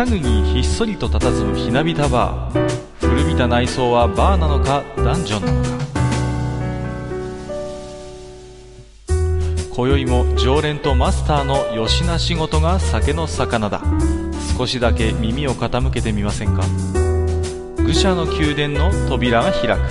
北国にひっそりと佇むひなびたバー。古びた内装はバーなのかダンジョンなのか。今宵も常連とマスターのよしな仕事が酒の魚だ。少しだけ耳を傾けてみませんか。愚者の宮殿の扉が開く。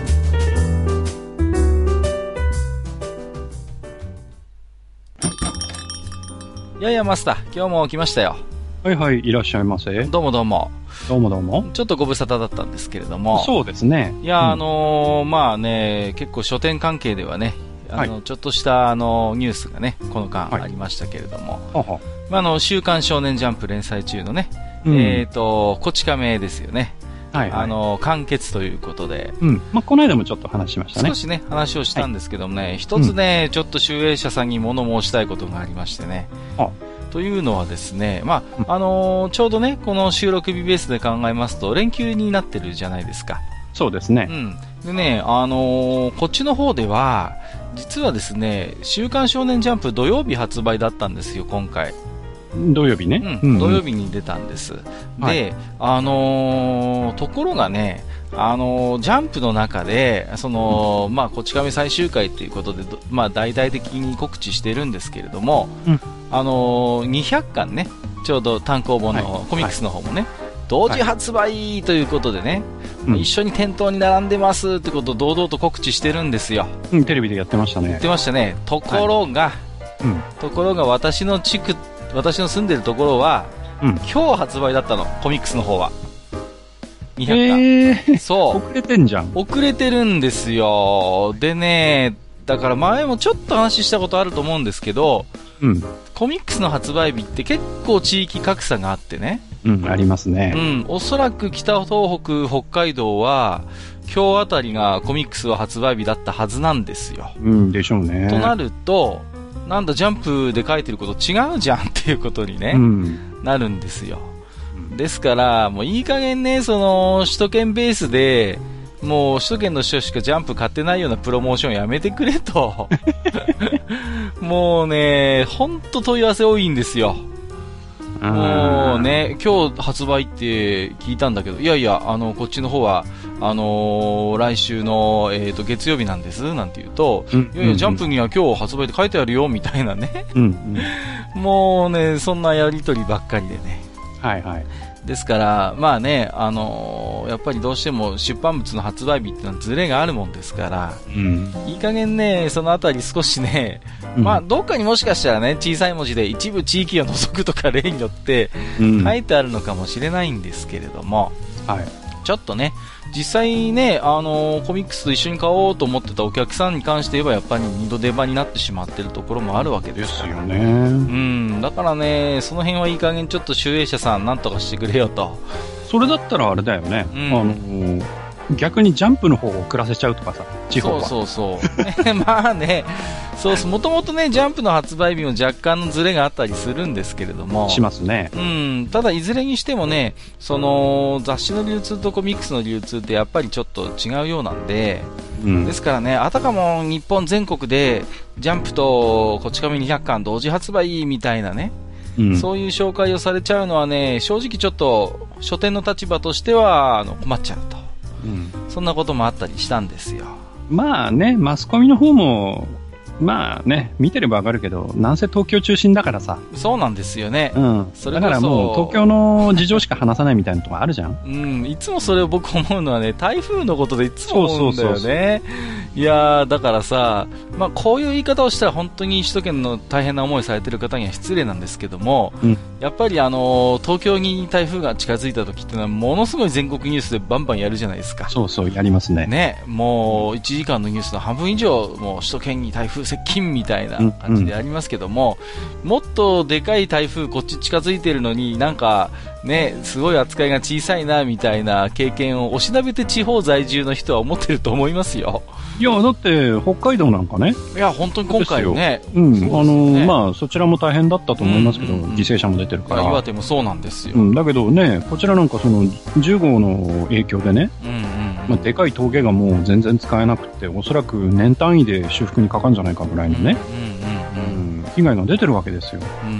いやいやマスター、今日も来ましたよ。 はいはい、いらっしゃいませ。 どうもどうも。 どうもどうも。 ちょっとご無沙汰だったんですけれども。 そうですね。 いや、まあね、結構書店関係ではね、ちょっとしたニュースがね、この間ありましたけれども。週刊少年ジャンプ連載中のね、こち亀ですよね。はいはい、完結ということで。 この間もちょっと話しましたね。 少しね、話をしたんですけどもね、一つね、ちょっと集英社さんに物申したいことがありましてね。というのはですね、ちょうどね、この収録日ベースで考えますと、連休になってるじゃないですか。 そうですね。 でね、こっちの方では、実はですね、週刊少年ジャンプ土曜日発売だったんですよ、今回。 土曜日ね。 土曜日に出たんです。で、ところがね、ジャンプの中で、こち亀最終回ということで、大々的に告知してるんですけれども、200巻ね、ちょうど単行本のコミックスの方もね、同時発売ということでね、一緒に店頭に並んでますってことを堂々と告知してるんですよ。 テレビでやってましたね。 やってましたね。ところが私の住んでるところは、今日発売だったの、コミックスの方は。200巻。そう。 遅れてんじゃん。 遅れてるんですよ。でね、だから前もちょっと話したことあると思うんですけど、コミックスの発売日って結構地域格差があってね。 ありますね。 おそらく北東北、北海道は、今日あたりがコミックスは発売日だったはずなんですよ。 でしょうね。 となると、なんだジャンプで書いてること違うじゃんっていうことにね、なるんですよ。ですから、もういい加減ね、首都圏ベースで、もう首都圏の人しかジャンプ買ってないようなプロモーションやめてくれと。もうね、ほんと問い合わせ多いんですよ。もうね、今日発売って聞いたんだけど、いやいや、こっちの方は、来週の、月曜日なんです、なんて言うと、いやいや、ジャンプには今日発売って書いてあるよ、みたいなね。もうね、そんなやりとりばっかりでね。 はいはい。 ですから、やっぱりどうしても出版物の発売日ってのはズレがあるもんですから、いい加減ね、そのあたり少しね、どっかにもしかしたらね、小さい文字で一部地域を除くとか例によって書いてあるのかもしれないんですけれども、ちょっとね、実際ね、コミックスと一緒に買おうと思ってたお客さんに関して言えばやっぱり二度手間になってしまってるところもあるわけですよね。だからね、その辺はいい加減ちょっと集英社さんなんとかしてくれよと。 それだったらあれだよね。逆にジャンプの方を遅らせちゃうとかさ、地方は。 そうまあね、もともとね、ジャンプの発売日も若干のズレがあったりするんですけれども。 しますね。 ただいずれにしてもね、雑誌の流通とコミックスの流通ってやっぱりちょっと違うようなんで、ですからね、あたかも日本全国で、ジャンプとこち亀200巻同時発売みたいなね、そういう紹介をされちゃうのはね、正直ちょっと書店の立場としては困っちゃうと。そんなこともあったりしたんですよ。 まあね、マスコミの方も、まあね、見てればわかるけど、なんせ東京中心だからさ。 そうなんですよね。 それだからもう東京の事情しか話さないみたいなとこあるじゃん。 いつもそれを僕思うのはね、台風のことでいつも思うんだよね。いやー、だからさ、こういう言い方をしたら本当に首都圏の大変な思いされてる方には失礼なんですけども、やっぱり東京に台風が近づいた時っていうのはものすごい全国ニュースでバンバンやるじゃないですか。 そうやりますね。 ね、もう1時間のニュースの半分以上、もう首都圏に台風接近みたいな感じでありますけども、もっとでかい台風こっち近づいてるのになんかね、すごい扱いが小さいなみたいな経験をおしなべて地方在住の人は思ってると思いますよ。 いや、だって北海道なんかね。 いや、本当に今回ね。 そちらも大変だったと思いますけど、犠牲者も出てるから。 岩手もそうなんですよ。 だけどね、こちらなんか10号の影響でね、でかい峠がもう全然使えなくて、おそらく年単位で修復にかかるんじゃないかぐらいのね、被害が出てるわけですよ。 とこ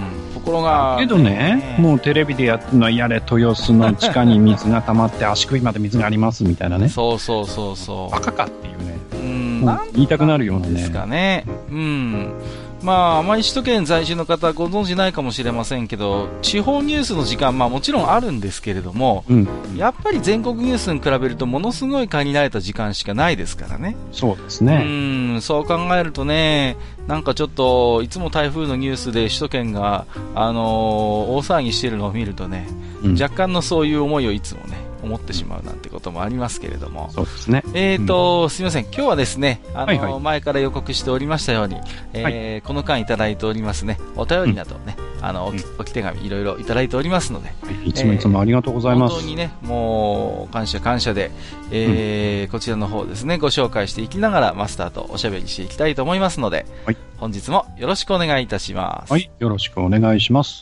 ころが、 けどね、もうテレビでやってるのは、やれ、豊洲の地下に水が溜まって、足首まで水がありますみたいなね。 そうそうそうそう。 バカかっていうね。言いたくなるようなね。 ですかね。まあ、あまり首都圏在住の方ご存知ないかもしれませんけど、地方ニュースの時間、まあもちろんあるんですけれども、やっぱり全国ニュースに比べるとものすごい限られた時間しかないですからね。 そうですね。 そう考えるとね、なんかちょっと、いつも台風のニュースで首都圏が、大騒ぎしてるのを見るとね、若干のそういう思いをいつもね、思ってしまうなんてこともありますけれども。 そうですね。 すみません。今日はですね、前から予告しておりましたように、この間いただいておりますね、お便りなどね、おき手紙いろいろいただいておりますので。 いつもいつもありがとうございます。 本当にね、もう、感謝で、こちらの方ですね、ご紹介していきながらマスターとおしゃべりしていきたいと思いますので、本日もよろしくお願いいたします。 はい、よろしくお願いします。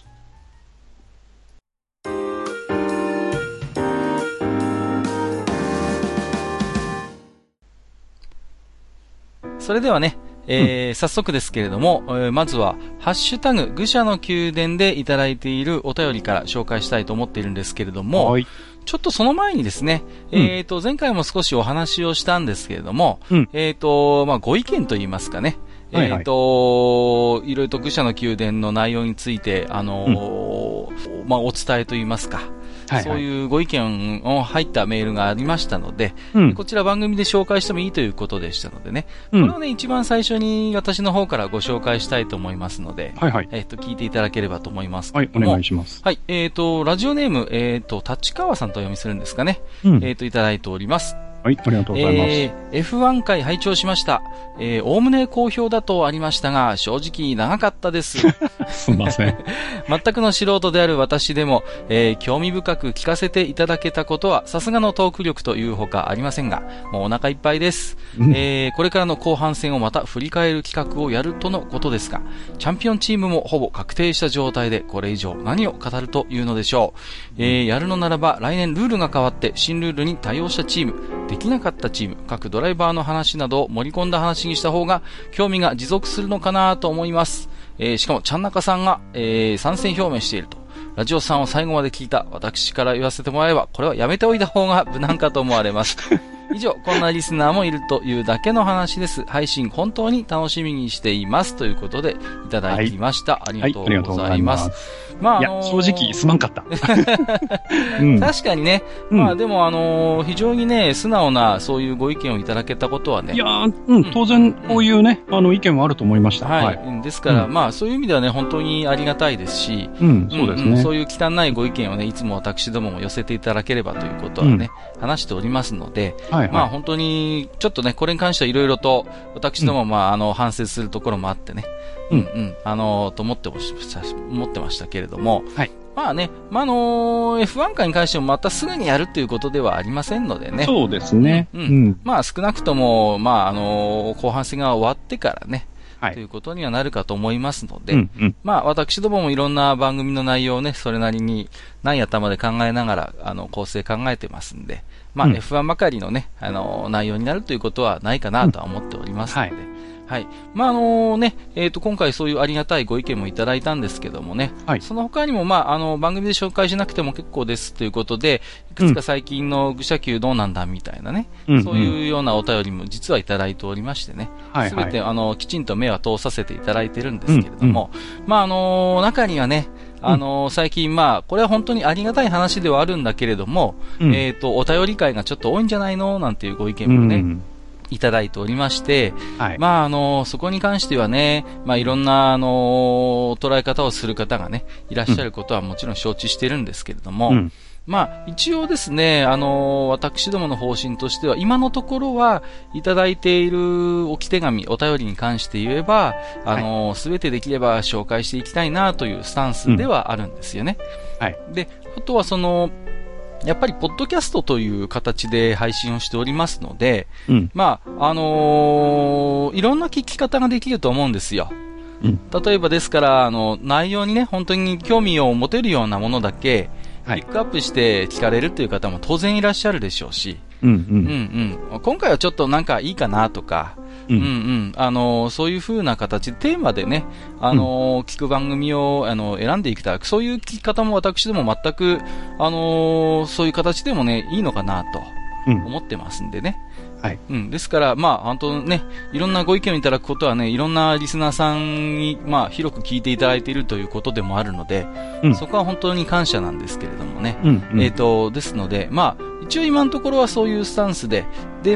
それではね、早速ですけれども、まずは、ハッシュタグ、愚者の宮殿でいただいているお便りから紹介したいと思っているんですけれども、ちょっとその前にですね、前回も少しお話をしたんですけれども、ご意見といいますかね、いろいろと愚者の宮殿の内容について、お伝えといいますか、そういうご意見を入ったメールがありましたので、こちら番組で紹介してもいいということでしたのでね、これをね、一番最初に私の方からご紹介したいと思いますので、聞いていただければと思いますけれども。 お願いします。 ラジオネーム、立川さんとお読みするんですかね。いただいております。 はい、ありがとうございます。 F1 回拝聴しました。おおむね好評だとありましたが、正直長かったです。 すみません。 全くの素人である私でも、興味深く聞かせていただけたことは、さすがのトーク力というほかありませんが、もうお腹いっぱいです。これからの後半戦をまた振り返る企画をやるとのことですが、チャンピオンチームもほぼ確定した状態で、これ以上何を語るというのでしょう。やるのならば、来年ルールが変わって、新ルールに対応したチーム、できなかったチーム、各ドライバーの話などを盛り込んだ話にした方が興味が持続するのかなと思います。しかもちゃんなかさんが、参戦表明していると。ラジオさんを最後まで聞いた私から言わせてもらえば、これはやめておいた方が無難かと思われます。以上、こんなリスナーもいるというだけの話です。配信本当に楽しみにしています。ということで、いただきました。ありがとうございます。 まあ、正直すまんかった。 確かにね、まあでも非常にね、素直なそういうご意見をいただけたことはね。 いや当然こういうね、意見はあると思いました。 はい。ですから、まあそういう意味ではね、本当にありがたいですし、 そうですね。 そういう汚いご意見をね、いつも私どもも寄せていただければということはね、話しておりますので、まあ本当に、ちょっとね、これに関してはいろいろと、私ども反省するところもあってね、と思ってましたけれども、まあね、F1 回に関してもまたすぐにやるということではありませんのでね。 そうですね。 まあ少なくとも、後半戦が終わってからね、ということにはなるかと思いますので、まあ私どももいろんな番組の内容をね、それなりにない頭で考えながら、構成考えてますんで、まあ F1 ばかりのね、内容になるということはないかなとは思っておりますので、はい。まあ、今回そういうありがたいご意見もいただいたんですけどもね。その他にも、番組で紹介しなくても結構ですということで、いくつか最近の愚者級どうなんだみたいなね。そういうようなお便りも実はいただいておりましてね。すべて、きちんと目は通させていただいてるんですけれども、中にはね、最近これは本当にありがたい話ではあるんだけれども、お便り会がちょっと多いんじゃないのなんていうご意見もね、いただいておりまして、そこに関してはね、いろんな、捉え方をする方がね、いらっしゃることはもちろん承知してるんですけれども、一応ですね、私どもの方針としては、今のところはいただいているおき手紙、お便りに関して言えば、すべてできれば紹介していきたいなというスタンスではあるんですよね。で、あとはやっぱり、ポッドキャストという形で配信をしておりますので、いろんな聞き方ができると思うんですよ。例えばですから、内容にね、本当に興味を持てるようなものだけ、ピックアップして聞かれるという方も当然いらっしゃるでしょうし、 今回はちょっとなんかいいかなとか、そういう風な形でテーマでね、聞く番組を、選んでいきたい。そういう聞き方も私でも全く、そういう形でもね、いいのかなと思ってますんでね。 はい。 ですから、本当ね、いろんなご意見をいただくことはね、いろんなリスナーさんに、広く聞いていただいているということでもあるので、そこは本当に感謝なんですけれどもね。ですので、一応今のところはそういうスタンスで、で、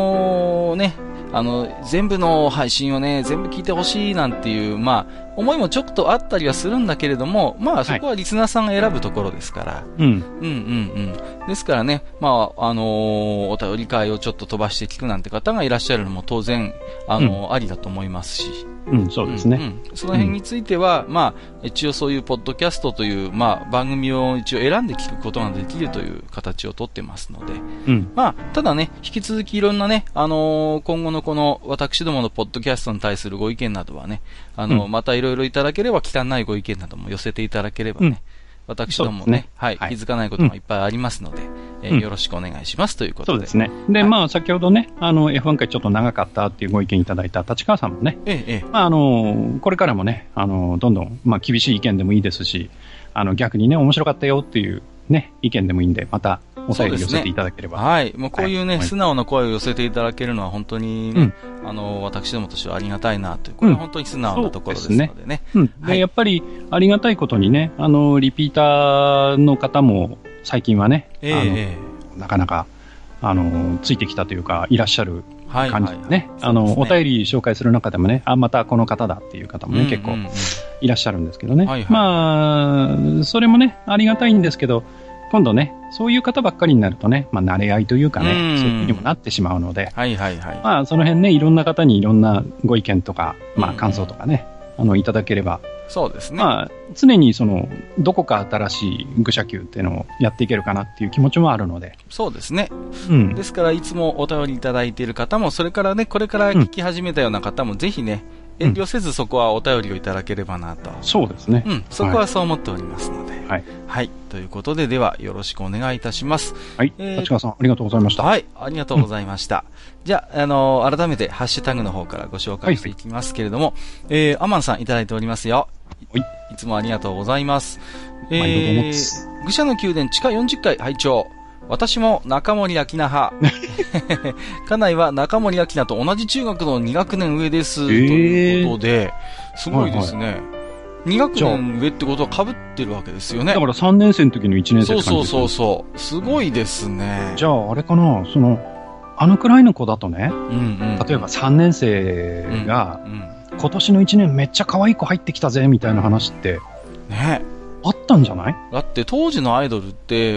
全部の配信をね、全部聞いてほしいなんていう、思いもちょっとあったりはするんだけれども、そこはリスナーさんが選ぶところですから。ですからね、お便り会をちょっと飛ばして聞くなんて方がいらっしゃるのも当然、ありだと思いますし。 そうですね。 その辺については、一応そういうポッドキャストという、番組を一応選んで聞くことができるという形をとってますので、ただね、引き続きいろんなね、今後のこの私どものポッドキャストに対するご意見などはね、またいろいろいただければ、汚いご意見なども寄せていただければね、私どもね、気づかないこともいっぱいありますので、よろしくお願いしますということで。 そうですね。で、先ほどね、F1 回ちょっと長かったっていうご意見いただいた立川さんもね、これからもね、どんどん、厳しい意見でもいいですし、逆にね、面白かったよっていうね、意見でもいいんで、また、お便り寄せていただければ。 はい。もうこういうね、素直な声を寄せていただけるのは本当にね、私どもとしてはありがたいなという、これは本当に素直なところですのでね。 で、やっぱりありがたいことにね、リピーターの方も最近はね、なかなか、ついてきたというか、いらっしゃる感じでね、お便り紹介する中でもね、またこの方だっていう方もね、結構いらっしゃるんですけどね。それもね、ありがたいんですけど、今度ね、そういう方ばっかりになるとね、慣れ合いというかね、そういうふうにもなってしまうので、その辺ね、いろんな方にいろんなご意見とか、感想とかね、いただければ、 そうですね。 常にどこか新しい愚者級っていうのをやっていけるかなっていう気持ちもあるので。 そうですね。ですから、いつもお便りいただいている方も、それからね、これから聞き始めたような方も、ぜひね、遠慮せずそこはお便りをいただければなと。 そうですね。 そこはそう思っておりますので。はい。ということで、では、よろしくお願いいたします。 はい。立川さん、ありがとうございました。 はい。ありがとうございました。じゃあ、改めて、ハッシュタグの方からご紹介していきますけれども、アマンさんいただいておりますよ。いつもありがとうございます。愚者の宮殿地下40階拝聴。私も中森明菜派。家内は中森明菜と同じ中学の2学年上です。ということで、すごいですね。2学年上ってことは被ってるわけですよね。 だから3年生の時の1年生って感じですね。 そう。すごいですね。 じゃあ、あれかな、あのくらいの子だとね、例えば3年生が、今年の1年めっちゃ可愛い子入ってきたぜ、みたいな話って、 ね。 あったんじゃない？ だって当時のアイドルって、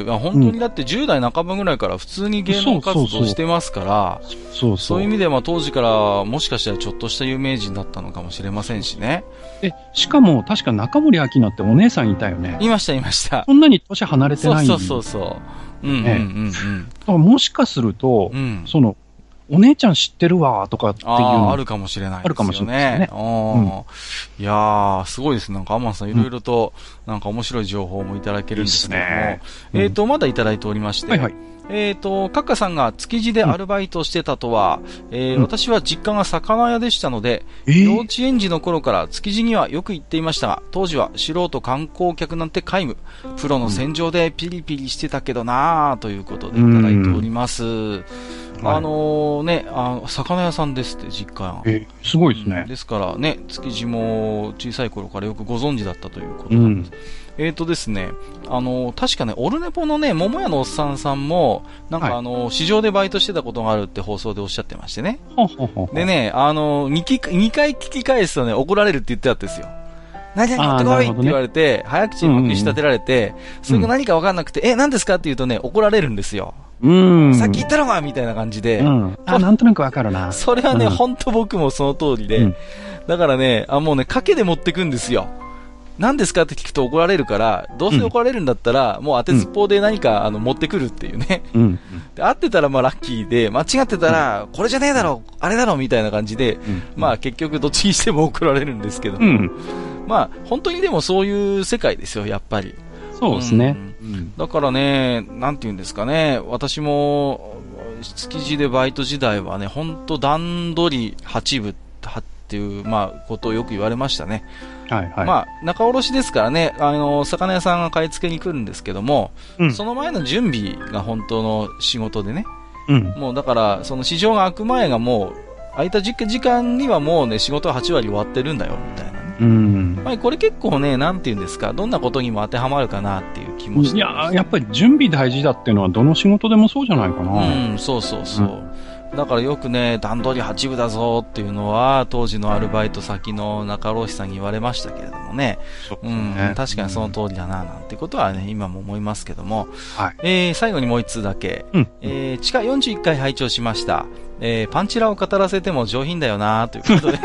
本当にだって10代半ばぐらいから普通に芸能活動してますから、そういう意味では当時からもしかしたらちょっとした有名人だったのかもしれませんしね。 しかも確か中森明菜ってお姉さんいたよね。 いました。 そんなに年離れてない。 そう。 もしかすると、お姉ちゃん知ってるわとかっていうのあるかもしれないですよね。 あるかもしれないですね。 いやー、すごいですね。なんかアマンさんいろいろと、なんか面白い情報もいただけるんですけども、まだいただいておりまして、カッカさんが築地でアルバイトしてたとは、私は実家が魚屋でしたので、幼稚園児の頃から築地にはよく行っていましたが、当時は素人観光客なんて皆無。プロの戦場でピリピリしてたけどなーということでいただいております。魚屋さんですって、実家が。 すごいですね。 ですからね、築地も小さい頃からよくご存知だったということなんです。ですね、確かね、オルネポのね、桃屋のおっさんさんも、なんか市場でバイトしてたことがあるって放送でおっしゃってましてね。でね、2回聞き返すとね、怒られるって言ってたんですよ。何々持ってこいって言われて、早口にまくし立てられて、それが何か分かんなくて、何ですかって言うとね、怒られるんですよ。さっき言ったのかみたいな感じで。 なんとなくわかるな。 それはね、ほんと僕もその通りで。だからね、もうね、賭けで持ってくんですよ。何ですかって聞くと怒られるから、どうせ怒られるんだったら、もう当てずっぽうで何か持ってくるっていうね。で、合ってたらまあラッキーで、間違ってたら、これじゃねえだろ、あれだろみたいな感じで、まあ結局どっちにしても怒られるんですけど。まあ本当にでもそういう世界ですよ、やっぱり。 そうですね。 だからね、なんて言うんですかね、私も、 築地でバイト時代はね、ほんと段取り8部っていう、まあ、ことをよく言われましたね。はいはい。まあ、仲卸ですからね、魚屋さんが買い付けに来るんですけども、その前の準備が本当の仕事でね、もうだから、その市場が開く前がもう、空いた時間にはもうね、仕事は8割終わってるんだよ、みたいなね。まあ、これ結構ね、なんて言うんですか、どんなことにも当てはまるかなっていう気もして。 いや、やっぱり準備大事だっていうのはどの仕事でもそうじゃないかな。 そうそうそう。だからよくね、段取り8分だぞっていうのは、当時のアルバイト先の中卸さんに言われましたけれどもね。確かにその通りだな、なんてことはね、今も思いますけども。最後にもう一通だけ。地下41回拝聴しました。パンチラを語らせても上品だよな、ということで。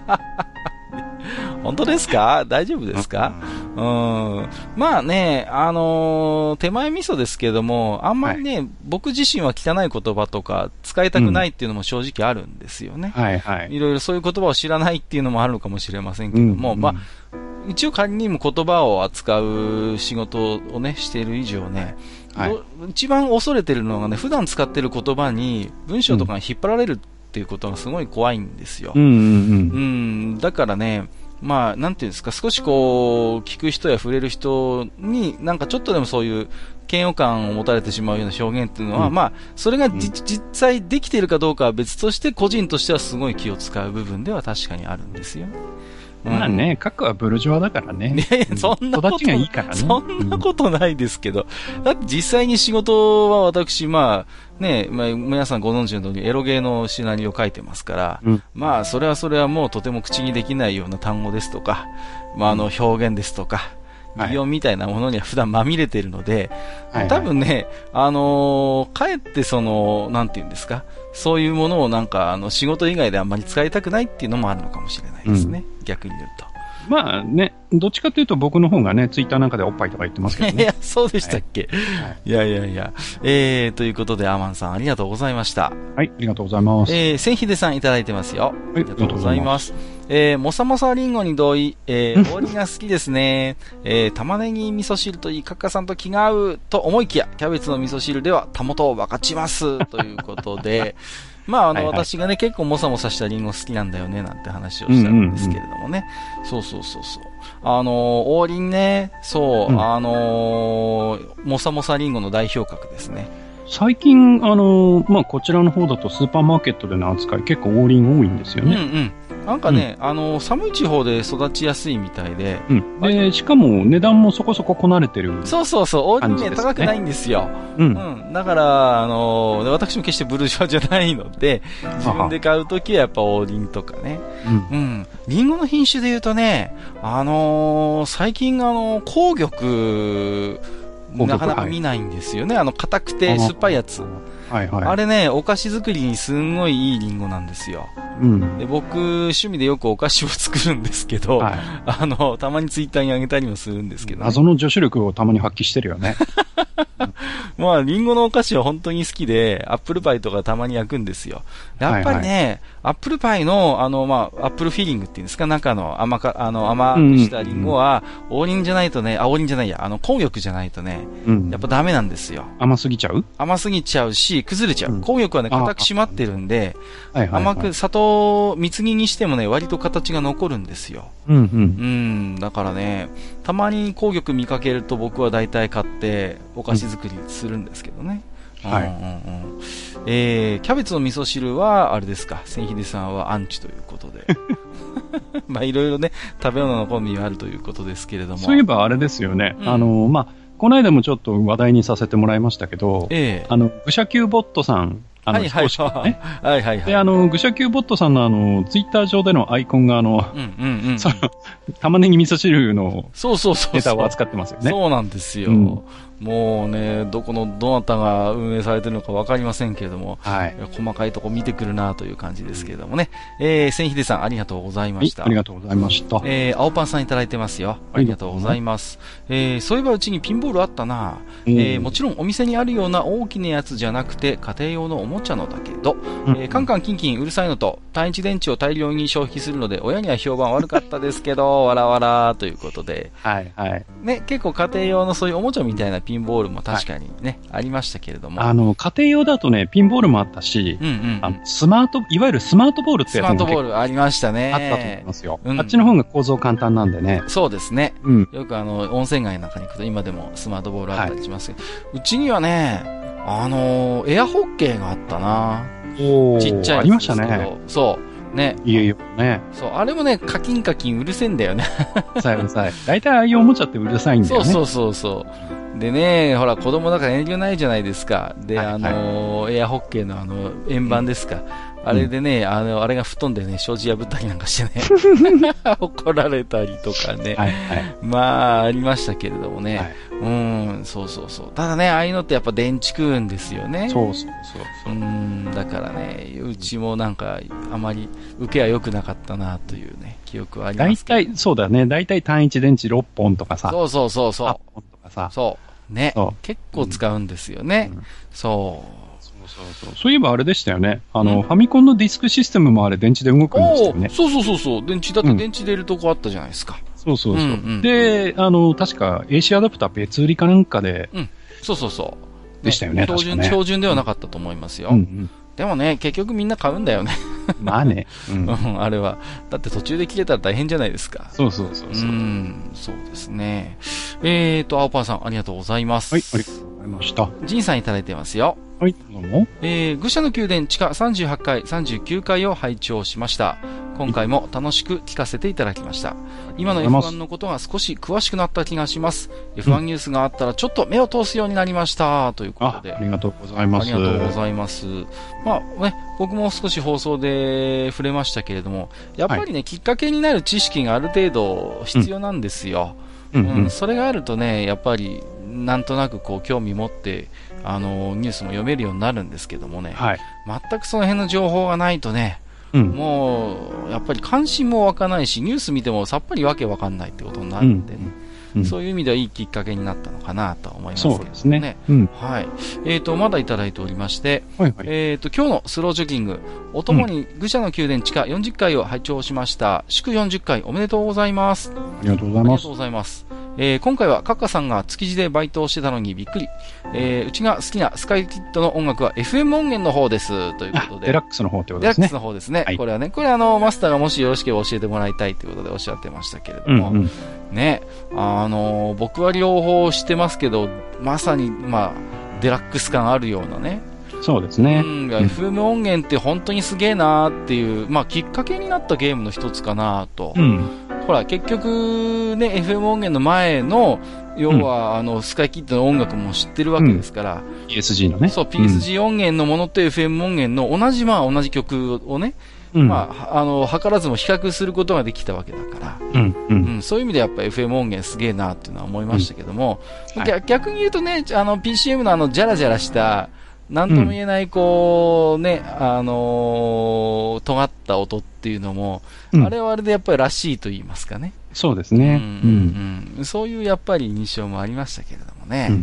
本当ですか？大丈夫ですか？まあね、手前味噌ですけども、あんまりね、僕自身は汚い言葉とか使いたくないっていうのも正直あるんですよね。いろいろそういう言葉を知らないっていうのもあるのかもしれませんけども、まあ、一応仮にも言葉を扱う仕事をね、している以上ね、一番恐れてるのがね、普段使ってる言葉に文章とかに引っ張られるっていうことがすごい怖いんですよ。だからね、まあ、なんていうんですか、少しこう、聞く人や触れる人に、なんかちょっとでもそういう嫌悪感を持たれてしまうような表現っていうのは、まあ、それが実際できているかどうかは別として、個人としてはすごい気を使う部分では確かにあるんですよ。 まあね、核はブルジョワだからね。 そんなこと育ちがいいからね。 そんなことないですけど。だって実際に仕事は私、まあ、ね、まあ、皆さんご存知の通り、エロゲーのシナリオを書いてますから、まあ、それはもうとても口にできないような単語ですとか、まあ、表現ですとか、擬音みたいなものには普段まみれているので、多分ね、かえってその、なんていうんですか、そういうものをなんか、仕事以外であんまり使いたくないっていうのもあるのかもしれないですね。逆に言うと。 まあね、どっちかというと僕の方がね、ツイッターなんかでおっぱいとか言ってますけどね。 いや、そうでしたっけ、いや。ということで、アマンさんありがとうございました。 はい、ありがとうございます。 千秀さんいただいてますよ。ありがとうございます。もさもさりんごに同意、大りが好きですね。玉ねぎ味噌汁といい、カッカさんと気が合うと思いきや、キャベツの味噌汁ではたもとを分かちます。ということで、まあ、私がね、結構もさもさしたリンゴ好きなんだよね、なんて話をしたんですけれどもね。そう。王林ね、そう、もさもさリンゴの代表格ですね。 最近、まあ、こちらの方だとスーパーマーケットでの扱い結構王林多いんですよね。 なんかね、寒い地方で育ちやすいみたいで。 で、しかも値段もそこそここなれてる。 そう。大林ね、高くないんですよ。だから、私も決してブルジョワじゃないので、自分で買うときはやっぱ王林とかね。リンゴの品種で言うとね、最近紅玉、なかなか見ないんですよね。硬くて酸っぱいやつ。あれね、お菓子作りにすんごいいいリンゴなんですよ。で僕、趣味でよくお菓子を作るんですけど、たまにツイッターにあげたりもするんですけど、ね。 謎の助手力をたまに発揮してるよね。 まあ、リンゴのお菓子は本当に好きで、アップルパイとかたまに焼くんですよ。やっぱりね、アップルパイの、まあ、アップルフィリングっていうんですか、中の甘くしたリンゴは、王林じゃないとね、王林じゃないや、紅玉じゃないとね、やっぱダメなんですよ。 甘すぎちゃう？ 甘すぎちゃうし、崩れちゃう。紅玉はね、硬く締まってるんで、甘く、蜜煮にしてもね、割と形が残るんですよ。だからね、たまに紅玉見かけると僕は大体買って、お菓子作りするんですけどね。キャベツの味噌汁は、あれですか、千秀さんはアンチということで。まあ、いろいろね、食べ物の好みはあるということですけれども。 そういえばあれですよね。まあ、この間もちょっと話題にさせてもらいましたけど、愚者級ボットさん、で、愚者級ボットさんのツイッター上でのアイコンが玉ねぎ味噌汁のネタを扱ってますよね。 そうなんですよ。もうね、どなたが運営されてるのかわかりませんけれども、細かいとこ見てくるなという感じですけれどもね。千秀さんありがとうございました。 ありがとうございました。 青パンさんいただいてますよ。ありがとうございます。そういえばうちにピンボールあったな。もちろんお店にあるような大きなやつじゃなくて家庭用のおもちゃのだけど、カンカンキンキンうるさいのと単一電池を大量に消費するので親には評判悪かったですけど、わらわらということで。ね、結構家庭用のそういうおもちゃみたいなピンボールも確かにね、ありましたけれども。 家庭用だとね、ピンボールもあったし、いわゆるスマートボールってやつもスマートボールありましたね。 あったと思いますよ。あっちの方が構造簡単なんでね。 そうですね。よく温泉街なんかに行くと今でもスマートボールあったりしますけど、うちにはね、エアホッケーがあったな。ちっちゃいやつですけど。 ありましたね。 そう。ね。 いえいえ、ね。 そう、あれもね、カキンカキンうるせえんだよね。 うるさい。大体ああいうおもちゃってうるさいんだよね。 そう。でね、ほら、子供だから遠慮ないじゃないですか。で、エアホッケーの円盤ですか。あれでね、あれが吹っ飛んでね、障子破ったりなんかしてね。怒られたりとかね。まあ、ありましたけれどもね。そう。ただね、ああいうのってやっぱ電池食うんですよね。 そう。 だからね、うちもなんか、あまり受けは良くなかったなというね、記憶はありますけど。 大体、そうだね。大体単一電池6本とかさ。 そう。 8本とかさ。 そう。ね。結構使うんですよね。 そういえばあれでしたよね。ファミコンのディスクシステムもあれ電池で動くんでしたよね。 そう。電池だって電池出るとこあったじゃないですか。 そう。で、確か AC アダプター別売りかなんかで。 そう。 でしたよね。 標準ではなかったと思いますよ。でもね、結局みんな買うんだよね。 まあね。 あれは。だって途中で切れたら大変じゃないですか。 そう。 そうですね。青パンさん、ありがとうございます。 はい、ありがとうございました。 ジンさんいただいてますよ。 はい、どうも。 愚者の宮殿地下38回、39回を拝聴しました。今回も楽しく聞かせていただきました。今の F1 のことが少し詳しくなった気がします。F1 ニュースがあったらちょっと目を通すようになりました。ということで。 ありがとうございます。 ありがとうございます。まあね、僕も少し放送で触れましたけれども、やっぱりね、きっかけになる知識がある程度必要なんですよ。それがあるとね、やっぱりなんとなくこう興味持ってニュースも読めるようになるんですけどもね、全くその辺の情報がないとね、もうやっぱり関心も湧かないし、ニュース見てもさっぱりわけわかんないってことになるんでね、そういう意味ではいいきっかけになったのかなと思いますけどね。 そうですね。 はい。まだいただいておりまして、今日のスロージョギング、おともに愚者の宮殿地下40回を拝聴しました。祝40回おめでとうございます。 ありがとうございます。 今回はカッカさんが築地でバイトをしてたのにびっくり。うちが好きなスカイキッドの音楽は FM 音源の方です。ということで。 デラックスの方ってことですね。 デラックスの方ですね。これはね、マスターがもしよろしければ教えてもらいたいということでおっしゃってましたけれども。ね、僕は両方してますけど、まさに、デラックス感あるようなね。 そうですね。 FM 音源って本当にすげえなーっていう、きっかけになったゲームの一つかなと。ほら、結局ね、FM 音源の前の、要は、スカイキッドの音楽も知ってるわけですから。 PSG のね。 そう、PSG 音源のものと FM 音源の同じ曲をね、図らずも比較することができたわけだから、そういう意味でやっぱ FM 音源すげえなっていうのは思いましたけども、逆に言うとね、PCM のジャラジャラした、なんとも言えない、こう、ね、尖った音っていうのも、あれはあれでやっぱりらしいと言いますかね。 そうですね。 そういうやっぱり印象もありましたけれどもね。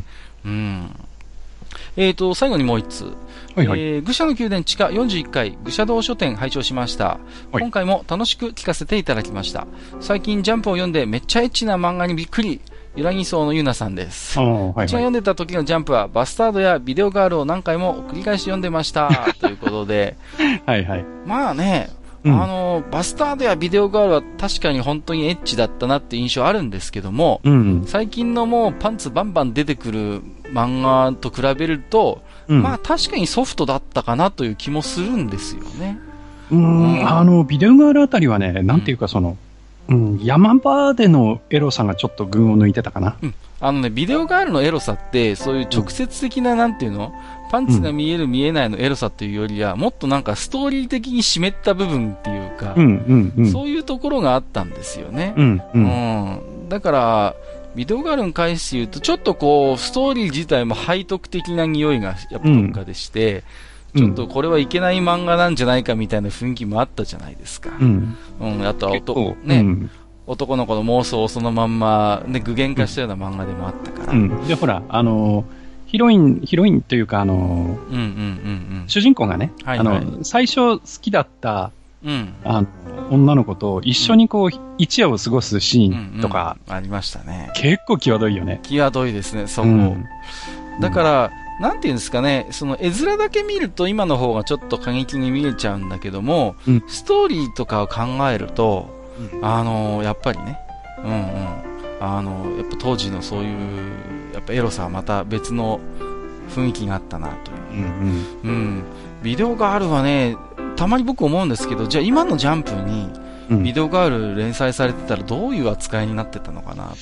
最後にもう一つ。愚者の宮殿地下41回愚者道書店拝聴しました。今回も楽しく聞かせていただきました。最近ジャンプを読んでめっちゃエッチな漫画にびっくり。ゆらぎそうのゆなさんです。うちが読んでた時のジャンプはバスタードやビデオガールを何回も繰り返し読んでました。ということで。まあね、バスタードやビデオガールは確かに本当にエッチだったなって印象あるんですけども、最近のもうパンツバンバン出てくる漫画と比べると、確かにソフトだったかなという気もするんですよね。 ビデオガールあたりはね、なんていうか山場でのエロさがちょっと群を抜いてたかな。 ビデオガールのエロさって、そういう直接的な、なんていうの、パンツが見える見えないのエロさっていうよりは、もっとなんかストーリー的に湿った部分っていうか、そういうところがあったんですよね。だから、ビデオガールに関して言うと、ちょっとこう、ストーリー自体も背徳的な匂いがやっぱどっかでして、ちょっとこれはいけない漫画なんじゃないかみたいな雰囲気もあったじゃないですか。あとは男の子の妄想をそのまんま、ね、具現化したような漫画でもあったから。 で、ほら、ヒロインというか、主人公がね、最初好きだった、 女の子と一緒にこう、一夜を過ごすシーンとか、 ありましたね。 結構際どいよね。 際どいですね、そこ。だから、なんていうんですかね、その絵面だけ見ると今の方がちょっと過激に見えちゃうんだけども、ストーリーとかを考えると、やっぱりね、やっぱ当時のそういう、やっぱエロさはまた別の雰囲気があったなという。ビデオガールはね、たまに僕思うんですけど、じゃあ今のジャンプに、ビデオガール連載されてたらどういう扱いになってたのかなとか。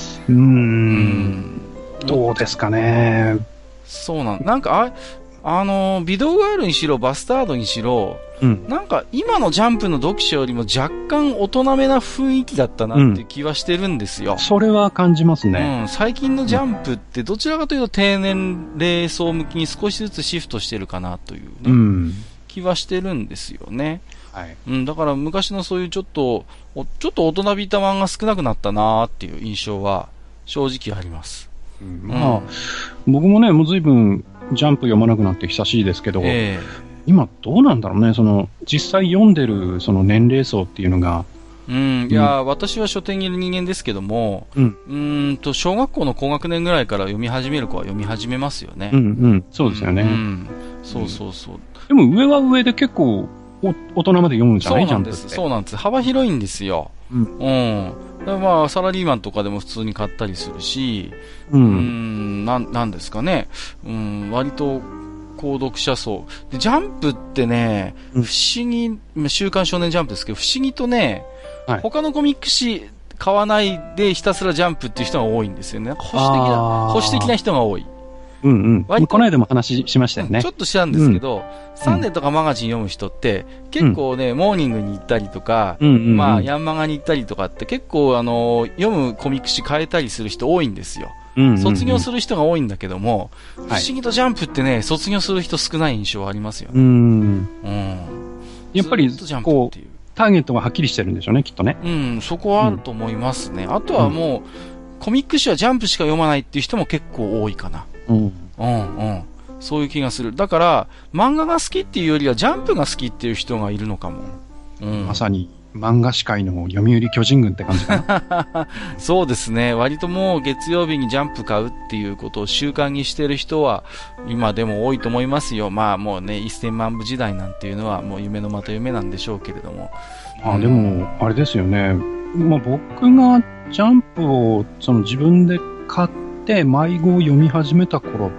どうですかね。 そうなんか、ビデオガールにしろ、バスタードにしろ、なんか今のジャンプの読者よりも若干大人めな雰囲気だったなっていう気はしてるんですよ。 それは感じますね。 最近のジャンプってどちらかというと低年齢層向きに少しずつシフトしてるかなというね、気はしてるんですよね。だから昔のそういうちょっと大人びた漫画少なくなったなっていう印象は正直あります。 僕もね、もう随分ジャンプ読まなくなって久しいですけど、今どうなんだろうね、実際読んでるその年齢層っていうのが。 いや、私は書店にいる人間ですけども、小学校の高学年ぐらいから読み始める子は読み始めますよね。 そうですよね。 そうそうそう。 でも上は上で結構大人まで読むんじゃない？ そうなんです。そうなんです。幅広いんですよ。まあ、サラリーマンとかでも普通に買ったりするし、なんですかね。割と、高読者層。で、ジャンプってね、不思議、週刊少年ジャンプですけど、不思議とね、他のコミック誌買わないでひたすらジャンプっていう人が多いんですよね。保守的な人が多い。 この間も話しましたよね。 ちょっとしたんですけど、サンデーとかマガジン読む人って、結構ね、モーニングに行ったりとか、まあ、ヤンマガに行ったりとかって結構読むコミック誌変えたりする人多いんですよ。卒業する人が多いんだけども、不思議とジャンプってね、卒業する人少ない印象ありますよね。 やっぱり、こう、ターゲットがはっきりしてるんでしょうね、きっとね。 そこはあると思いますね。あとはもう、コミック誌はジャンプしか読まないっていう人も結構多いかな。そういう気がする。だから、漫画が好きっていうよりは、ジャンプが好きっていう人がいるのかも。 まさに、漫画史界の読売巨人軍って感じかな。 そうですね。割ともう月曜日にジャンプ買うっていうことを習慣にしてる人は、今でも多いと思いますよ。まあもうね、1000万部時代なんていうのは、もう夢のまた夢なんでしょうけれども。 でも、あれですよね。僕がジャンプを自分で買って迷子を読み始めた頃って、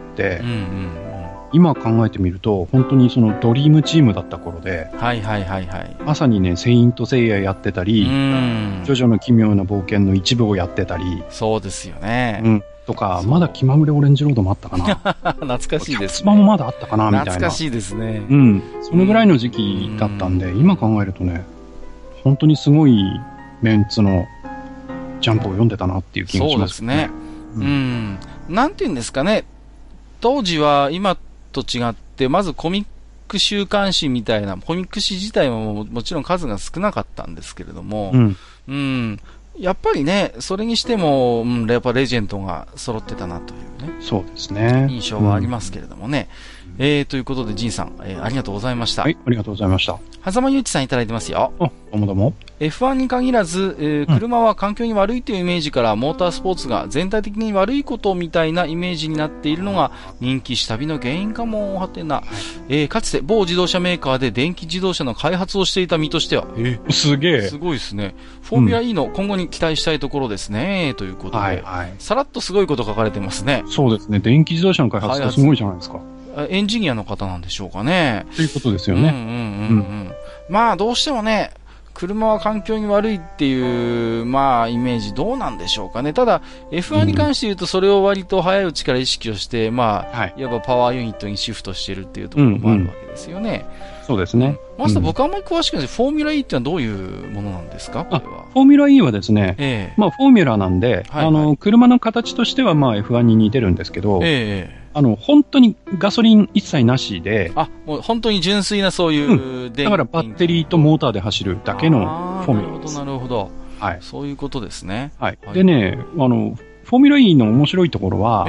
今考えてみると、本当にドリームチームだった頃で、まさにね、セイントセイヤやってたり、ジョジョの奇妙な冒険の一部をやってたり、 そうですよね。 とか、まだ気まぐれオレンジロードもあったかな。 懐かしいですね。キャツバもまだあったかな、みたいな。 懐かしいですね。 そのぐらいの時期だったんで、今考えるとね、本当にすごいメンツのジャンプを読んでたなっていう気がしますね。 そうですね。なんていうんですかね、当時は今と違って、まずコミック週刊誌みたいな、コミック誌自体ももちろん数が少なかったんですけれども、やっぱりね、それにしても、やっぱレジェンドが揃ってたなというね。 そうですね。 印象はありますけれどもね。ということで、ジンさん、ありがとうございました。 はい、ありがとうございました。 狭間祐一さんいただいてますよ。 どうもどうも。 F1 に限らず、車は環境に悪いというイメージから、モータースポーツが全体的に悪いことみたいなイメージになっているのが人気下火の原因かも、はてな。かつて某自動車メーカーで電気自動車の開発をしていた身としては、 すげえ。 すごいですね。フォーミュラ E の今後に期待したいところですね。ということで、さらっとすごいこと書かれてますね。 そうですね。電気自動車の開発ってすごいじゃないですか。 エンジニアの方なんでしょうかね。 ということですよね。 まあ、どうしてもね、車は環境に悪いっていう、まあ、イメージどうなんでしょうかね。ただ、F1 に関して言うと、それを割と早いうちから意識をして、まあ、いわばパワーユニットにシフトしてるっていうところもあるわけですよね。 そうですね。 マスター、僕はあんまり詳しくないです。フォーミュラ E ってのはどういうものなんですか？これは。 フォーミュラ E はですね、まあ、フォーミュラなんで、車の形としては、まあ、F1 に似てるんですけど、本当にガソリン一切なしで、 もう本当に純粋なそういうだからバッテリーとモーターで走るだけのフォーミュラです。 なるほど。はい。そういうことですね。 はい。でね、フォーミュラ E の面白いところは、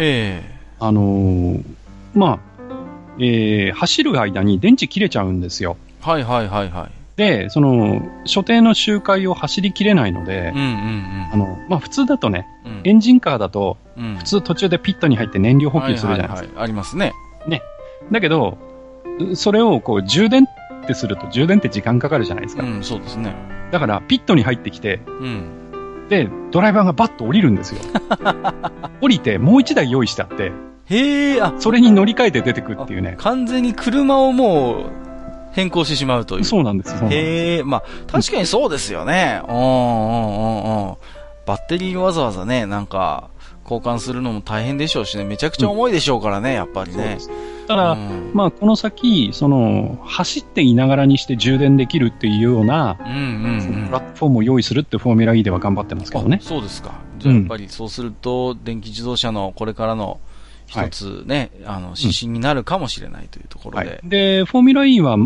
まあ、走る間に電池切れちゃうんですよ。 で、所定の周回を走りきれないので、普通だとね、エンジンカーだと、普通途中でピットに入って燃料補給するじゃないですか。 ありますね。 ね。だけど、それを充電ってすると、充電って時間かかるじゃないですか。 そうですね。 だから、ピットに入ってきて、で、ドライバーがバッと降りるんですよ。降りて、もう一台用意してあって、それに乗り換えて出てくっていうね。 完全に車をもう、変更してしまうという。 そうなんですよ。 確かにそうですよね。バッテリーわざわざね、交換するのも大変でしょうしね、めちゃくちゃ重いでしょうからね、やっぱりね。 ただ、この先、走っていながらにして充電できるっていうような、プラットフォームを用意するってフォーミュラ E では頑張ってますけどね。 そうですか。じゃあやっぱりそうすると、電気自動車のこれからの、一つね、指針になるかもしれないというところで。 で、フォーミュラ E は、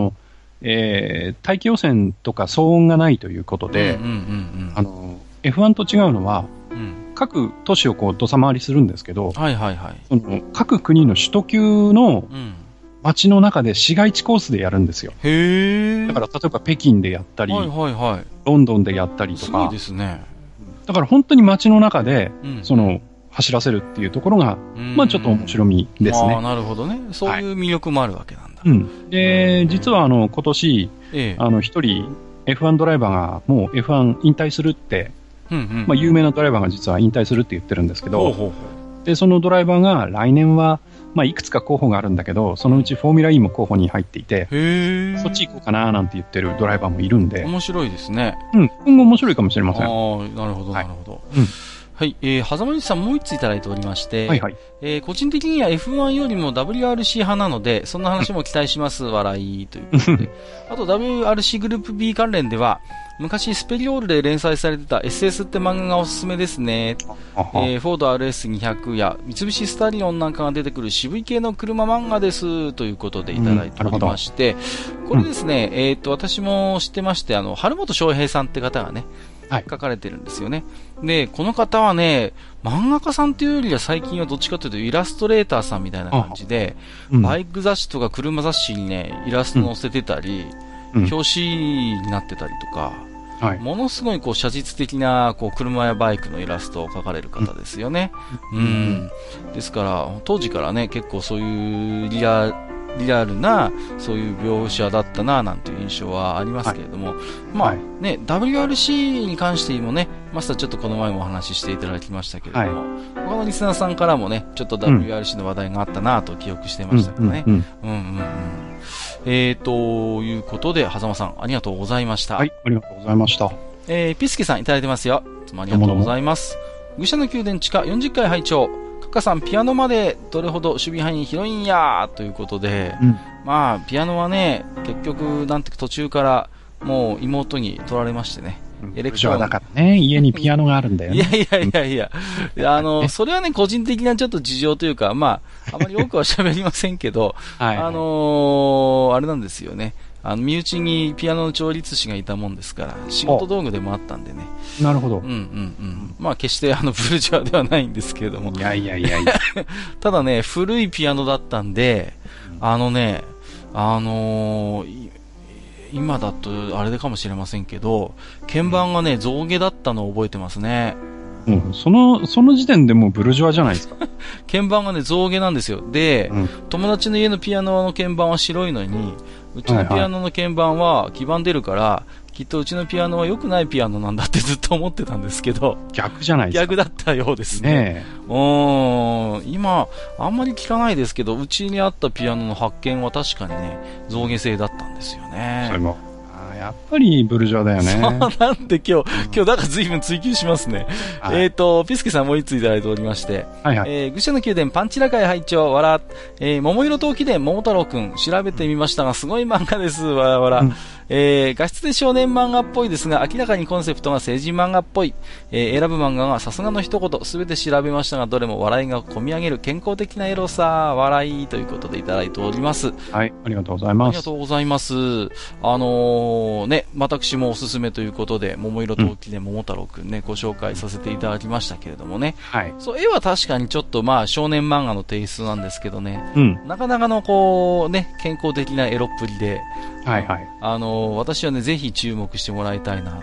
大気汚染とか騒音がないということで、F1 と違うのは、各都市を土佐回りするんですけど、各国の首都級の街の中で市街地コースでやるんですよ。だから、例えば北京でやったり、ロンドンでやったりとか。 すごいですね。 だから本当に街の中で、走らせるっていうところが、ちょっと面白みですね。 なるほどね。そういう魅力もあるわけなんだ。 で、実は今年、一人 F1 ドライバーがもう F1 引退するって、有名なドライバーが実は引退するって言ってるんですけど、で、そのドライバーが来年は、いくつか候補があるんだけど、そのうちフォーミュラ E も候補に入っていて、そっち行こうかななんて言ってるドライバーもいるんで。 面白いですね。 今後面白いかもしれません。 なるほど、なるほど。はい、狭間さんもう一ついただいておりまして、個人的には F1 よりも WRC 派なので、そんな話も期待します、笑い、ということで。あと WRC グループ B 関連では、昔スペリオールで連載されてた SS って漫画がおすすめですね。フォード RS200 や三菱スタリオンなんかが出てくる渋い系の車漫画です、ということでいただいておりまして、これですね、私も知ってまして、春元翔平さんって方がね、書かれてるんですよね。で、この方はね、漫画家さんっていうよりは最近はどっちかというとイラストレーターさんみたいな感じで、バイク雑誌とか車雑誌にね、イラスト載せてたり、表紙になってたりとか、ものすごい写実的な車やバイクのイラストを描かれる方ですよね。ですから、当時からね、結構そういうリアルなそういう描写だったななんていう印象はありますけれども、WRC に関してもね、マスターちょっとこの前もお話ししていただきましたけれども、他のリスナーさんからもね、ちょっと WRC の話題があったなと記憶してましたけどね。ということで、狭間さんありがとうございました。 ありがとうございました。 ピスケさんいただいてますよ。いつもありがとうございます。愚者の宮殿地下40回拝聴。カッカさん、ピアノまでどれほど守備範囲広いんやということで、ピアノはね、結局、途中からもう妹に取られましてね。 エレクトロンだからね、家にピアノがあるんだよね。 いや、それはね、個人的なちょっと事情というか、あまり多くは喋りませんけど、あれなんですよね。身内にピアノの調律師がいたもんですから、仕事道具でもあったんでね。 なるほど。 決してブルジョアではないんですけれども。 いや。 ただね、古いピアノだったんで、今だとあれでかもしれませんけど、鍵盤がね、象牙だったのを覚えてますね。 その時点でもうブルジョアじゃないですか。 鍵盤がね、象牙なんですよ。で、友達の家のピアノの鍵盤は白いのに、うちのピアノの鍵盤は黄ばんでるから、きっとうちのピアノは良くないピアノなんだってずっと思ってたんですけど。 逆じゃないですか。 逆だったようですね。今、あんまり聞かないですけど、うちにあったピアノの発見は確かにね、象牙製だったんですよね。 それも。やっぱりブルジョアだよね。 そうなんで今日だから随分追求しますね。ピスケさんもう一ついただいておりまして、愚者の宮殿パンチラ会拝聴笑、桃色陶器伝桃太郎くん調べてみましたがすごい漫画です。笑。画質で少年漫画っぽいですが、明らかにコンセプトが成人漫画っぽい。選ぶ漫画がさすがの一言、すべて調べましたが、どれも笑いが込み上げる健康的なエロさ、笑いということでいただいております。 はい、ありがとうございます。 ありがとうございます。私もおすすめということで、桃色陶器で桃太郎くんね、ご紹介させていただきましたけれどもね。そう、絵は確かにちょっと少年漫画のテイストなんですけどね。なかなかの健康的なエロっぷりで。 私はね、ぜひ注目してもらいたいな。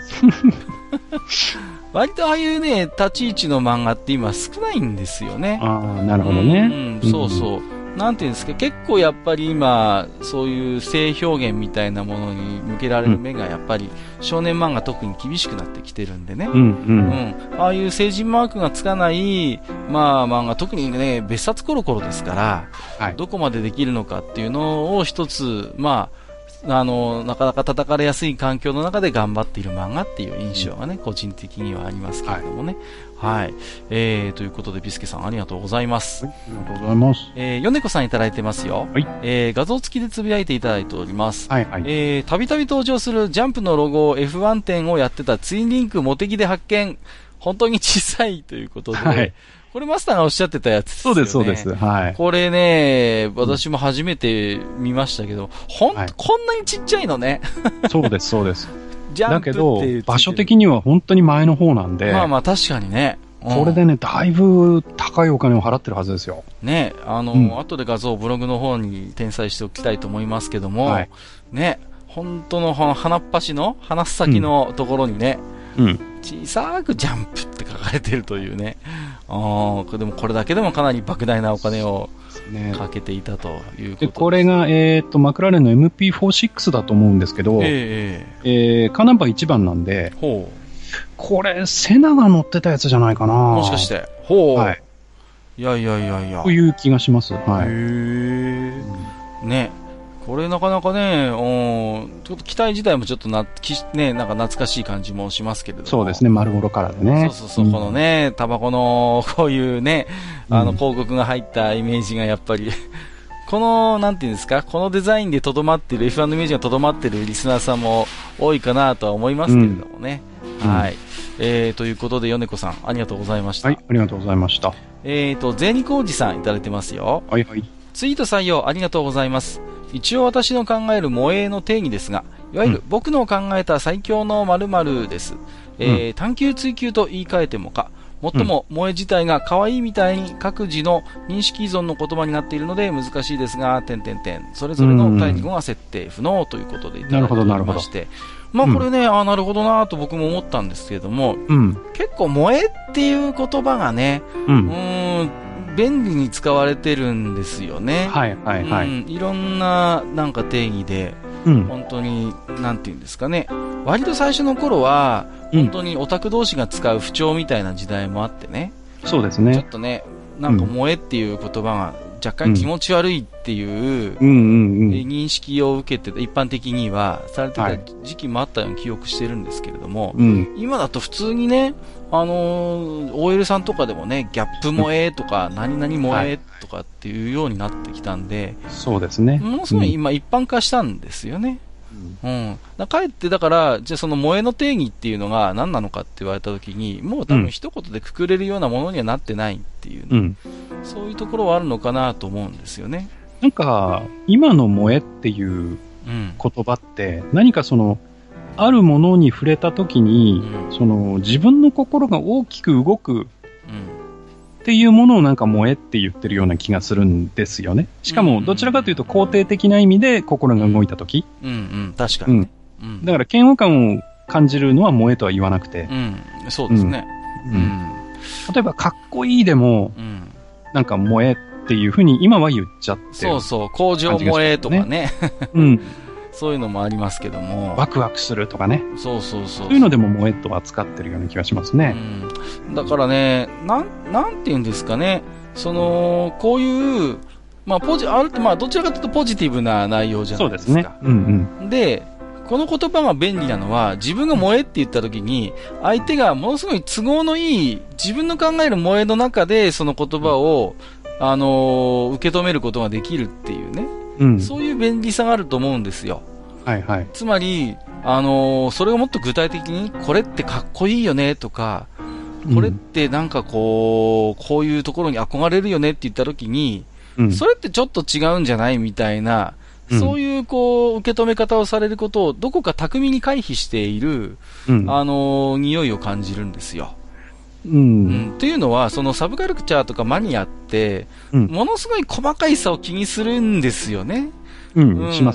割とああいうね、立ち位置の漫画って今少ないんですよね。 ああ、なるほどね。 そうそう。なんていうんですか、結構やっぱり今、そういう性表現みたいなものに向けられる目がやっぱり、少年漫画特に厳しくなってきてるんでね。ああいう成人マークがつかない、まあ漫画、特にね、別冊コロコロですから、はい、どこまでできるのかっていうのを一つ、まあ、なかなか叩かれやすい環境の中で頑張っている漫画っていう印象がね、個人的にはありますけれどもね。はい。ということで、ビスケさんありがとうございます。 はい、ありがとうございます。 ヨネコさんいただいてますよ。 はい。 画像付きでつぶやいていただいております。 はいはい。 たびたび登場するジャンプのロゴ F1 展をやってたツインリンクモテギで発見。本当に小さいということで。はい。これマスターがおっしゃってたやつですよね。 そうです、そうです。はい。 これね、私も初めて見ましたけど、こんなにちっちゃいのね。 そうです、そうです。だけど、場所的には本当に前の方なんで。 まあまあ確かにね。 これでね、だいぶ高いお金を払ってるはずですよ。 ね、後で画像をブログの方に転載しておきたいと思いますけども、はい、ね、本当の鼻っ端の、鼻先のところにね、小さくジャンプって書かれてるというね。でもこれだけでもかなり莫大なお金をかけていたということです。 で、これが、マクラーレンの MP46 だと思うんですけど、カーナンバー1番なんで、これ、セナが乗ってたやつじゃないかな。 もしかして。はい。いや。 という気がします。はい。 ね。これなかなかね、ちょっと機体自体もちょっとなんか懐かしい感じもしますけれども。 そうですね、丸ボロからでね。 そう、このね、タバコのこういうね、広告が入ったイメージがやっぱり、この、なんていうんですか、このデザインでとどまってる、F1 のイメージがとどまってるリスナーさんも多いかなとは思いますけれどもね。はい。ということで、米子さん、ありがとうございました。 はい、ありがとうございました。 ゼニコウジさんいただいてますよ。 はいはい。 ツイート採用ありがとうございます。一応私の考える萌えの定義ですが、いわゆる僕の考えた最強の〇〇です。探求追求と言い換えてもか、もっとも萌え自体が可愛いみたいに各自の認識依存の言葉になっているので難しいですが、それぞれの対義語が設定不能ということでいただいておりまして、まあこれね、なるほどなと僕も思ったんですけれども、結構萌えっていう言葉がね、便利に使われてるんですよね。いろんななんか定義で、本当になんていうんですかね。割と最初の頃は本当にオタク同士が使う不調みたいな時代もあってね。 そうですね。 ちょっとね、なんか萌えっていう言葉が若干気持ち悪いっていう認識を受けて一般的にはされてた時期もあったように記憶してるんですけれども、今だと普通にね、OL さんとかでもね、ギャップ萌えとか何々萌えとかっていうようになってきたんで、 そうですね。 ものすごい今一般化したんですよね。かえってだから、じゃあその萌えの定義っていうのが何なのかって言われたときに、もう多分一言でくくれるようなものにはなってないっていう、そういうところはあるのかなと思うんですよね。 なんか、今の萌えっていう言葉って、何かその、あるものに触れたときに、その、自分の心が大きく動くっていうものをなんか萌えって言ってるような気がするんですよね。しかも、どちらかというと肯定的な意味で心が動いたとき。 確かに。 だから嫌悪感を感じるのは萌えとは言わなくて。 そうですね。 例えば、かっこいいでも、なんか萌えっていうふうに今は言っちゃって。 そうそう、工場萌えとかね。そういうのもありますけども。 ワクワクするとかね。 そういうのでも萌えと扱ってるような気がしますね。 だからね、なんて言うんですかね。こういう、まあどちらかというとポジティブな内容じゃないですか。そうですね。で、この言葉が便利なのは、自分が萌えって言った時に、相手がものすごい都合のいい、自分の考える萌えの中で、その言葉を、受け止めることができるっていうね。そういう便利さがあると思うんですよ。つまり、それをもっと具体的に、これってかっこいいよねとか、これってなんかこういうところに憧れるよねって言った時に、それってちょっと違うんじゃないみたいな、そういう受け止め方をされることをどこか巧みに回避している、匂いを感じるんですよ。っていうのは、そのサブカルチャーとかマニアって、ものすごい細かい差を気にするんですよね。 しますね。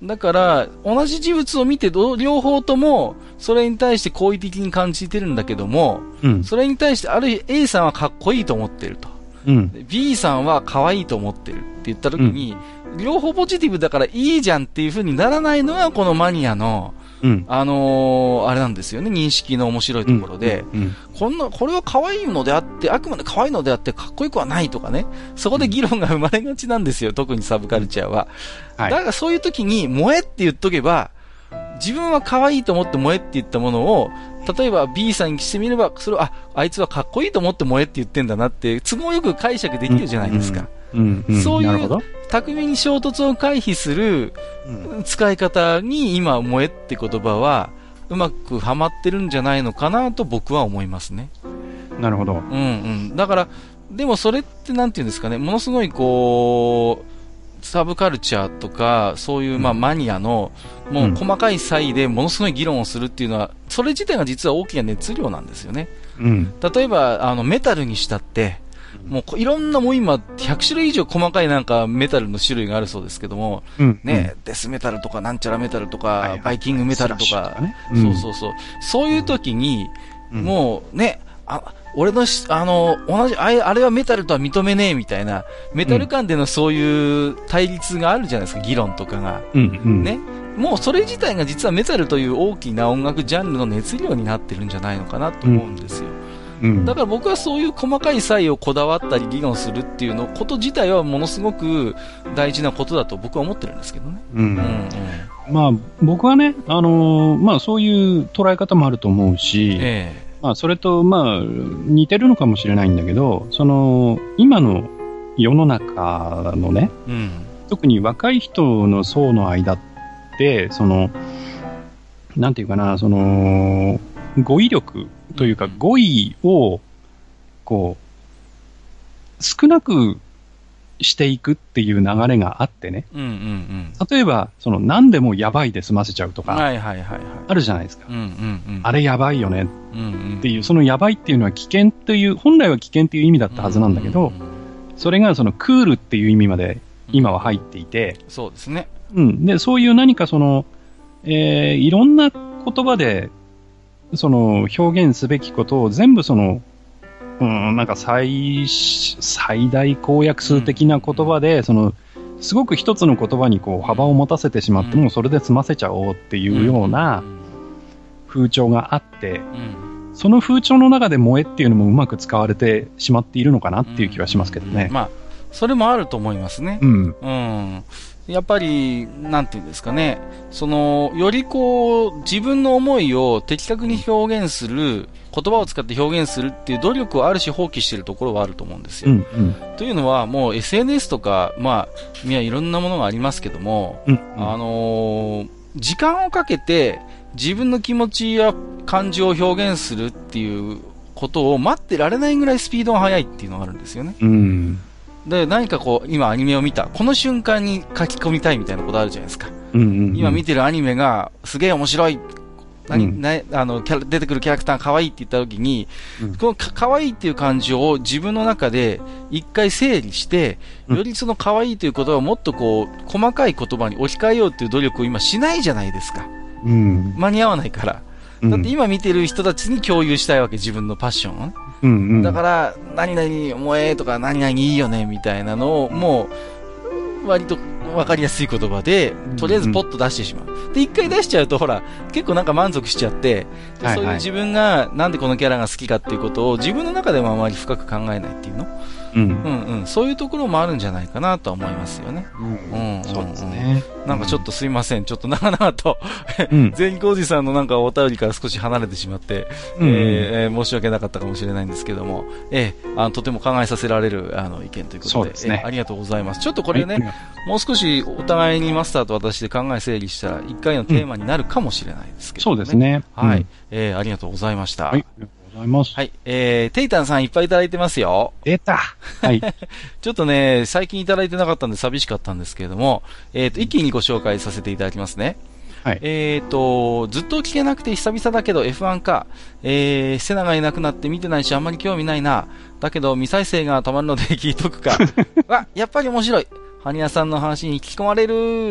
だから、同じ事物を見て両方とも、それに対して好意的に感じてるんだけども、それに対してある日 A さんはかっこいいと思ってると。B さんは可愛いと思ってるって言った時に、両方ポジティブだからいいじゃんっていう風にならないのがこのマニアの、あれなんですよね、認識の面白いところで、これは可愛いのであって、あくまで可愛いのであってかっこよくはないとかね、そこで議論が生まれがちなんですよ、特にサブカルチャーは。だからそういう時に、萌えって言っとけば、自分は可愛いと思って萌えって言ったものを、例えば B さんにしてみれば、それを、あいつはかっこいいと思って萌えって言ってんだなって、都合よく解釈できるじゃないですか。そういう巧みに衝突を回避する使い方に今萌えって言葉はうまくはまってるんじゃないのかなと僕は思いますね。 なるほど。 だからでもそれってなんていうんですかね、ものすごいこうサブカルチャーとかそういうマニアのもう細かい差異でものすごい議論をするっていうのはそれ自体が実は大きな熱量なんですよね。例えばメタルにしたってもういろんなもう今100種類以上細かいなんかメタルの種類があるそうですけども、ね、デスメタルとかなんちゃらメタルとか、バイキングメタルとか、そういう時に、もうね、俺の同じあれはメタルとは認めねえみたいなメタル間でのそういう対立があるじゃないですか、議論とかが、ね。もうそれ自体が実はメタルという大きな音楽ジャンルの熱量になってるんじゃないのかなと思うんですよ。だから僕はそういう細かい差異をこだわったり議論するっていうこと自体はものすごく大事なことだと僕は思ってるんですけどね。 まあ僕はね、まあそういう捉え方もあると思うし、まあそれとまあ似てるのかもしれないんだけど、今の世の中のね、特に若い人の層の間って、なんていうかな、語彙力というか語彙をこう少なくしていくっていう流れがあってね。例えば何でもやばいで済ませちゃうとかあるじゃないですか。あれやばいよねっていう、そのやばいっていうのは危険という、本来は危険っていう意味だったはずなんだけど、それがクールっていう意味まで今は入っていて、 そうですね。 でそういう何かいろんな言葉で表現すべきことを全部なんか最大公約数的な言葉で、すごく一つの言葉にこう幅を持たせてしまって、もうそれで済ませちゃおうっていうような風潮があって、その風潮の中で萌えっていうのもうまく使われてしまっているのかなっていう気はしますけどね。 まあ、それもあると思いますね。やっぱり、なんていうんですかね、よりこう、自分の思いを的確に表現する、言葉を使って表現するっていう努力をある種放棄しているところはあると思うんですよ。というのは、もう SNS とか、まあ、いろんなものがありますけども、時間をかけて自分の気持ちや感情を表現するっていうことを待ってられないぐらいスピードが速いっていうのがあるんですよね。で、何かこう、今アニメを見た、この瞬間に書き込みたいみたいなことあるじゃないですか。今見てるアニメがすげえ面白い。出てくるキャラクターが可愛いって言った時に、この可愛いっていう感情を自分の中で一回整理して、よりその可愛いという言葉をもっとこう、細かい言葉に置き換えようっていう努力を今しないじゃないですか。間に合わないから。だって今見てる人たちに共有したいわけ、自分のパッションをね。だから、何々萌えとか何々いいよねみたいなのを、もう、割と分かりやすい言葉で、とりあえずポッと出してしまう。で、一回出しちゃうと、ほら、結構なんか満足しちゃって、そういう自分がなんでこのキャラが好きかっていうことを自分の中でもあまり深く考えないっていうの。そういうところもあるんじゃないかなとは思いますよね。 そうですね。 なんかちょっとすいません。ちょっと長々と、全員工事さんのなんかお便りから少し離れてしまって、申し訳なかったかもしれないんですけども、とても考えさせられる意見ということで、 そうですね。 ありがとうございます。ちょっとこれね、もう少しお互いにマスターと私で考え整理したら一回のテーマになるかもしれないですけどね。 そうですね。 はい。ありがとうございました。 はい。ございます。 はい。テイタンさんいっぱいいただいてますよ。 出た。はい。 ちょっとね、最近いただいてなかったんで寂しかったんですけれども、一気にご紹介させていただきますね。 はい。 ずっと聞けなくて久々だけど F1 か。セナがいなくなって見てないしあんまり興味ないな。だけど未再生がたまるので聞いとくか。やっぱり面白い。ハニヤさんの話に引き込まれる。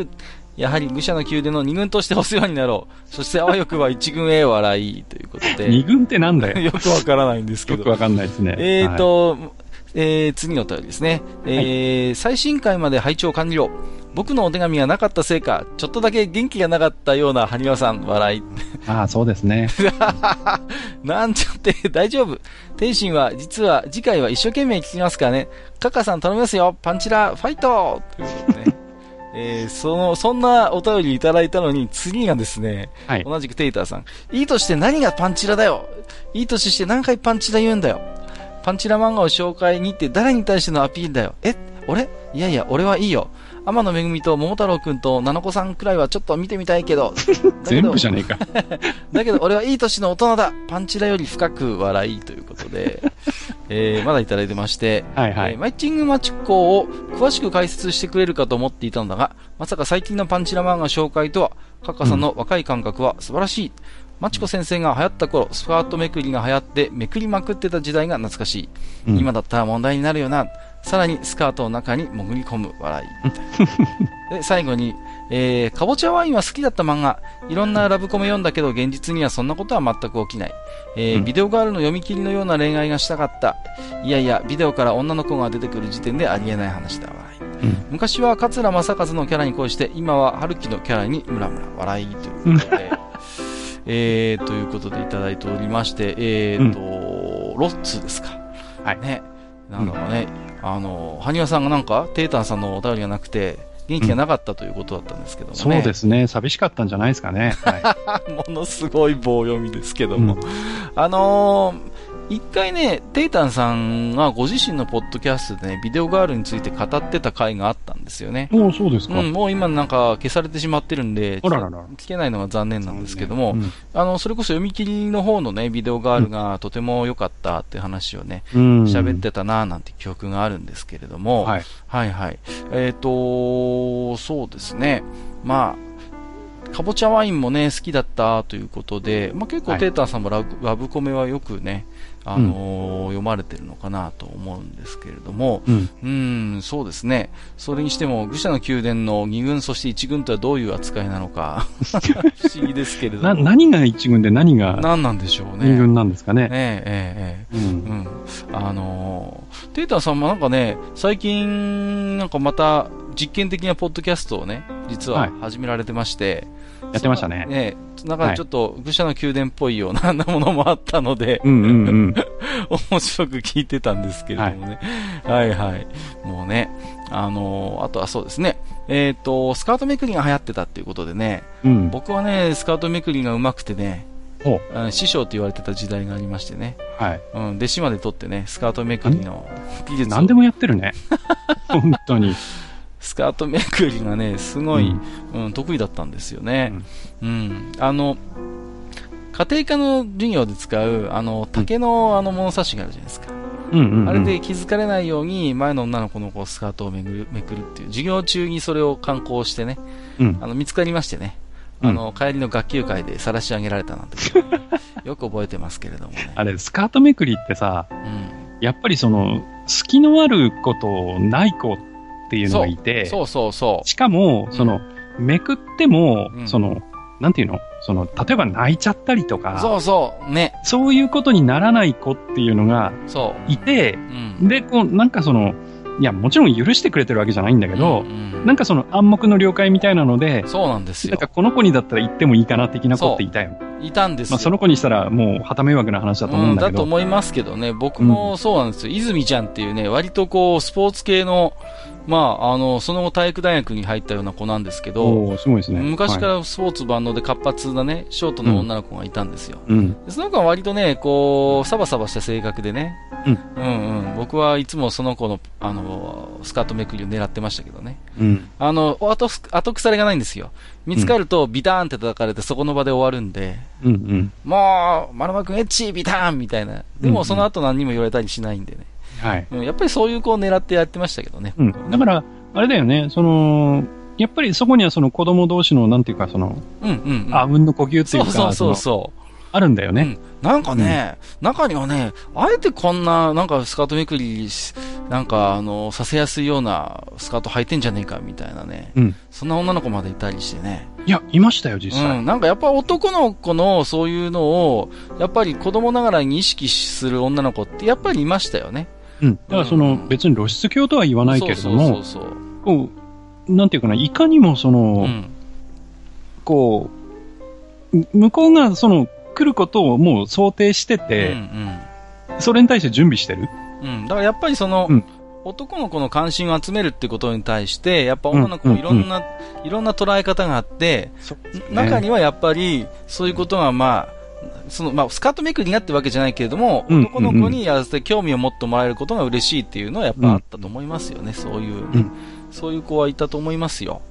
やはり愚者の宮殿の2軍としてお世話になろう。そしてあわよくば1軍へ笑いということで。 2軍ってなんだよ。 よくわからないんですけど。 よくわかんないですね。 次のお便りですね。最新回まで拝聴完了。僕のお手紙がなかったせいか、ちょっとだけ元気がなかったような埴輪さん、笑い。 ああ、そうですね。 なんちゃって大丈夫。天心は、実は次回は一生懸命聞きますからね。カカさん頼みますよ。パンチラ、ファイトということでね。そんなお便りいただいたのに、次がですね、はい、同じくテイターさん。いいとして何がパンチラだよ。いいとして何回パンチラ言うんだよ。パンチラ漫画を紹介に行って誰に対してのアピールだよ。俺？いやいや、俺はいいよ。天野めぐみと桃太郎くんと七子さんくらいはちょっと見てみたいけど。 全部じゃねえか。 だけど俺はいい年の大人だ。パンチラより深く笑いということで、まだいただいてまして、はいはい、マッチングマチコを詳しく解説してくれるかと思っていたのだが、まさか最近のパンチラ漫画紹介とは、カッカさんの若い感覚は素晴らしい。マチコ先生が流行った頃、スカートめくりが流行ってめくりまくってた時代が懐かしい。今だったら問題になるよな。さらにスカートの中に潜り込む笑い。で、最後に、かぼちゃワインは好きだった漫画。いろんなラブコメ読んだけど、現実にはそんなことは全く起きない。ビデオガールの読み切りのような恋愛がしたかった。いやいや、ビデオから女の子が出てくる時点でありえない話だ、笑い。昔は桂正和のキャラに恋して、今は春樹のキャラにムラムラ、笑いということで、ということでいただいておりまして、ロッツですか。はい。ね。なんだろうね。埴輪さんがなんか、テータンさんのお便りがなくて、元気がなかったということだったんですけどもね。 そうですね。寂しかったんじゃないですかね。 はい、ものすごい棒読みですけども。一回ね、テイタンさんがご自身のポッドキャストでね、ビデオガールについて語ってた回があったんですよね。 そうですか。 もう今なんか消されてしまってるんで、聞けないのが残念なんですけども、それこそ読み切りの方のね、ビデオガールがとても良かったって話をね、喋ってたなぁなんて記憶があるんですけれども、はいはい。そうですね。まあ、かぼちゃワインもね、好きだったということで、まあ結構テータンさんもラブコメはよくね、読まれてるのかなと思うんですけれども、そうですね。それにしても、愚者の宮殿の2軍、そして1軍とはどういう扱いなのか、不思議ですけれども。 何が1軍で何が何なんでしょうね。 2軍なんですかね。 テータさんもなんかね、最近、なんかまた実験的なポッドキャストをね、実は始められてまして、 やってましたね。 なんかちょっと愚者の宮殿っぽいようなものもあったので、面白く聞いてたんですけれどもね。はいはい。もうね、あとはそうですね。スカートめくりが流行ってたっていうことでね、僕はね、スカートめくりが上手くてね、師匠って言われてた時代がありましてね。弟子まで取ってね、スカートめくりの技術を。 何でもやってるね。本当に。 スカートめくりがね、すごい、得意だったんですよね。家庭科の授業で使う、竹の物差しがあるじゃないですか。あれで気づかれないように、前の女の子のスカートをめくるっていう、授業中にそれを観光してね、見つかりましてね、帰りの学級会で晒し上げられたなんて、よく覚えてますけれどもね。 あれ、スカートめくりってさ、やっぱり隙のある子とない子っていうのがいて、しかも、めくっても、なんていうの例えば泣いちゃったりとか、そういうことにならない子っていうのがいて、で、なんかいや、もちろん許してくれてるわけじゃないんだけど、なんか暗黙の了解みたいなので、 そうなんですよ。 なんかこの子にだったら言ってもいいかな的な子っていたよ。 いたんですよ。 その子にしたらもう旗迷惑な話だと思うんだけど。 だと思いますけどね、僕もそうなんですよ。泉ちゃんっていうね、割とスポーツ系の、その後体育大学に入ったような子なんですけど、 すごいですね。 昔からスポーツ万能で活発なね、ショートの女の子がいたんですよ。その子は割とね、サバサバした性格でね、僕はいつもその子の、スカートめくりを狙ってましたけどね。後腐れがないんですよ。見つかるとビターンって叩かれてそこの場で終わるんで、もう、丸間くんエッチビターンみたいな。でもその後何にも言われたりしないんでね。やっぱりそういう子を狙ってやってましたけどね。 だから、あれだよね、やっぱりそこには子供同士の、なんていうか、あうんの呼吸っていうか、あるんだよね。 なんかね、中にはね、あえてこんな、なんかスカートめくりなんかさせやすいようなスカート履いてんじゃねえかみたいなね、そんな女の子までいたりしてね。 いや、いましたよ、実際。 なんかやっぱ男の子のそういうのを、やっぱり子供ながらに意識する女の子ってやっぱりいましたよね。 だから別に露出狂とは言わないけれども、こう、なんていうかな、いかにもこう、向こうが来ることをもう想定してて、それに対して準備してる。 だからやっぱり男の子の関心を集めるってことに対して、やっぱ女の子もいろんな捉え方があって、中にはやっぱりそういうことがスカートめくりになってるわけじゃないけれども、男の子にやらせて興味を持ってもらえることが嬉しいっていうのはやっぱあったと思いますよね。そういうね、そういう子はいたと思いますよ。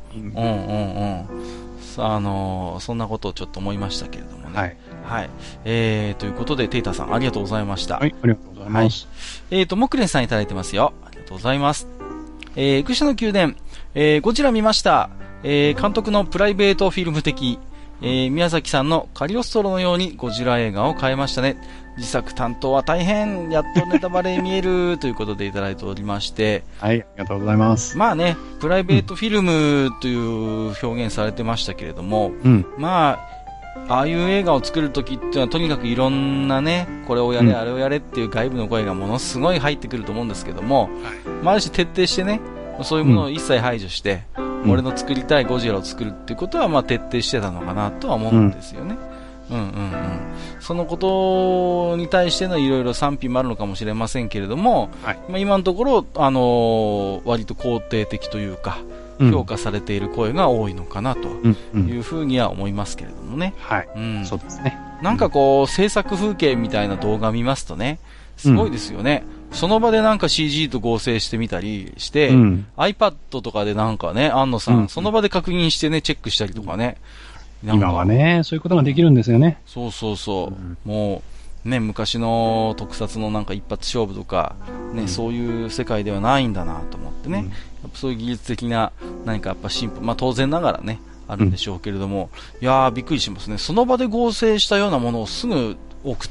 そんなことをちょっと思いましたけれどもね。はい。ということで、テイタさん、ありがとうございました。 はい、ありがとうございます。 モクレンさんいただいてますよ。ありがとうございます。愚者の宮殿、ゴジラ見ました。監督のプライベートフィルム的、宮崎さんのカリオストロのようにゴジラ映画を変えましたね。自作担当は大変、やっとネタバレ見えるということでいただいておりまして。 はい、ありがとうございます。 まあね、プライベートフィルムという表現されてましたけれども、ああいう映画を作るときっていうのはとにかくいろんなね、これをやれ、あれをやれっていう外部の声がものすごい入ってくると思うんですけども、ある種徹底してね、そういうものを一切排除して、俺の作りたいゴジラを作るっていうことは徹底してたのかなとは思うんですよね。そのことに対してのいろいろ賛否もあるのかもしれませんけれども、今のところ、割と肯定的というか、評価されている声が多いのかなというふうには思いますけれどもね。 そうですね。 なんかこう、制作風景みたいな動画見ますとね、すごいですよね。その場でなんか CG と合成してみたりして、iPad とかでなんかね、安野さん、その場で確認してね、チェックしたりとかね。 今はね、そういうことができるんですよね。 もう、ね、昔の特撮のなんか一発勝負とか、ね、そういう世界ではないんだなと思ってね。やっぱそういう技術的な何かやっぱ進歩、当然ながらね、あるんでしょうけれども、いやーびっくりしますね。その場で合成したようなものをすぐ送って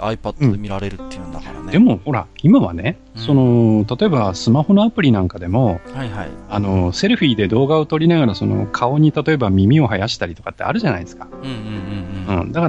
iPad で見られるっていうんだからね。 でもほら、今はね、例えばスマホのアプリなんかでも、セルフィーで動画を撮りながら顔に例えば耳を生やしたりとかってあるじゃないですか。だから、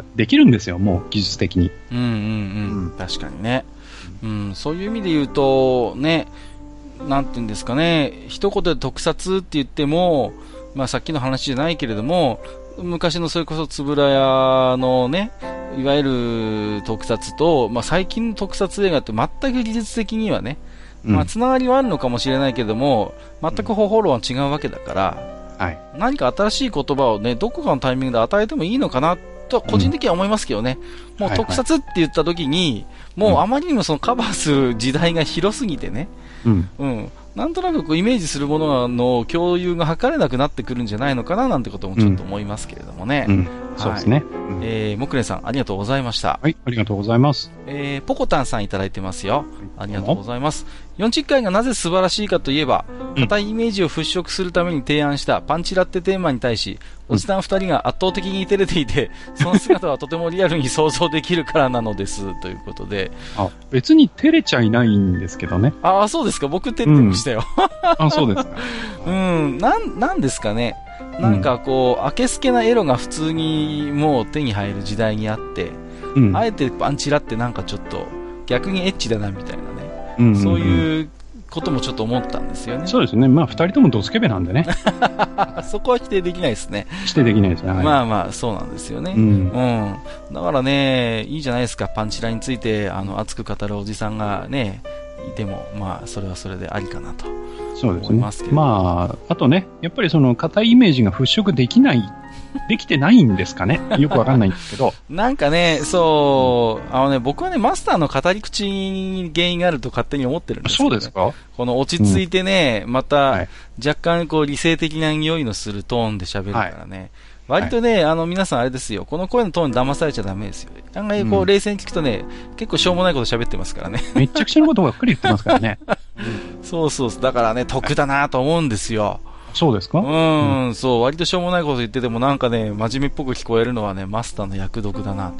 できるんですよ、もう技術的に。 確かにね。そういう意味で言うと、ね、なんていうんですかね、一言で特撮って言っても、さっきの話じゃないけれども、昔のそれこそ円谷のね、いわゆる特撮と、最近の特撮映画って全く技術的にはね、つながりはあるのかもしれないけども、全く方法論は違うわけだから、何か新しい言葉をね、どこかのタイミングで与えてもいいのかなとは個人的には思いますけどね。もう特撮って言った時に、もうあまりにもカバーする時代が広すぎてね、なんとなくイメージするものの共有が図れなくなってくるんじゃないのかななんてこともちょっと思いますけれどもね。 そうですね。 木蓮さん、ありがとうございました。 はい、ありがとうございます。 ポコタンさんいただいてますよ。ありがとうございます。40回がなぜ素晴らしいかといえば、固いイメージを払拭するために提案したパンチラってテーマに対し、おじさん2人が圧倒的に照れていて、その姿はとてもリアルに想像できるからなのです、ということで。 別に照れちゃいないんですけどね。 そうですか。僕照れてましたよ。 そうですか。 なんですかね。なんかこう、あけすけなエロが普通にもう手に入る時代にあって、あえてパンチラってなんかちょっと逆にエッチだなみたいなね。そういうこともちょっと思ったんですよね。 そうですね。二人ともドスケベなんでね。 そこは否定できないですね。 否定できないですね。 そうなんですよね。だからね、いいじゃないですか。パンチラについて、熱く語るおじさんがね、いても、それはそれでありかなと。 そうですね。あとね、やっぱり硬いイメージが払拭できてないんですかね。よくわかんないんですけど。 なんかね、僕はね、マスターの語り口に原因があると勝手に思ってるんですけど、ね。そうですか？この落ち着いてね、また、若干理性的な匂いのするトーンで喋るからね。割とね、皆さんあれですよ、この声のトーンに騙されちゃダメですよ。案外冷静に聞くとね、結構しょうもないこと喋ってますからね。 めっちゃくちゃなことばっかり言ってますからね。 だからね、得だなと思うんですよ。 そうですか？ 割としょうもないこと言っててもなんかね、真面目っぽく聞こえるのはね、マスターの役得だなと。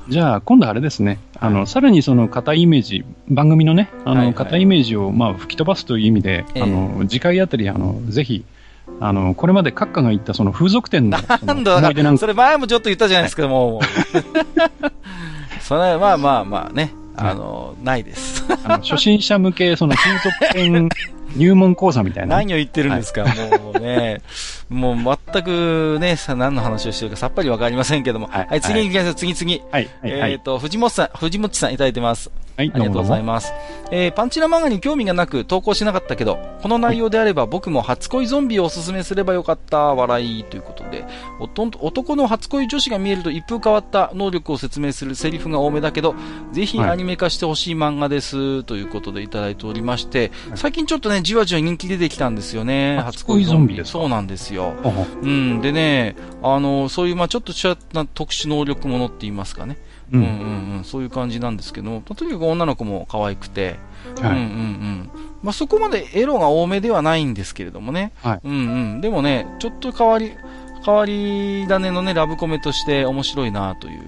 じゃあ、今度あれですね。さらにその硬いイメージ、番組のね、硬いイメージを、まあ、吹き飛ばすという意味で、次回あたり、ぜひ、これまで閣下が言ったその風俗店のなんだ、それ前もちょっと言ったじゃないですか、もう。それはまあね、ないです。 初心者向け、その風俗店入門講座みたいな。 何を言ってるんですか、もうね。もう全くね、何の話をしてるかさっぱりわかりませんけども。はい、次に行きましょう、次。はい。藤本さんいただいてます。はい、ありがとうございます。パンチラ漫画に興味がなく投稿しなかったけど、この内容であれば僕も初恋ゾンビをおすすめすればよかった、笑いということで、男の初恋女子が見えると一風変わった能力を説明するセリフが多めだけど、ぜひアニメ化してほしい漫画です、ということでいただいておりまして、最近ちょっとね、じわじわ人気出てきたんですよね。 初恋ゾンビですか？ そうなんですよ。でね、そういう、ちょっとした特殊能力ものって言いますかね。そういう感じなんですけど、とにかく女の子も可愛くて、そこまでエロが多めではないんですけれどもね。でもね、ちょっと変わり種のね、ラブコメとして面白いなという。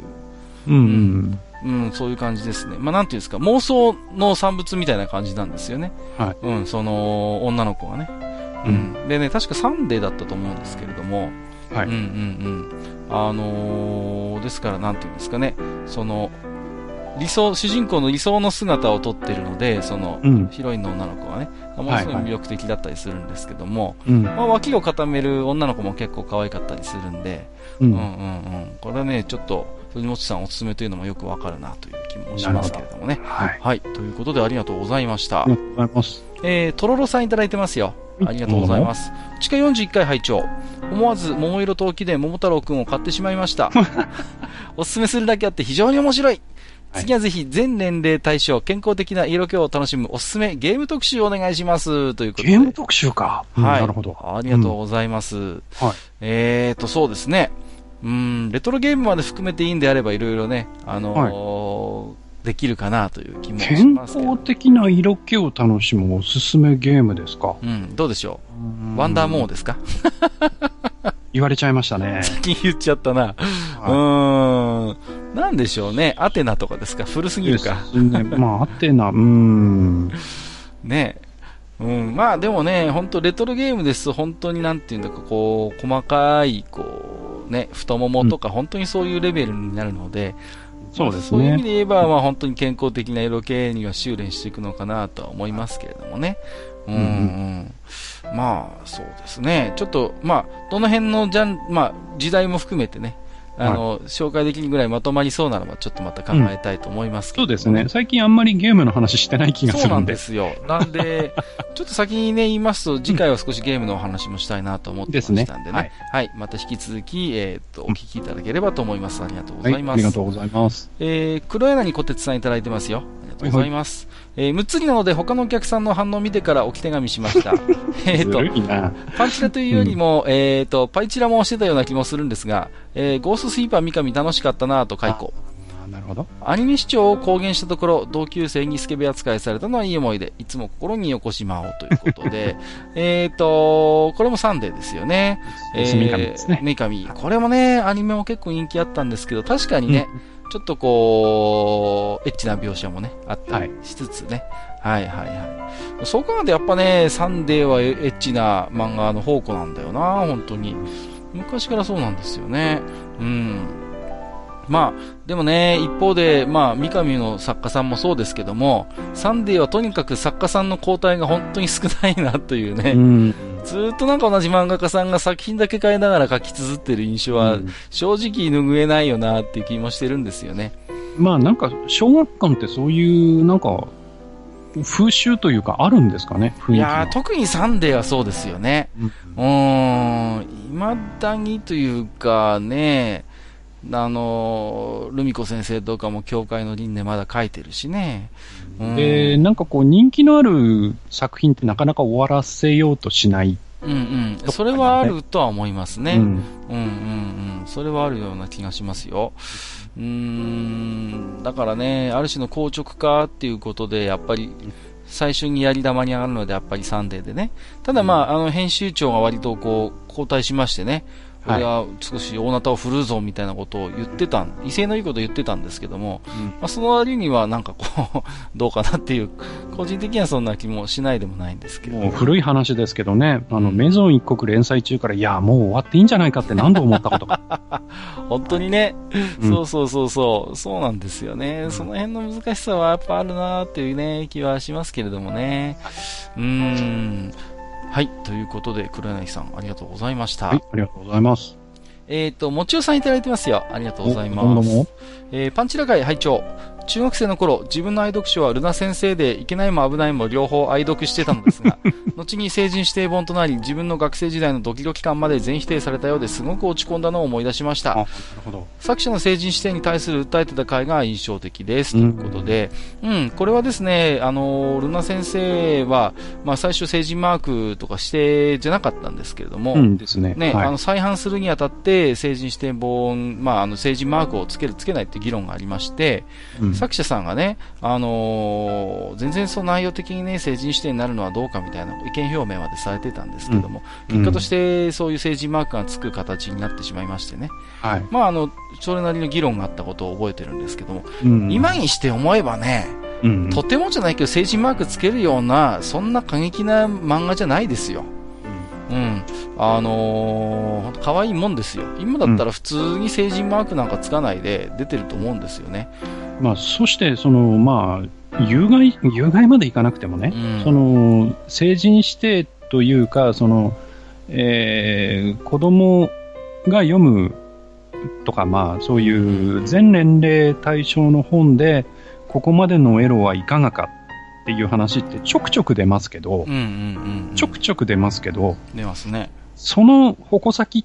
そういう感じですね。なんていうんですか、妄想の産物みたいな感じなんですよね。その、女の子がね。でね、確かサンデーだったと思うんですけれども、ですから、なんていうんですかね、その、主人公の理想の姿を撮ってるので、その、ヒロインの女の子がね、ものすごい魅力的だったりするんですけども、脇を固める女の子も結構可愛かったりするんで、これはね、ちょっと、藤本さんおすすめというのもよくわかるなという気もしますけれどもね。はい。ということでありがとうございました。ありがとうございます。とろろさんいただいてますよ。ありがとうございます。地下41回拝聴。思わず桃色陶器で桃太郎くんを買ってしまいました。おすすめするだけあって非常に面白い。次はぜひ全年齢対象健康的な色気を楽しむおすすめゲーム特集をお願いしますということで。 ゲーム特集か。 はい。 なるほど。 ありがとうございます。そうですね。レトロゲームまで含めていいんであればいろいろね、できるかなという気もしますけど。 健康的な色気を楽しむおすすめゲームですか。 どうでしょう。ワンダーモーですか？ 言われちゃいましたね。 先に言っちゃったな。なんでしょうね。アテナとかですか？古すぎるか。 アテナ、 ねでもね、本当レトロゲームですと、本当になんていうんだか、こう、細かい、太ももとか、本当にそういうレベルになるので、 そうですね。 そういう意味で言えば、本当に健康的な色気には修練していくのかなとは思いますけれどもね。そうですね。ちょっと、どの辺の時代も含めてね、紹介できるぐらいまとまりそうならば、ちょっとまた考えたいと思いますけど、 そうですね。最近あんまりゲームの話してない気がするんで。 そうなんですよ。なんで、ちょっと先にね、言いますと、次回は少しゲームのお話もしたいなと思ってましたんでね。はい。また引き続き、お聞きいただければと思います。ありがとうございます。 ありがとうございます。 黒柳小鉄さんいただいてますよ。ありがとうございます。むっつりなので他のお客さんの反応を見てから置き手紙しました。パンチラというよりも、パイチラもしてたような気もするんですが、ゴーストスイーパー三上楽しかったなぁと解雇。 なるほど。 アニメ視聴を公言したところ、同級生にスケベ扱いされたのはいい思い出。いつも心によこしまおうということで、これもサンデーですよね。 三上ですね。 三上。これもね、アニメも結構人気あったんですけど、確かにね、ちょっとこう、エッチな描写もね、あったりしつつね。そう考えるとやっぱね、サンデーはエッチな漫画の宝庫なんだよな、本当に。昔からそうなんですよね。でもね、一方で、三上の作家さんもそうですけども、サンデーはとにかく作家さんの交代が本当に少ないなというね。ずーっとなんか同じ漫画家さんが作品だけ変えながら書き綴ってる印象は、正直拭えないよなっていう気もしてるんですよね。 なんか、小学館ってそういう、なんか、風習というかあるんですかね、雰囲気。 いやー、特にサンデーはそうですよね。未だにというかね、ルミ子先生とかも教会の輪廻まだ書いてるしね。 なんかこう人気のある作品ってなかなか終わらせようとしない。 それはあるとは思いますね。それはあるような気がしますよ。だからね、ある種の硬直化っていうことで、やっぱり、最初にやり玉に上がるので、やっぱりサンデーでね。ただ編集長が割とこう、交代しましてね。 これは少し大なたを振るうぞみたいなことを言ってた威勢のいいことを言ってたんですけども、その割にはなんかこう、どうかなっていう、個人的にはそんな気もしないでもないんですけど。 もう古い話ですけどね、メゾン一国連載中から、いや、もう終わっていいんじゃないかって何度思ったことか。 本当にね、そうなんですよね。その辺の難しさはやっぱあるなーっていうね、気はしますけれどもね。はい。ということで、黒柳さん、ありがとうございました。 はい、ありがとうございます。 もちおさんいただいてますよ。ありがとうございます。パンチラ会拝聴。中学生の頃、自分の愛読書はルナ先生で、いけないも危ないも両方愛読してたのですが、後に成人指定本となり、自分の学生時代のドキドキ感まで全否定されたようですごく落ち込んだのを思い出しました。なるほど。作者の成人指定に対する訴えてた回が印象的です。ということで、これはですね、ルナ先生は、最初成人マークとか指定じゃなかったんですけれども、 ですね。 再販するにあたって、成人指定本、成人マークをつける、つけないって議論がありまして、作者さんがね、全然その内容的にね、成人指定になるのはどうかみたいな意見表明までされてたんですけども、結果としてそういう成人マークがつく形になってしまいましてね。はい。それなりの議論があったことを覚えてるんですけども、今にして思えばね、とてもじゃないけど成人マークつけるような、そんな過激な漫画じゃないですよ。可愛いもんですよ。今だったら普通に成人マークなんかつかないで出てると思うんですよね。 そして、有害までいかなくてもね、成人指定というか、子供が読むとか、そういう全年齢対象の本で、ここまでのエロはいかがかっていう話ってちょくちょく出ますけど、ちょくちょく出ますけど、 出ますね。 その矛先って、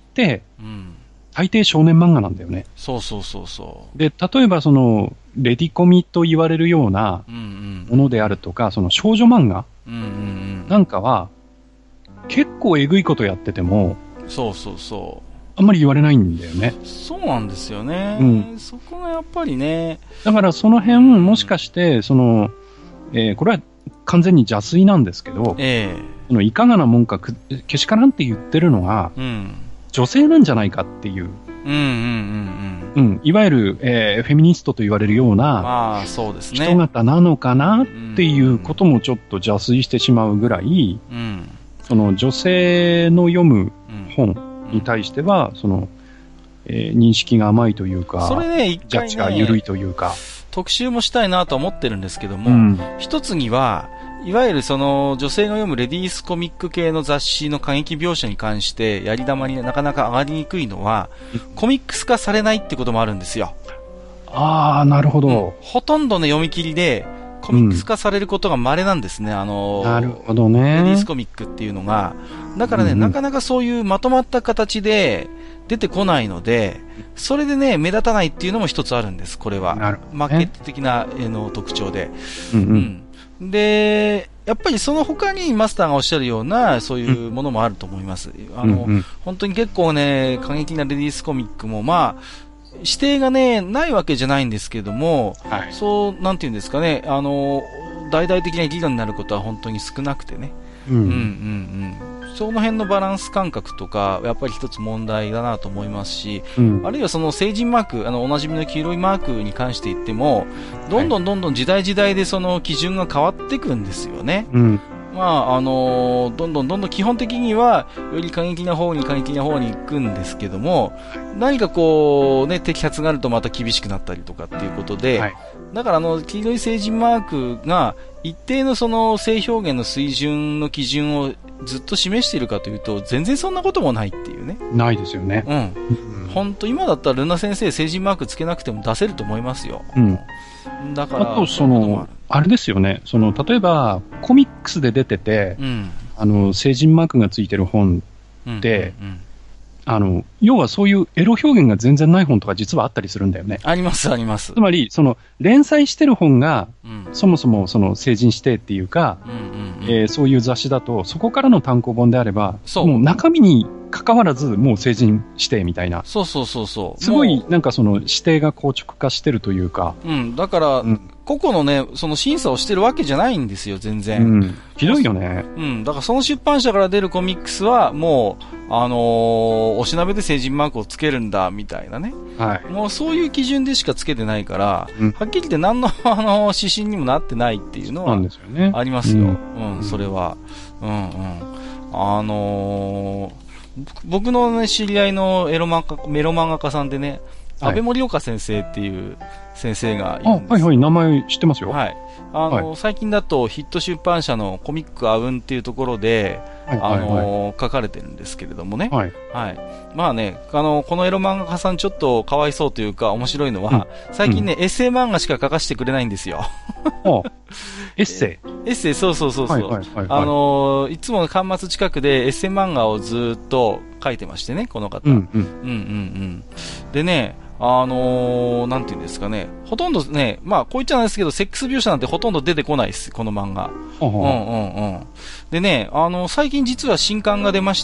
大抵少年漫画なんだよね。 そう。 で、例えばレディコミと言われるようなものであるとか、少女漫画なんかは、結構えぐいことやってても、あんまり言われないんだよね。 そうなんですよね。そこがやっぱりね。 だからその辺、もしかして、これは完全に邪推なんですけど、いかがなもんかけしからんって言ってるのが、女性なんじゃないかっていう。いわゆる、フェミニストと言われるような、人型なのかなっていうこともちょっと邪推してしまうぐらい、女性の読む本に対しては、認識が甘いというか、 それね、 ジャッジが緩いというか。 特集もしたいなと思ってるんですけども、一つには、いわゆる女性が読むレディースコミック系の雑誌の過激描写に関してやり玉になかなか上がりにくいのは、コミックス化されないってこともあるんですよ。 なるほど。 ほとんどの読み切りで、コミックス化されることが稀なんですね。 なるほどね。 レディースコミックっていうのが。だからね、なかなかそういうまとまった形で出てこないので、それでね、目立たないっていうのも一つあるんです、これは。マーケット的な特徴で。で、やっぱりその他にマスターがおっしゃるような、そういうものもあると思います。本当に結構ね、過激なレディースコミックも、指定がね、ないわけじゃないんですけども、なんていうんですかね、大々的な議論になることは本当に少なくてね。その辺のバランス感覚とか、やっぱり一つ問題だなと思いますし、あるいはその成人マーク、おなじみの黄色いマークに関して言っても、どんどん時代時代でその基準が変わっていくんですよね。どんどん基本的には、より過激な方に行くんですけども、何かこう、ね、摘発があるとまた厳しくなったりとかっていうことで、だから黄色い成人マークが、一定のその性表現の水準の基準をずっと示しているかというと、全然そんなこともないっていうね。 ないですよね。 本当今だったらルナ先生成人マークつけなくても出せると思いますよ。だから。 あとあれですよね。例えば、コミックスで出てて、成人マークがついてる本って、要はそういうエロ表現が全然ない本とか実はあったりするんだよね。 あります、あります。 つまり、連載してる本が、そもそも成人指定っていうか、そういう雑誌だと、そこからの単行本であれば、もう中身に関わらず、もう成人指定みたいな。 そうそうそうそう。 すごい、なんかその指定が硬直化してるというか。 うん、だから、個々のね、その審査をしてるわけじゃないんですよ、全然。 ひどいよね。 だからその出版社から出るコミックスは、もう、おしなべで成人マークをつけるんだ、みたいなね。はい。もうそういう基準でしかつけてないから、はっきり言って何の、指針にもなってないっていうのは、ありますよ。それは。僕のね、知り合いのメロ漫画家さんでね、安倍森岡先生っていう先生がいるんです。 はいはい、名前知ってますよ。 はい。最近だとヒット出版社のコミックアウンっていうところで、書かれてるんですけれどもね。はい。はい。まあね、このエロ漫画家さんちょっとかわいそうというか面白いのは、最近ね、エッセイ漫画しか書かせてくれないんですよ。 エッセイそうそうそうそう。いつも巻末近くでエッセイ漫画をずっと書いてましてね、この方。でね、なんていうんですかね。ほとんどね、まあ、こう言っちゃなんですけど、セックス描写なんてほとんど出てこないです、この漫画。でね、最近実は新刊が出まして、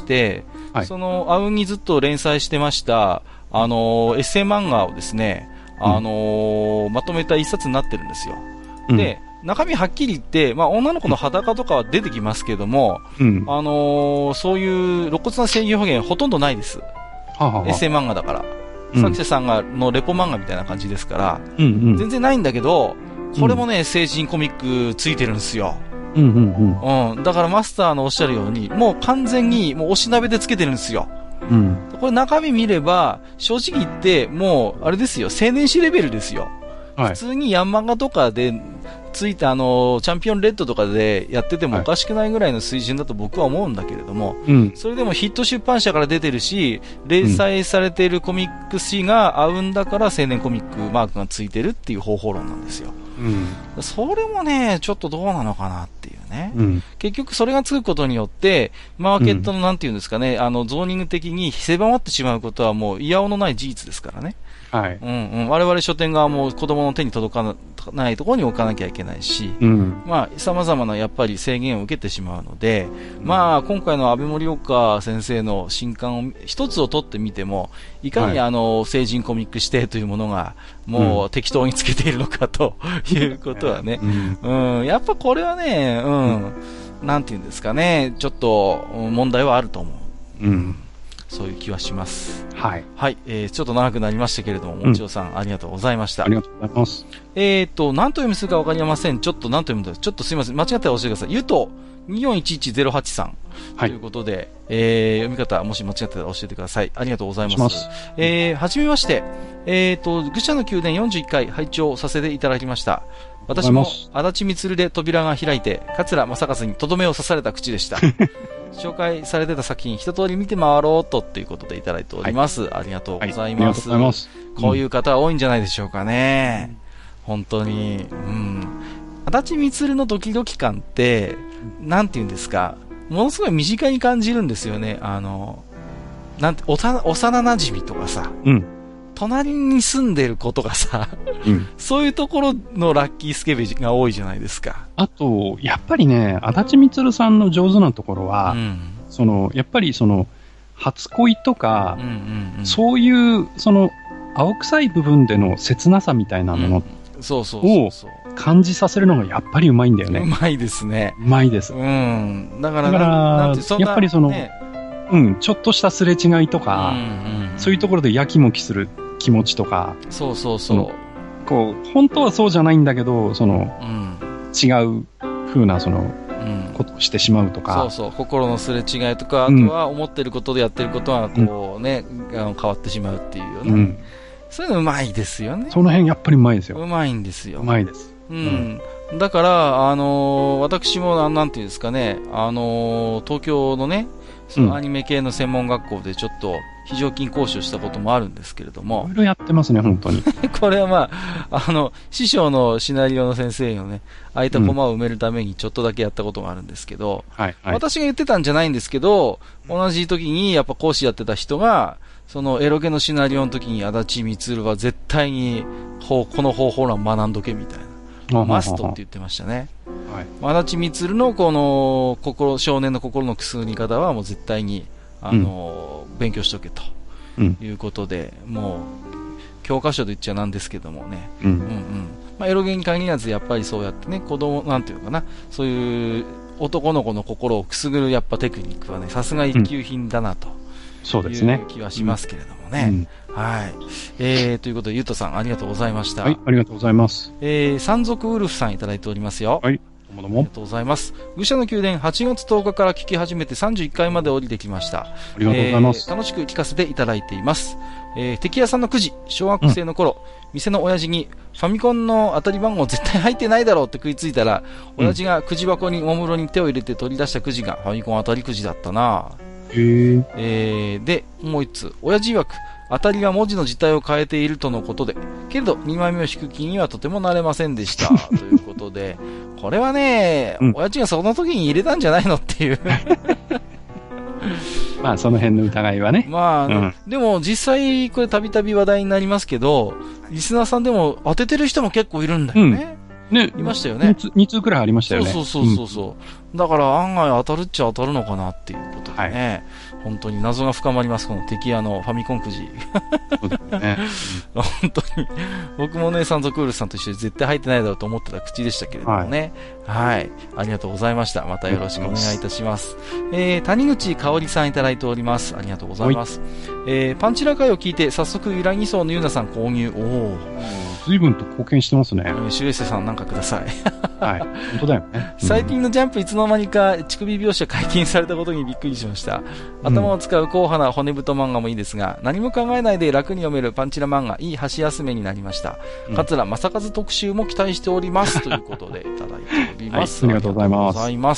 その、アウンにずっと連載してました、エッセイ漫画をですね、まとめた一冊になってるんですよ。で、中身はっきり言って、まあ、女の子の裸とかは出てきますけども、そういう露骨な性表現ほとんどないです。エッセイ漫画だから。作者さんのレポ漫画みたいな感じですから、全然ないんだけど、これもね、成人コミックついてるんですよ。だからマスターのおっしゃるように、もう完全に、もうおしなべでつけてるんですよ。これ中身見れば、正直言って、もう、あれですよ、青年誌レベルですよ。普通にヤンマガとかでついたチャンピオンレッドとかでやっててもおかしくないぐらいの水準だと僕は思うんだけれども、それでもヒット出版社から出てるし、連載されているコミック誌が合うんだから青年コミックマークがついてるっていう方法論なんですよ。それもね、ちょっとどうなのかなっていうね。結局それがつくことによって、マーケットのなんていうんですかね、ゾーニング的に狭まってしまうことはもう嫌おのない事実ですからね。我々書店側も子供の手に届かないところに置かなきゃいけないし、まあ、様々なやっぱり制限を受けてしまうので、まあ、今回の安倍森岡先生の新刊を一つを取ってみても、いかに成人コミック指定というものが、もう適当につけているのかということはね、やっぱこれはね、なんていうんですかね、ちょっと問題はあると思う。そういう気はします。はい。はい。ちょっと長くなりましたけれども、もちおさん、ありがとうございました。 ありがとうございます。 何と読みするかわかりません。ちょっと何と読むんだちょっとすいません。間違ったら教えてください。ゆと2411083さん。ということで、読み方、もし間違ってたら教えてください。ありがとうございます。はじめまして。愚者の宮殿41回拝聴させていただきました。私も、足立みつるで扉が開いて、桂正和にとどめを刺された口でした。紹介されてた作品、一通り見て回ろうとっていうことでいただいております。ありがとうございます。こういう方は多いんじゃないでしょうかね。本当に。足立みつるのドキドキ感って、なんて言うんですか、ものすごい身近に感じるんですよね。なんて、幼馴染とかさ。隣に住んでる子とかさ、そういうところのラッキースケベが多いじゃないですか。 あと、やっぱりね、足立みつるさんの上手なところは、やっぱり初恋とか、そういう、青臭い部分での切なさみたいなものを感じさせるのがやっぱりうまいんだよね。 うまいですね。 うまいです。だから、やっぱりちょっとしたすれ違いとか、そういうところでやきもきする気持ちとか、本当はそうじゃないんだけど、違う風なことをしてしまうとか、 心のすれ違いとか、あとは思ってることでやってることがこうね、変わってしまうっていうよね。そういうのうまいですよね。 その辺やっぱりうまいですよ。 うまいんですよ。 うまいです。 だから、私もなんていうんですかね、東京のね、そのアニメ系の専門学校でちょっと非常勤講師をしたこともあるんですけれども。 いろいろやってますね、本当に。 これはまあ、師匠のシナリオの先生のね、空いたコマを埋めるためにちょっとだけやったことがあるんですけど、私が言ってたんじゃないんですけど、同じ時にやっぱ講師やってた人が、そのエロゲのシナリオの時に足立みつるは絶対にこの方法論学んどけみたいな。マストって言ってましたね。足立みつるのこの少年の心のくすぐり方はもう絶対に、 勉強しとけということで、もう教科書と言っちゃなんですけどもね、エロゲに限らずやっぱりそうやってね、子供なんていうのかな、そういう男の子の心をくすぐるやっぱテクニックはね、さすが一級品だなと、 そうですね。 いう気はしますけれどもね。はい。ということで、ゆうとさんありがとうございました。 はい、ありがとうございます。 山賊ウルフさんいただいておりますよ。 はい。どうもどうも。 ありがとうございます。愚者の宮殿8月10日から聞き始めて31回まで降りてきました。 ありがとうございます。 楽しく聞かせていただいています。敵屋さんのくじ、小学生の頃、店の親父にファミコンの当たり番号絶対入ってないだろうって食いついたら、親父がくじ箱におもむろに手を入れて取り出したくじがファミコン当たりくじだったな。で、もう一つ、親父曰く、当たりは文字の字体を変えているとのことで、けれど2枚目を引く気にはとてもなれませんでした。ということで、これはね、親父がその時に入れたんじゃないのっていう。 まあ、その辺の疑いはね。 まあ、でも実際これたびたび話題になりますけど、リスナーさんでも当ててる人も結構いるんだよね。 ね、 いましたよね。 2通くらいありましたよね。 そうだから案外当たるっちゃ当たるのかなっていうことでね。本当に謎が深まります、この敵屋のファミコンくじ。 そうですね。 本当に。僕もね、山賊ウルフさんと一緒に絶対入ってないだろうと思ってた口でしたけれどもね。はい。ありがとうございました。またよろしくお願いいたします。谷口香織さんいただいております。ありがとうございます。パンチラ会を聞いて、早速、イラギソウのユーナさん購入。 随分と貢献してますね。 シュレッセさんなんかください。 はい。本当だよね。 最近のジャンプいつの間にか乳首描写解禁されたことにびっくりしました。頭を使う硬派な骨太漫画もいいですが、何も考えないで楽に読めるパンチラ漫画、いい箸休めになりました。桂正和特集も期待しております。ということでいただいております。 ありがとうございます。 ありがとうございます。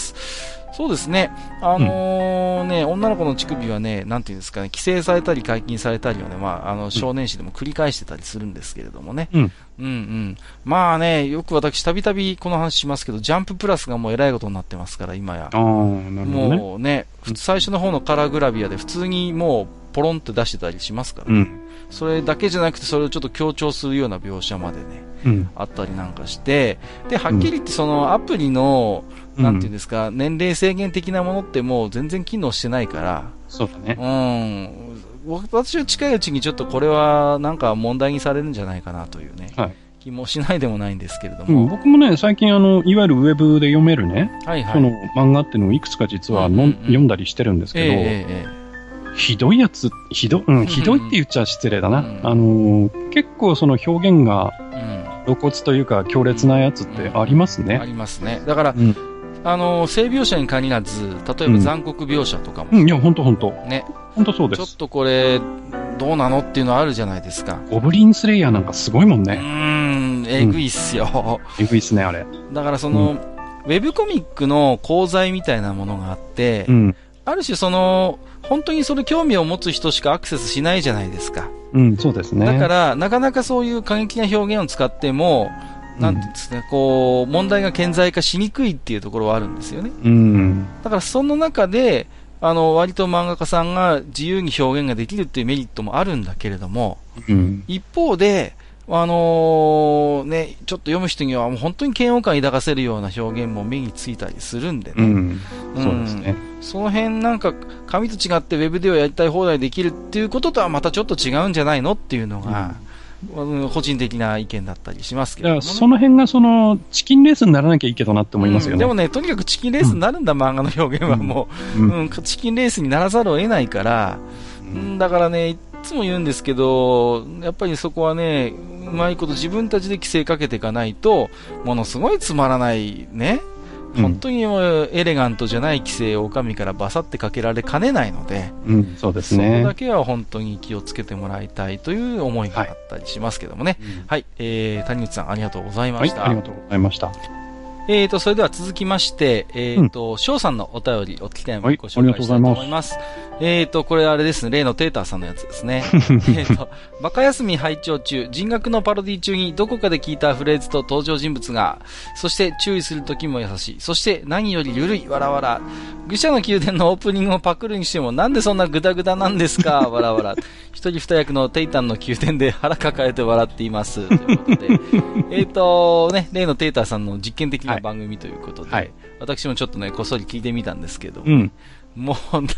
そうですね。女の子の乳首はね、なんていうんですかね、規制されたり解禁されたりはね、少年誌でも繰り返してたりするんですけれどもね。まあね、よく私たびたびこの話しますけど、ジャンププラスがもうえらいことになってますから、今や。もうね、最初の方のカラーグラビアで普通にもうポロンって出してたりしますからね。それだけじゃなくて、それをちょっと強調するような描写までね、あったりなんかして、で、はっきり言ってそのアプリの、なんていうんですか、年齢制限的なものってもう全然機能してないから。 そうだね。 私は近いうちにちょっとこれはなんか問題にされるんじゃないかなというね、気もしないでもないんですけれども。 僕もね、最近いわゆるウェブで読めるね、その漫画っていうのをいくつか実は読んだりしてるんですけど、ひどいやつ、ひどいって言っちゃ失礼だな。結構その表現が露骨というか強烈なやつってありますね。 ありますね。だから、性描写に限らず、例えば残酷描写とかも。 いや、ほんと。 ね。 ほんとそうです。 ちょっとこれ、どうなのっていうのあるじゃないですか。 ゴブリンスレイヤーなんかすごいもんね。 えぐいっすよ。 えぐいっすね、あれ。 だからその、ウェブコミックの講座みたいなものがあって、ある種その、本当にその興味を持つ人しかアクセスしないじゃないですか。 そうですね。 だから、なかなかそういう過激な表現を使っても、なんていうんですね、こう、問題が顕在化しにくいっていうところはあるんですよね。だからその中で、割と漫画家さんが自由に表現ができるっていうメリットもあるんだけれども、一方で、ちょっと読む人にはもう本当に嫌悪感抱かせるような表現も目についたりするんでね。 そうですね。 その辺なんか、紙と違ってウェブではやりたい放題できるっていうこととはまたちょっと違うんじゃないのっていうのが、個人的な意見だったりしますけど、ね、 その辺がそのチキンレースにならなきゃいいけどなって思いますよね。 でもね、とにかくチキンレースになるんだ、漫画の表現はもう、チキンレースにならざるを得ないから、だからね、いつも言うんですけど、やっぱりそこはね、うまいこと自分たちで規制かけていかないと、ものすごいつまらないね、本当にエレガントじゃない規制をお上からバサってかけられかねないので、 そうですね。 そこだけは本当に気をつけてもらいたいという思いがあったりしますけどもね。はい、谷口さんありがとうございました。 ありがとうございました。 それでは続きまして、翔さんのお便り、お聞きたいもご紹介したいと思います。これあれですね、例のテーターさんのやつですね。バカ休み拝聴中、人学のパロディ中にどこかで聞いたフレーズと登場人物が、そして注意するときも優しい、そして何よりゆるい、わらわら。愚者の宮殿のオープニングをパクるにしても、なんでそんなグダグダなんですか、わらわら。一人二役のテイタンの宮殿で腹抱えて笑っています。ということで、例のテーターさんの実験的な番組ということで、私もちょっとね、こっそり聞いてみたんですけど、もう、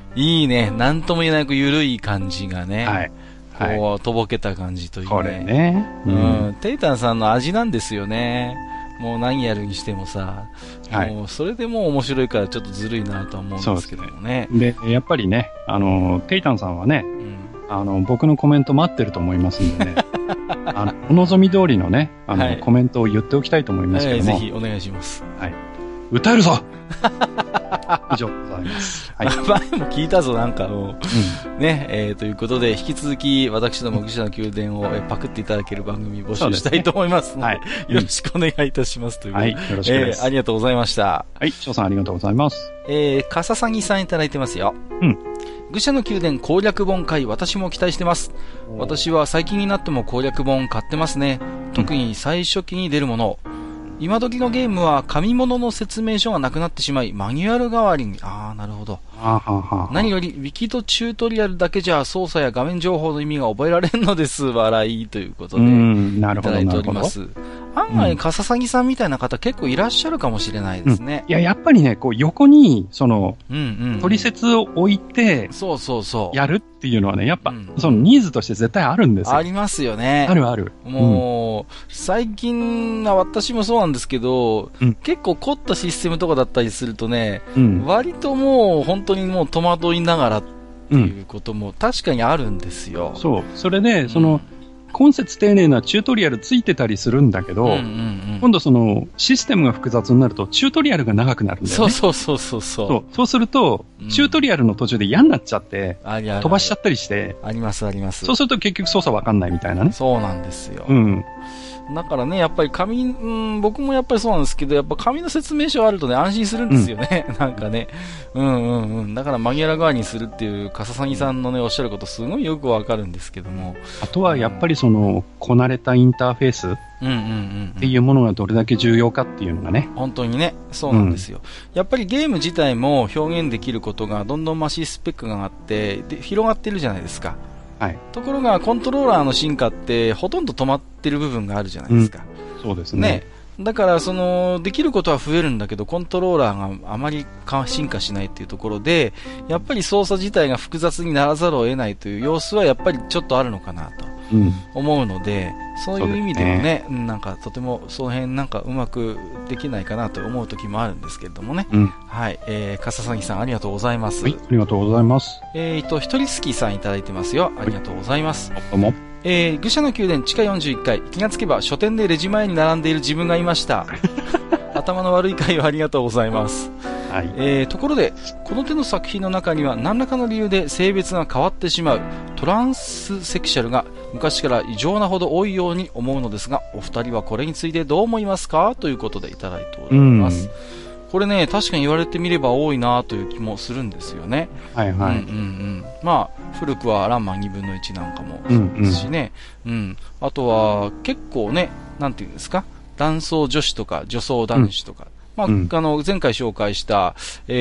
いいね。なんとも言えない、ゆるい感じがね。 はい。 こう、とぼけた感じというね。 これね。 テイタンさんの味なんですよね。もう何やるにしてもさ。もう、それでもう面白いからちょっとずるいなとは思うんですけどもね。 で、やっぱりね、テイタンさんはね、僕のコメント待ってると思いますんでね。お望み通りのね、コメントを言っておきたいと思いますけども。 ぜひお願いします。 はい。歌えるぞ以上でございます。 はい。前も聞いたぞ、なんかね、ということで、引き続き、私ども愚者の宮殿をパクっていただける番組募集したいと思いますので、よろしくお願いいたします。ということで。 はい、よろしくです。 ありがとうございました。 はい、翔さんありがとうございます。 かささぎさんいただいてますよ。愚者の宮殿攻略本会、私も期待してます。私は最近になっても攻略本買ってますね。特に最初期に出るもの。今時のゲームは紙物の説明書がなくなってしまい、マニュアル代わりに、なるほど。何より、ウィキとチュートリアルだけじゃ操作や画面情報の意味が覚えられんのです。笑いということで、いただいております。案外、かささぎさんみたいな方結構いらっしゃるかもしれないですね。 いや、やっぱりね、こう横に、取説を置いて、やるっていうのはね、やっぱ、そのニーズとして絶対あるんですよ。 ありますよね。 あるある。 もう、最近は私もそうなんですけど、結構凝ったシステムとかだったりするとね、割ともう本当にもう戸惑いながらっていうことも確かにあるんですよ。 そう。それで、今節丁寧なチュートリアルついてたりするんだけど、今度システムが複雑になるとチュートリアルが長くなるんだよね。そうすると、チュートリアルの途中で嫌になっちゃって、飛ばしちゃったりして。 ありますあります。 そうすると結局操作わかんないみたいなね。 そうなんですよ。だからね、やっぱり僕もやっぱりそうなんですけど、やっぱ紙の説明書あるとね、安心するんですよね。なんかね。だからマニュアル代わりにするっていう、かささぎさんのね、おっしゃることすごいよくわかるんですけども。 あとはやっぱりこなれたインターフェースっていうものがどれだけ重要かっていうのがね。 本当にね、そうなんですよ。やっぱりゲーム自体も表現できることがどんどんマシスペックが上がって、で、広がってるじゃないですか。ところがコントローラーの進化ってほとんど止まってる部分があるじゃないですか。 そうですね。 だからできることは増えるんだけどコントローラーがあまり進化しないっていうところで、やっぱり操作自体が複雑にならざるを得ないという様子はやっぱりちょっとあるのかなと思うので、そういう意味でもね、なんかとてもその辺なんかうまくできないかなと思う時もあるんですけれどもね。はい、かささぎさんありがとうございます。 はい、ありがとうございます。 ひとりすきさんいただいてますよ。ありがとうございます。 どうも。 愚者の宮殿地下41階、気がつけば書店でレジ前に並んでいる自分がいました。頭の悪い回をありがとうございます。ところで、この手の作品の中には何らかの理由で性別が変わってしまうトランスセクシャルが昔から異常なほど多いように思うのですが、お二人はこれについてどう思いますかということでいただいております。これね、確かに言われてみれば多いなという気もするんですよね。まあ、古くはランマン2分の1なんかもそうですしね。あとは、結構ね、なんていうんですか、男装女子とか女装男子とか。まあ、前回紹介した、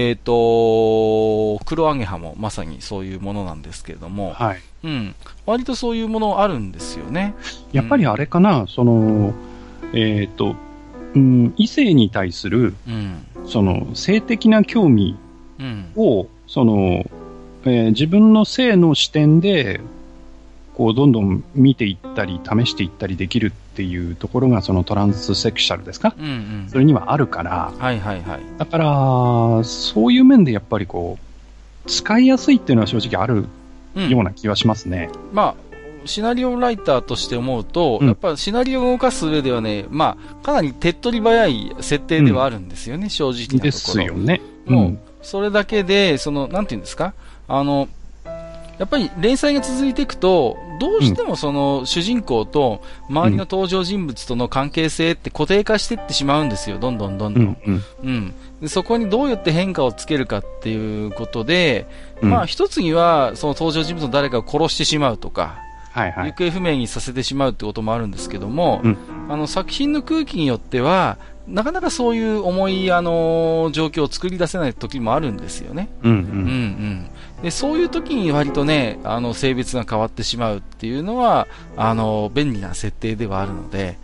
黒アゲハもまさにそういうものなんですけれども、割とそういうものあるんですよね。 やっぱりあれかな、異性に対する、性的な興味を、自分の性の視点で、こう、どんどん見ていったり、試していったりできるっていうところが、トランスセクシャルですか？それにはあるから、だから、そういう面でやっぱりこう、使いやすいっていうのは正直あるような気はしますね。 まあシナリオライターとして思うと、やっぱりシナリオを動かす上ではね、まあ、かなり手っ取り早い設定ではあるんですよね、正直なところ。 ですよね。 もう、それだけで、なんていうんですか、やっぱり連載が続いていくと、どうしても主人公と周りの登場人物との関係性って固定化していってしまうんですよ、どんどん。でそこにどうやって変化をつけるかっていうことで、まあ一つには、その登場人物の誰かを殺してしまうとか、行方不明にさせてしまうってこともあるんですけども、作品の空気によっては、なかなかそういう重い、状況を作り出せない時もあるんですよね。で、そういう時に割とね、性別が変わってしまうっていうのは、便利な設定ではあるので、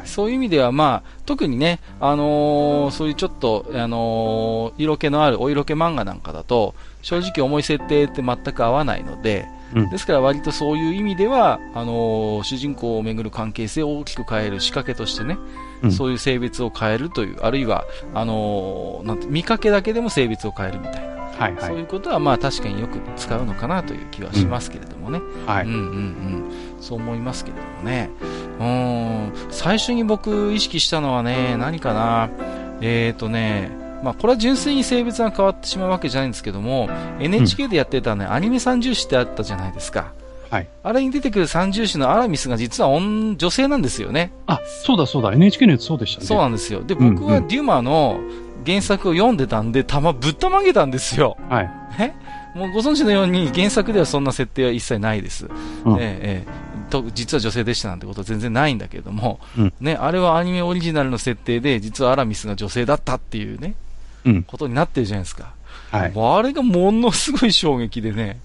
そういう意味では、まあ、特にね、そういうちょっと、色気のあるお色気漫画なんかだと、正直重い設定って全く合わないので、ですから割とそういう意味では、主人公をめぐる関係性を大きく変える仕掛けとしてね、そういう性別を変えるという、あるいは、見かけだけでも性別を変えるみたいな。そういうことはまあ確かによく使うのかなという気はしますけれどもね。そう思いますけれどもね。最初に僕意識したのはね、何かな。まあこれは純粋に性別が変わってしまうわけじゃないんですけども、NHK でやってたね、アニメ三重視ってあったじゃないですか。あれに出てくる三重視のアラミスが実は女性なんですよね。 あ、そうだそうだ、NHK のやつそうでしたね。 そうなんですよ。で、僕はデュマの原作を読んでたんで、ぶったまげたんですよ。もうご存知のように原作ではそんな設定は一切ないです。実は女性でしたなんてことは全然ないんだけれども、あれはアニメオリジナルの設定で、実はアラミスが女性だったっていうね、ことになってるじゃないですか。あれがものすごい衝撃でね。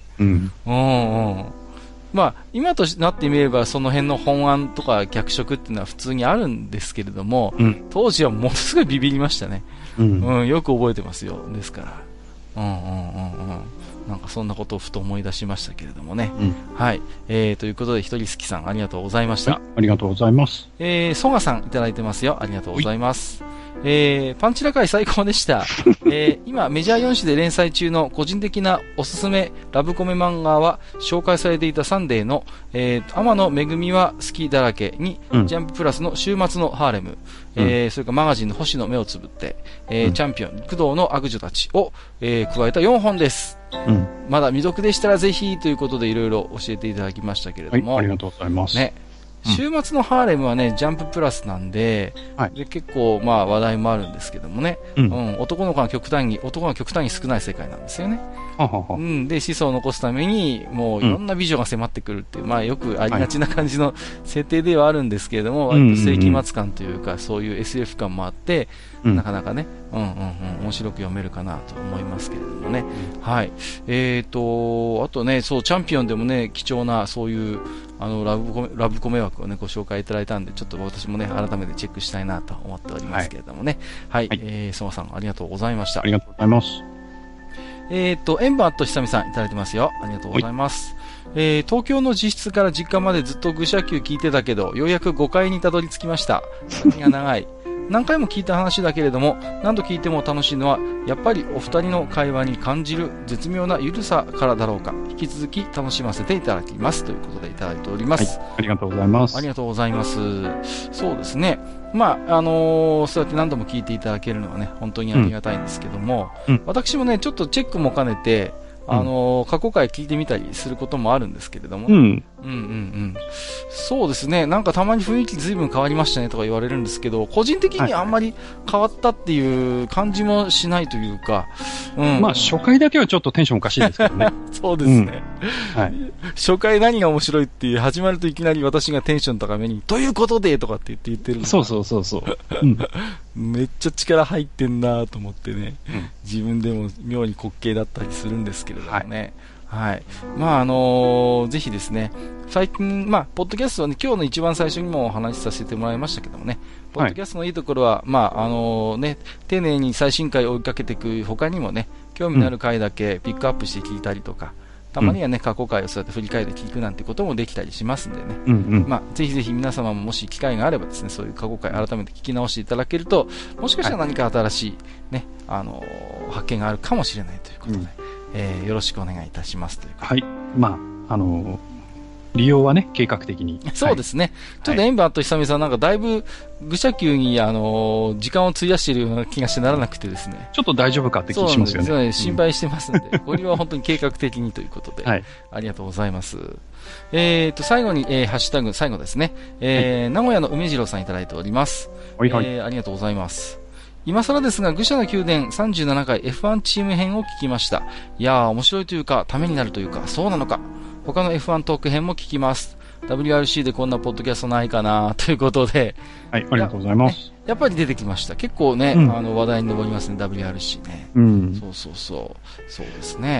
まあ、今となってみればその辺の本案とか脚色っていうのは普通にあるんですけれども、当時はものすごいビビりましたね。よく覚えてますよ。ですから。なんかそんなことをふと思い出しましたけれどもね。はい。ということで、ひとりすきさんありがとうございました。 ありがとうございます。 ソガさんいただいてますよ。ありがとうございます。パンチラ会最高でした。今、メジャー4誌で連載中の個人的なおすすめラブコメ漫画は、紹介されていたサンデーの、天野めぐみは好きだらけに、ジャンププラスの週末のハーレム、それからマガジンの星の目をつぶって、チャンピオン、工藤の悪女たちを、加えた4本です。まだ未読でしたらぜひということでいろいろ教えていただきましたけれども。 ありがとうございます。 ね。週末のハーレムはね、ジャンププラスなんで、で結構まあ話題もあるんですけどもね、男が極端に少ない世界なんですよね。で、子孫を残すために、もういろんな美女が迫ってくるっていう、まあよくありがちな感じの設定ではあるんですけれども、割と世紀末感というか、そういう SF 感もあって、なかなかね、面白く読めるかなと思いますけれどもね。はい。あとね、そう、チャンピオンでもね、貴重な、そういう、ラブコメ枠をね、ご紹介いただいたんで、ちょっと私もね、改めてチェックしたいなと思っておりますけれどもね。はい。ソマさん、ありがとうございました。 ありがとうございます。 エンバーと久美さんいただいてますよ。ありがとうございます。東京の自室から実家までずっと愚者級聞いてたけど、ようやく5階にたどり着きました。先が長い。何回も聞いた話だけれども、何度聞いても楽しいのは、やっぱりお二人の会話に感じる絶妙なゆるさからだろうか。引き続き楽しませていただきます。ということでいただいております。 ありがとうございます。 ありがとうございます。そうですね。まあ、そうやって何度も聞いていただけるのはね、本当にありがたいんですけども、私もね、ちょっとチェックも兼ねて、過去回聞いてみたりすることもあるんですけれども、そうですね。なんかたまに雰囲気随分変わりましたねとか言われるんですけど、個人的にあんまり変わったっていう感じもしないというか、 まあ初回だけはちょっとテンションおかしいですけどね。 そうですね。初回何が面白いっていう、始まるといきなり私がテンション高めに、ということでとかって言ってるの。 そう。 めっちゃ力入ってんなと思ってね、自分でも妙に滑稽だったりするんですけれどもね。はい。まあ、ぜひですね、最近、まあ、ポッドキャストはね、今日の一番最初にもお話しさせてもらいましたけどもね、ポッドキャストのいいところは、まあ、丁寧に最新回を追いかけていく他にもね、興味のある回だけピックアップして聞いたりとか、たまにはね、過去回をそうやって振り返って聞くなんてこともできたりしますんでね。まあ、ぜひぜひ皆様ももし機会があればですね、そういう過去回改めて聞き直していただけると、もしかしたら何か新しいね、発見があるかもしれないということで、よろしくお願いいたしますということで。 まあ、利用はね、計画的に。 そうですね。ちょっとエンバーと久美さんなんかだいぶ愚者級に時間を費やしているような気がしてならなくてですね。 ちょっと大丈夫かって気がしますよね。 そうですね。心配してますんで、これは本当に計画的にということで、ありがとうございます。最後に、ハッシュタグ最後ですね。名古屋の梅次郎さんいただいております。ありがとうございます。今更ですが、愚者の宮殿37回 F1 チーム編を聞きました。いやー、面白いというか、ためになるというか、そうなのか。他の F1 トーク編も聞きます。WRC でこんなポッドキャストないかなということで。 ありがとうございます。 やっぱり出てきました。結構ね、話題に上りますね、WRC ね。そうですね。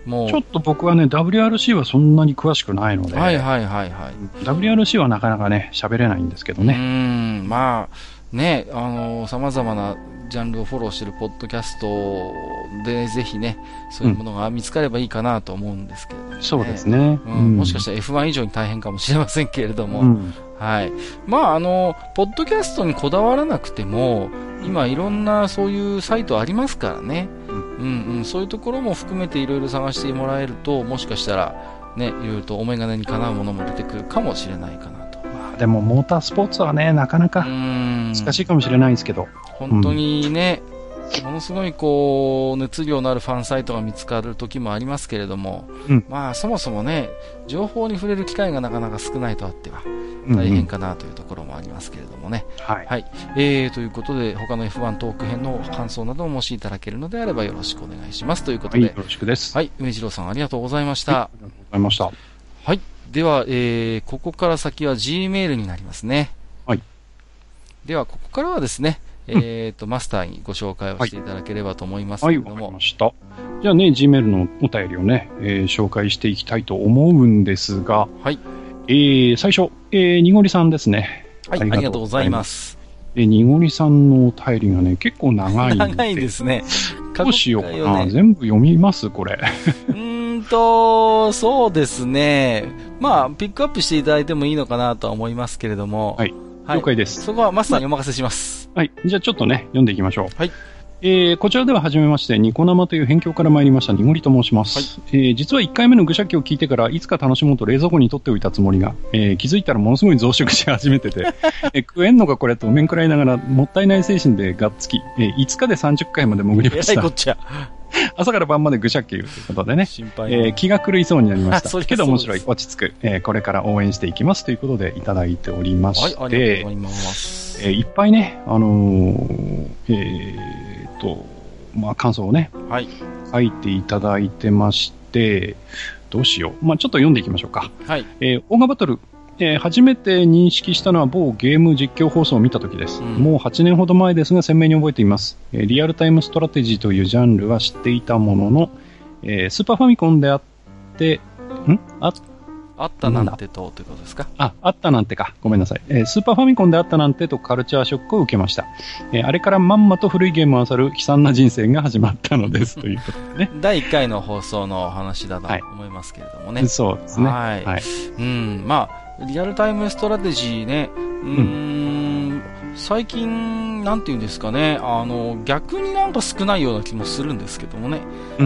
もう。 ちょっと僕はね、WRC はそんなに詳しくないので。 はいはいはいはい。 WRC はなかなかね、喋れないんですけどね。 まあ、ね、様々なジャンルをフォローしているポッドキャストで、ぜひね、そういうものが見つかればいいかなと思うんですけれども、ね。 そうですね。 もしかしたら F1 以上に大変かもしれませんけれども、はい。まあ、ポッドキャストにこだわらなくても、今いろんなそういうサイトありますからね。そういうところも含めていろいろ探してもらえると、もしかしたら、ね、いろいろとお眼鏡にかなうものも出てくるかもしれないかなと。 まあ、でも、モータースポーツはね、なかなか難しいかもしれないですけど。 本当にね、ものすごいこう、熱量のあるファンサイトが見つかる時もありますけれども、まあ、そもそもね、情報に触れる機会がなかなか少ないとあっては、大変かなというところもありますけれどもね。はい。ということで、他の F1 トーク編の感想などももしいただけるのであればよろしくお願いします。ということで。 よろしくです。 はい。梅次郎さんありがとうございました。 ありがとうございました。 はい。では、ここから先は Gmail になりますね。はい。では、ここからはですね、マスターにご紹介をしていただければと思いますけれども。 わかりました。じゃあね、Gmail のお便りをね、紹介していきたいと思うんですが、はい。最初、にごりさんですね。 はい、ありがとうございます。 にごりさんのお便りがね、結構長いんで。 長いですね。 どうしようかな。全部読みますこれ。 そうですね。まあ、ピックアップしていただいてもいいのかなとは思いますけれども。 はい。了解です。 そこはマスターにお任せします。 はい。じゃあちょっとね、読んでいきましょう。はい。こちらでは初めまして、ニコ生という辺境から参りましたにごりと申します。はい。実は1回目の愚者記を聞いてからいつか楽しもうと冷蔵庫に取っておいたつもりが、気づいたらものすごい増殖し始めてて、食えんのかこれと面食らいながらもったいない精神でがっつき、5日で30回まで潜りました。 こっちゃ。 朝から晩まで愚者級ということでね、気が狂いそうになりました。けど面白い、落ち着く、これから応援していきますということでいただいておりまして、はい、ありがとうございます。いっぱいね、まあ、感想をね、はい、書いていただいてまして、どうしよう。まあ、ちょっと読んでいきましょうか。はい。オーガバトル、初めて認識したのは某ゲーム実況放送を見た時です。もう8年ほど前ですが鮮明に覚えています。リアルタイムストラテジーというジャンルは知っていたものの、スーパーファミコンであって、 あったなんてということですか？ あったなんてか。ごめんなさい。スーパーファミコンであったなんてとカルチャーショックを受けました。あれからまんまと古いゲームを漁る悲惨な人生が始まったのです。ということでね。 第1回の放送の話だと思いますけれどもね。 そうですね。 はい。まあ、リアルタイムストラテジーね。最近、なんていうんですかね。逆になんか少ないような気もするんですけどもね。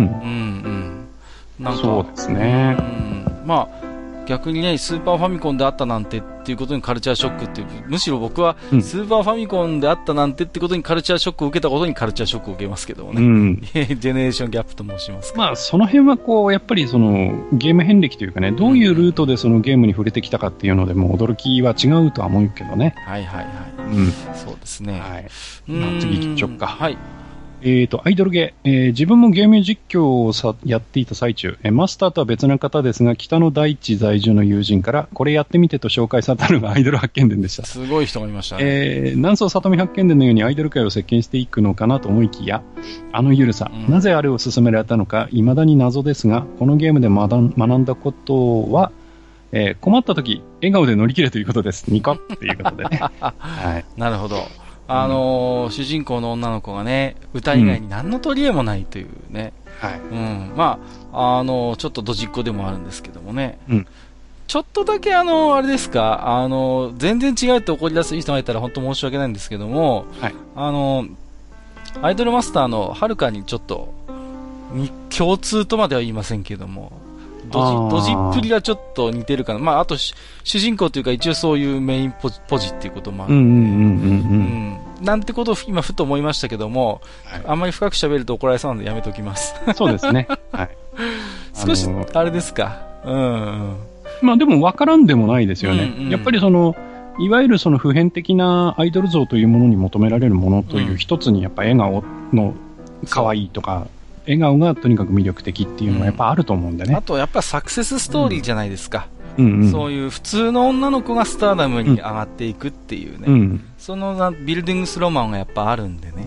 なんかそうですね。 まあ、逆にね、スーパーファミコンであったなんてっていうことにカルチャーショックっていう、むしろ僕はスーパーファミコンであったなんてってことにカルチャーショックを受けたことにカルチャーショックを受けますけどもね。ジェネレーションギャップと申しますか。 まあ、その辺はこう、やっぱりそのゲーム遍歴というかね、どういうルートでそのゲームに触れてきたかっていうのでも驚きは違うとは思うけどね。 はいはいはい。そうですね。 はい。まあ、次行っちゃおうか。はい。アイドルゲー、自分もゲーム実況をやっていた最中、マスターとは別な方ですが、北の大地在住の友人から、これやってみてと紹介されたのがアイドル発見伝でした。 すごい人がいましたね。 南総里見発見伝のようにアイドル界を席巻していくのかなと思いきや、あのゆるさ、なぜあれを勧められたのか、未だに謎ですが、このゲームで学んだことは、困った時、笑顔で乗り切れということです。ニコっていうことでね。はい。 なるほど。主人公の女の子がね、歌以外に何の取り柄もないというね。はい。まあ、ちょっとドジっ子でもあるんですけどもね。ちょっとだけあれですか、全然違うって怒り出す人がいたら本当申し訳ないんですけども、はい。アイドルマスターのはるかにちょっと、共通とまでは言いませんけども、ドジっぷりがちょっと似てるかな。まあ、あと、主人公というか一応そういうメインポジっていうこともある。なんてことを今ふと思いましたけども、はい、あんまり深く喋ると怒られそうなのでやめておきます。 そうですね。はい。 少し、あれですか。 まあでも分からんでもないですよね。やっぱりその、いわゆるその普遍的なアイドル像というものに求められるものという一つにやっぱ笑顔の可愛いとか、笑顔がとにかく魅力的っていうのがやっぱあると思うんでね。 あとやっぱサクセスストーリーじゃないですか。そういう普通の女の子がスターダムに上がっていくっていうね。そのビルディングスロマンがやっぱあるんでね。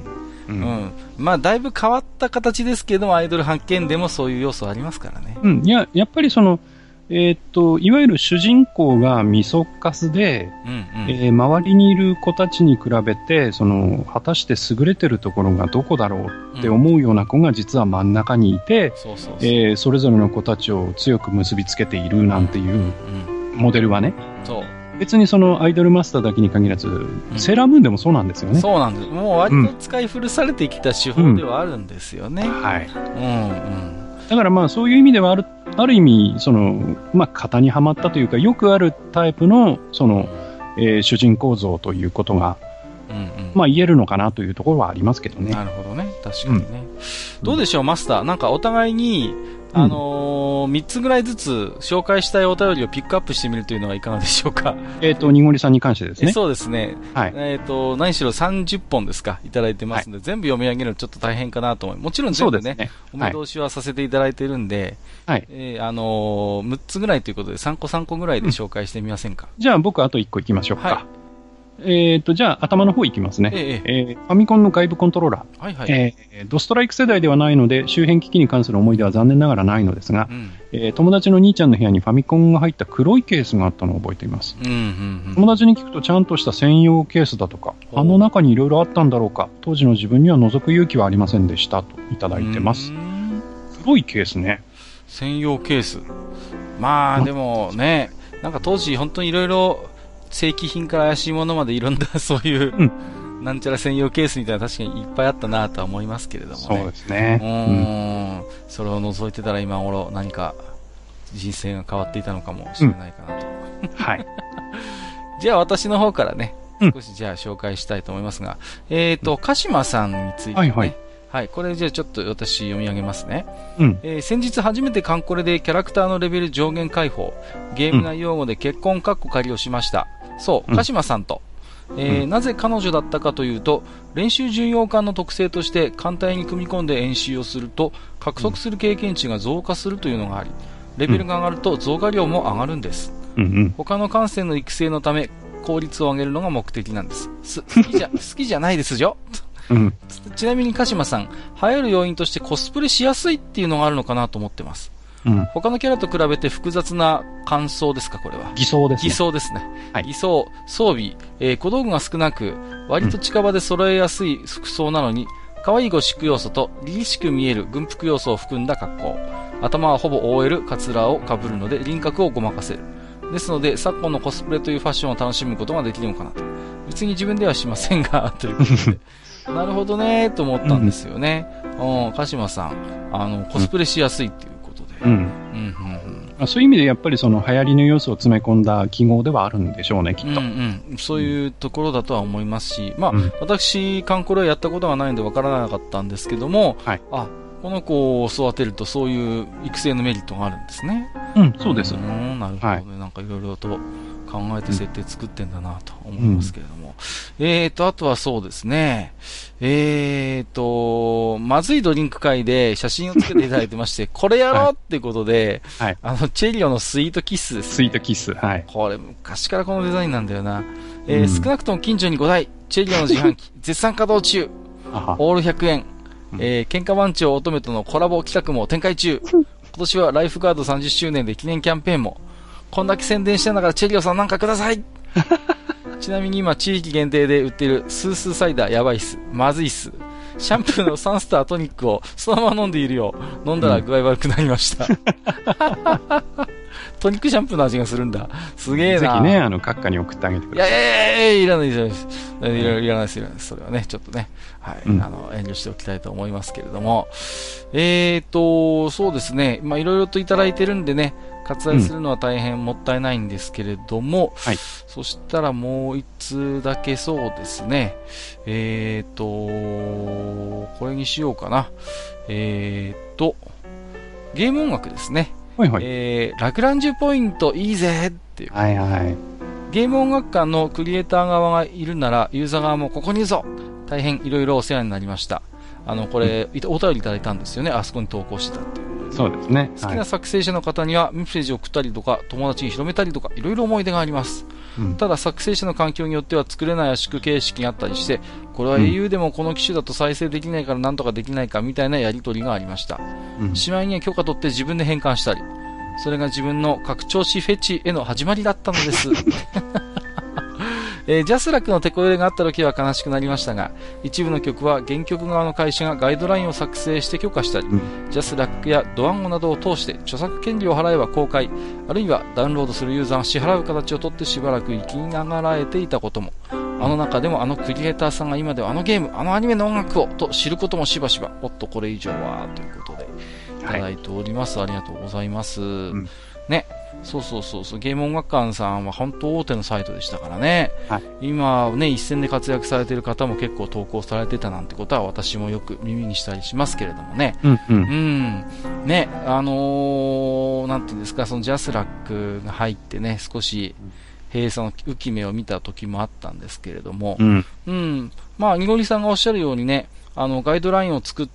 うん。まあ、だいぶ変わった形ですけども、アイドル発見でもそういう要素ありますからね。 うん。やっぱりいわゆる主人公がミソカスで、周りにいる子たちに比べて、果たして優れてるところがどこだろうって思うような子が実は真ん中にいて、それぞれの子たちを強く結びつけているなんていうモデルはね。そう。別にアイドルマスターだけに限らず、セーラームーンでもそうなんですよね。 そうなんです。もう割と使い古されてきた手法ではあるんですよね。はい。 だからまあそういう意味ではある意味、まあ型にはまったというか、よくあるタイプの、主人公像ということが、まあ言えるのかなというところはありますけどね。 なるほどね。確かにね。どうでしょう、マスター。なんかお互いに、3つぐらいずつ紹介したいお便りをピックアップしてみるというのはいかがでしょうか。 にごりさんに関してですね。 そうですね。はい。何しろ30本ですか、いただいてますので、全部読み上げるのちょっと大変かなと思います。もちろん全部ね、お目通しはさせていただいてるんで、はい。6つぐらいということで、3個ぐらいで紹介してみませんか。 じゃあ僕あと1個いきましょうか。はい。じゃあ、頭の方いきますね。ファミコンの外部コントローラー。はいはい。ドストライク世代ではないので、周辺機器に関する思い出は残念ながらないのですが、友達の兄ちゃんの部屋にファミコンが入った黒いケースがあったのを覚えています。友達に聞くとちゃんとした専用ケースだとか、あの中にいろいろあったんだろうか、当時の自分には覗く勇気はありませんでしたといただいてます。黒いケースね。 専用ケース。まあ、でもね、なんか当時本当にいろいろ、正規品から怪しいものまでいろんなそういう、なんちゃら専用ケースみたいな確かにいっぱいあったなとは思いますけれどもね。 そうですね。 それを除いてたら今頃何か人生が変わっていたのかもしれないかなと。はい。じゃあ私の方からね、少しじゃあ紹介したいと思いますが、鹿島さんについてね。はい。はい。これじゃあちょっと私読み上げますね。先日初めてカンコレでキャラクターのレベル上限解放、ゲーム内用語で結婚カッコ仮をしました。そう、鹿島さんと。なぜ彼女だったかというと、練習巡洋艦の特性として艦隊に組み込んで演習をすると、獲得する経験値が増加するというのがあり、レベルが上がると増加量も上がるんです。他の艦船の育成のため、効率を上げるのが目的なんです。好きじゃないですよ。ちなみに鹿島さん、流行る要因としてコスプレしやすいっていうのがあるのかなと思ってます。他のキャラと比べて複雑な感想ですか、これは。 偽装ですね。 偽装ですね。はい、偽装、装備、小道具が少なく、割と近場で揃えやすい服装なのに、可愛いゴシック要素と凛々しく見える軍服要素を含んだ格好。頭はほぼ OL、カツラを被るので輪郭をごまかせる。ですので、昨今のコスプレというファッションを楽しむことができるのかなと。別に自分ではしませんが、ということで。なるほどねーと思ったんですよね。鹿島さん、コスプレしやすいっていうことで。 そういう意味でやっぱりその流行りの要素を詰め込んだ記号ではあるんでしょうね、きっと。 そういうところだとは思いますし、まあ、私、カンコレはやったことがないんでわからなかったんですけども、この子を育てるとそういう育成のメリットがあるんですね。 そうです。 なるほどね。なんかいろいろと考えて設定作ってんだなと思いますけれども。あとはそうですね。まずいドリンク会で写真をつけていただいてまして、これやろうってことで、チェリオのスイートキッスです、ね。 スイートキッス。はい。 これ昔からこのデザインなんだよな。少なくとも近所に5台、チェリオの自販機、絶賛稼働中。オール100円。喧嘩番長乙女とのコラボ企画も展開中。今年はライフガード30周年で記念キャンペーンも。こんだけ宣伝してんだからチェリオさんなんかください。ちなみに今地域限定で売っているスースーサイダーやばいっす。まずいっす。シャンプーのサンスタートニックをそのまま飲んでいるよ。飲んだら具合悪くなりました。トニックシャンプーの味がするんだ。すげえな。 ぜひね、閣下に送ってあげてください。 いらないです。いらないです。それはね、ちょっとね、はい、遠慮しておきたいと思いますけれども。そうですね。まあ、いろいろといただいてるんでね、割愛するのは大変もったいないんですけれども、そしたらもう一通だけそうですね。これにしようかな。ゲーム音楽ですね。ラグランジュポイントいいぜっていう。ゲーム音楽館のクリエイター側がいるなら、ユーザー側もここにいるぞ。大変いろいろお世話になりました。これ、お便りいただいたんですよね。あそこに投稿してたっていう。 そうですね。 好きな作成者の方にはメッセージを送ったりとか、友達に広めたりとか、いろいろ思い出があります。 ただ作成者の環境によっては作れない圧縮形式があったりして、これは au でもこの機種だと再生できないからなんとかできないかみたいなやり取りがありました。しまいには許可取って自分で変換したり、それが自分の拡張子フェチへの始まりだったのです。ジャスラックのテこ入れがあった時は悲しくなりましたが、一部の曲は原曲側の会社がガイドラインを作成して許可したり、ジャスラックやドワンゴなどを通して著作権料を払えば公開、あるいはダウンロードするユーザーが支払う形をとってしばらく生きながらえていたことも、あの中でもあのクリエイターさんが今ではあのゲーム、あのアニメの音楽をと知ることもしばしば、おっとこれ以上はということでいただいております。ありがとうございます。ね。そう、ゲーム音楽館さんは本当大手のサイトでしたからね。今ね、一線で活躍されている方も結構投稿されてたなんてことは私もよく耳にしたりしますけれどもね。ね、なんていうんですか、そのジャスラックが入ってね、少し閉鎖の浮き目を見た時もあったんですけれども、まあ、にごりさんがおっしゃるようにね、ガイドラインを作って、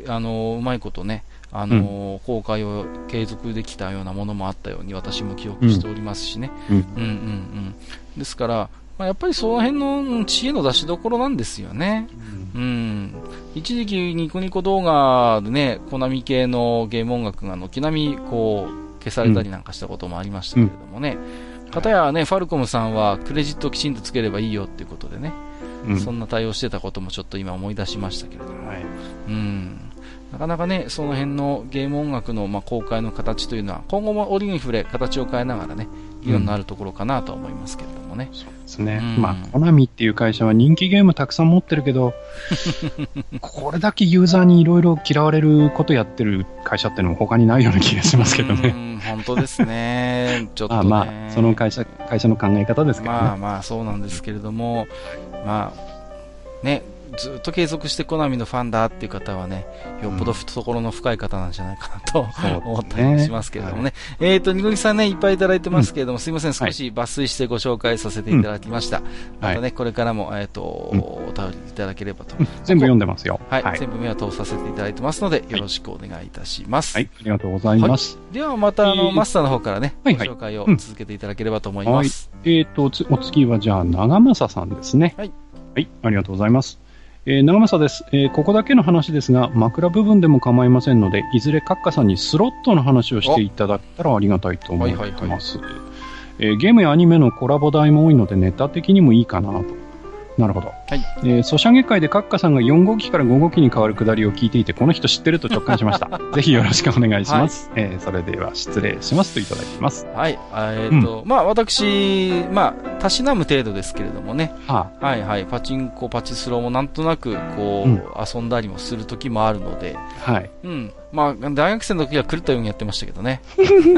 うまいことね、公開を継続できたようなものもあったように私も記憶しておりますしね。ですから、まあ、やっぱりその辺の知恵の出しどころなんですよね。一時期ニコニコ動画でね、コナミ系のゲーム音楽が軒並みこう消されたりなんかしたこともありましたけれどもね。かたやね、ファルコムさんはクレジットをきちんとつければいいよっていうことでね、そんな対応してたこともちょっと今思い出しましたけれども。なかなかね、その辺のゲーム音楽の公開の形というのは、今後も折に触れ、形を変えながらね、議論のあるところかなと思いますけれどもね。 そうですね。まあ、コナミっていう会社は人気ゲームたくさん持ってるけど、これだけユーザーにいろいろ嫌われることやってる会社っていうのも他にないような気がしますけどね。 本当ですね。ちょっとね。 まあ、その会社の考え方ですけどね。 まあ、そうなんですけれども、まあ、ね、ずっと継続してコナミのファンだっていう方はね、よっぽど懐の深い方なんじゃないかなと、思ったりしますけれどもね。にごりさんね、いっぱいいただいてますけれども、すいません、少し抜粋してご紹介させていただきました。またね、これからも、お便りいただければと。 全部読んでますよ。 全部目は通させていただいてますので、よろしくお願いいたします。 ありがとうございます。 ではまた、マスターの方からね、ご紹介を続けていただければと思います。 お次はじゃあ、長政さんですね。はい、ありがとうございます。長政です、ここだけの話ですが、枕部分でも構いませんので、いずれ閣下さんにスロットの話をしていただけたらありがたいと思ってます。ゲームやアニメのコラボ題も多いので、ネタ的にもいいかなと。なるほど。ソシャゲ界で閣下さんが4号機から5号機に変わるくだりを聞いていて、この人知ってると直感しました。ぜひよろしくお願いします。それでは失礼しますといただきます。 まあ私、たしなむ程度ですけれどもね。パチンコ、パチスロもなんとなくこう、遊んだりもする時もあるので。まあ大学生の時は狂ったようにやってましたけどね。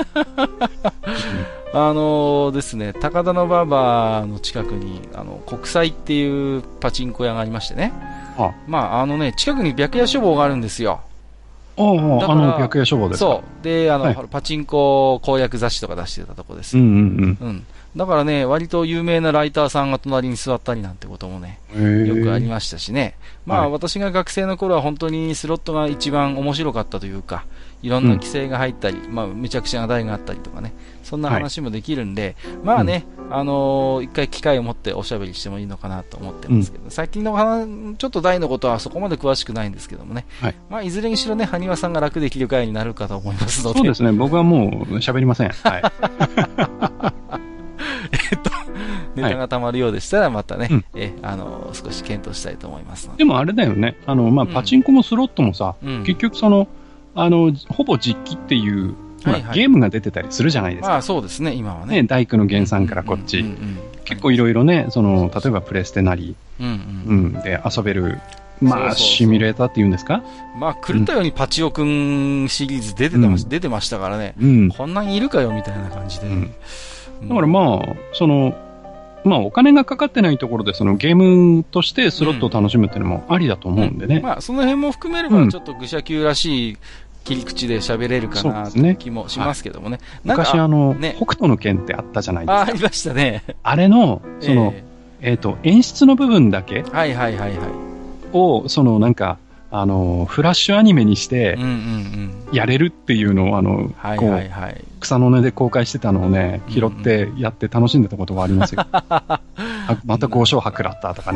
ですね、高田馬場の近くに、国際っていうパチンコ屋がありましてね。近くに白夜書房があるんですよ。 白夜書房ですか。 そう。で、パチンコ攻略雑誌とか出してたとこです。だからね、割と有名なライターさんが隣に座ったりなんてこともね、よくありましたしね。私が学生の頃は本当にスロットが一番面白かったというか、いろんな規制が入ったり、めちゃくちゃな台があったりとかね、そんな話もできるんで、一回機会を持っておしゃべりしてもいいのかなと思ってますけど、最近のちょっと台のことはそこまで詳しくないんですけどもね。いずれにしろね、埴輪さんが楽できる回になるかと思いますので。 そうですね、僕はもう喋りません。 ネタが溜まるようでしたら、またね、少し検討したいと思いますので。 でもあれだよね、パチンコもスロットもさ、結局ほぼ実機っていう、ゲームが出てたりするじゃないですか。 そうですね、今はね。 大工の原産からこっち。結構いろいろね、例えばプレステなり、で遊べる、シミュレーターっていうんですか？ 狂ったようにパチオくんシリーズ出てましたからね。こんなにいるかよ、みたいな感じで。 だからお金がかかってないところで、ゲームとしてスロットを楽しむっていうのもありだと思うんでね。 その辺も含めれば、ちょっと愚者級らしい切り口で喋れるかなという気もしますけどもね。 昔北斗の拳ってあったじゃないですか。 ありましたね。 あれの、演出の部分だけを、 フラッシュアニメにして、やれるっていうのを、草の根で公開してたのをね、拾ってやって楽しんでたことがありますよ。また5勝破食らったとかね。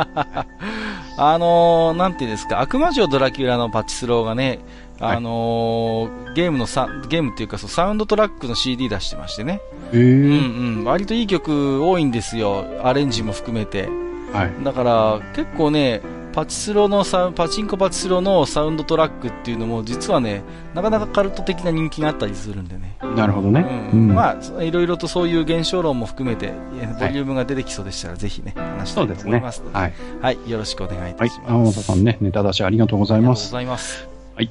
なんていうんですか、悪魔城ドラキュラのパチスローがね、ゲームっていうかサウンドトラックの CD 出してましてね。割といい曲多いんですよ。アレンジも含めて。だから、結構ね、パチンコパチスロのサウンドトラックっていうのも実はね、なかなかカルト的な人気があったりするんでね。 なるほどね。 まあ、いろいろとそういう現象論も含めて、ボリュームが出てきそうでしたら、ぜひね、話したいと思いますので。はい。よろしくお願いいたします。 天本さんね、ネタ出しありがとうございます。 ありがとうございます。 はい。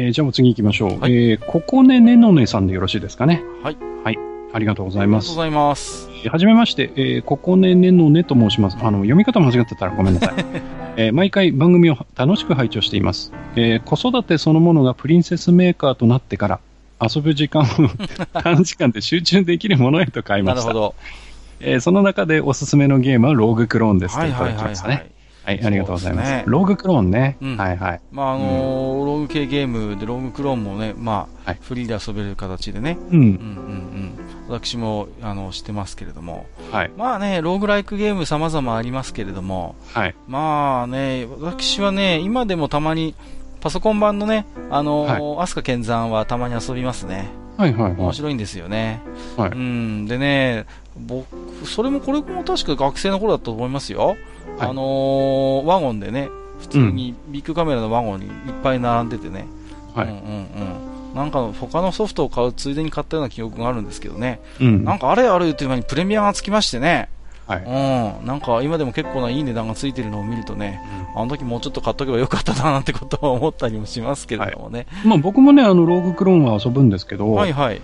じゃあ次行きましょう。ここねねのねさんでよろしいですかね。 はい。 はい。ありがとうございます。 ありがとうございます。 はじめまして、ここねねのねと申します。読み方間違ってたらごめんなさい。毎回番組を楽しく拝聴しています。子育てそのものがプリンセスメーカーとなってから、遊ぶ時間を短時間で集中できるものへと変えました。なるほど。その中でおすすめのゲームはローグクローンですといただきましたね。はい、ありがとうございます。ローグクローンね。はいはい。 まあローグ系ゲームでローグクローンもね、まあ、フリーで遊べる形でね。私も知ってますけれども。まあね、ローグライクゲーム様々ありますけれども。まあね、私はね、今でもたまにパソコン版のね、飛鳥剣山はたまに遊びますね。面白いんですよね。でね、それもこれも確か学生の頃だったと思いますよ。ワゴンでね、普通にビッグカメラのワゴンにいっぱい並んでてね。なんか他のソフトを買うついでに買ったような記憶があるんですけどね。なんかあれ言ってる間にプレミアがつきましてね。なんか今でも結構ないい値段がついてるのを見るとね、あの時もうちょっと買っとけばよかったななんてことを思ったりもしますけれどもね。 まあ僕もね、ローグクローンは遊ぶんですけど、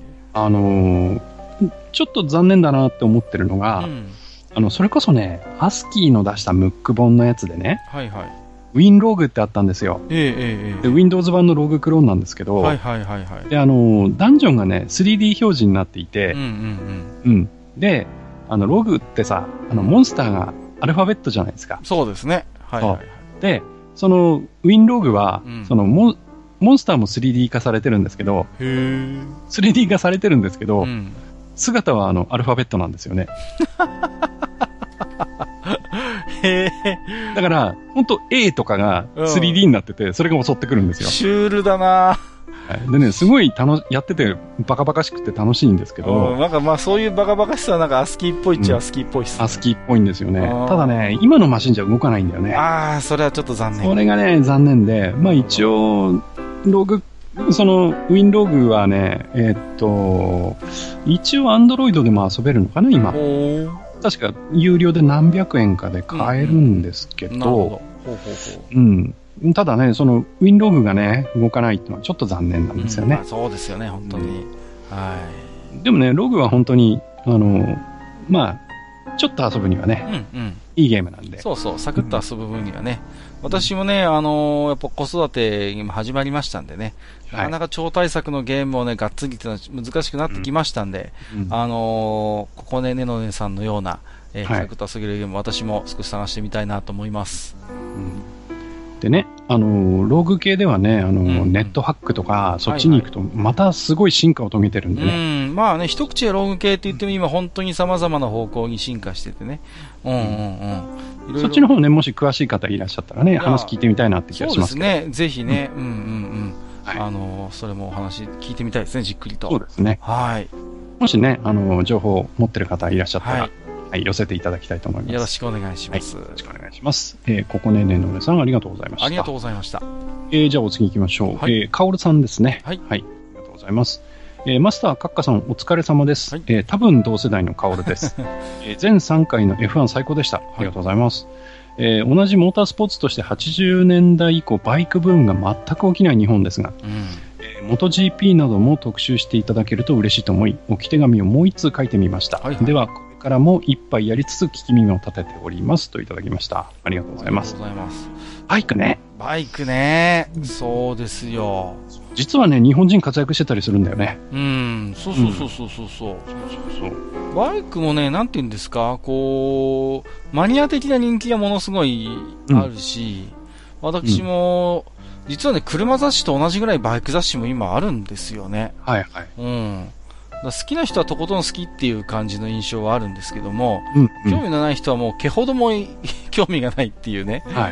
ちょっと残念だなって思ってるのが、それこそね、アスキーの出したムック本のやつでね、ウィンローグってあったんですよ。で、Windows 版のローグクローンなんですけど、で、ダンジョンがね、3D 表示になっていて、で、ローグってさ、モンスターがアルファベットじゃないですか。 そうですね。 で、その、ウィンローグは、そのモンスターも 3D 化されてるんですけど、3D 化されてるんですけど、姿はアルファベットなんですよね。だから、本当 A とかが 3D になってて、それが襲ってくるんですよ。 シュールだなでね、すごいやっててバカバカしくて楽しいんですけど。 なんかまあそういうバカバカしさはなんかアスキーっぽいっちゃアスキーっぽいっす、 アスキーっぽいんですよね。ただね、今のマシンじゃ動かないんだよね。 それはちょっと残念。 それがね、残念で、まあ一応、その、ウィンログはね、一応アンドロイドでも遊べるのかな、今。確か有料で何百円かで買えるんですけど、ただね、その、ウィンログがね、動かないっていうのはちょっと残念なんですよね。 そうですよね、本当に。 でもね、ログは本当に、まあ、ちょっと遊ぶにはね、いいゲームなんで。 そうそう、サクッと遊ぶ分にはね。私もね、やっぱ子育て今始まりましたんでね、なかなか超大作のゲームをね、がっつりっていうのは難しくなってきましたんで、ここね、ねのねさんのような、サクッと遊べるゲーム、私も少し探してみたいなと思います。 でね、ローグ系ではね、ネットハックとか、そっちに行くと、またすごい進化を遂げてるんでね。 まあね、一口でローグ系って言っても今本当に様々な方向に進化しててね。 そっちの方ね、もし詳しい方いらっしゃったらね、話聞いてみたいなって気がしますけど。 そうですね、ぜひね、それもお話聞いてみたいですね、じっくりと。 そうですね。もしね、情報を持ってる方いらっしゃったら、寄せていただきたいと思います。 よろしくお願いします。 よろしくお願いします。ここねねのねさんありがとうございました。 ありがとうございました。 じゃあお次行きましょう。かおるさんですね。はい。ありがとうございます。マスターカッカさんお疲れ様です。多分同世代のかおるです。全3回の F1 最高でした。ありがとうございます。同じモータースポーツとして80年代以降バイクブームが全く起きない日本ですが、元 GP なども特集していただけると嬉しいと思い、置き手紙をもう一通書いてみました。では、これからも一杯やりつつ聞き耳を立てておりますといただきました。ありがとうございます。バイクね。 バイクね。そうですよ。 実はね、日本人活躍してたりするんだよね。 そう。バイクもね、なんて言うんですか、こう、マニア的な人気がものすごいあるし、私も、 実はね、車雑誌と同じぐらいバイク雑誌も今あるんですよね。 はいはい。 うん。好きな人はとことん好きっていう感じの印象はあるんですけども、興味のない人はもう毛ほども興味がないっていうね。はい。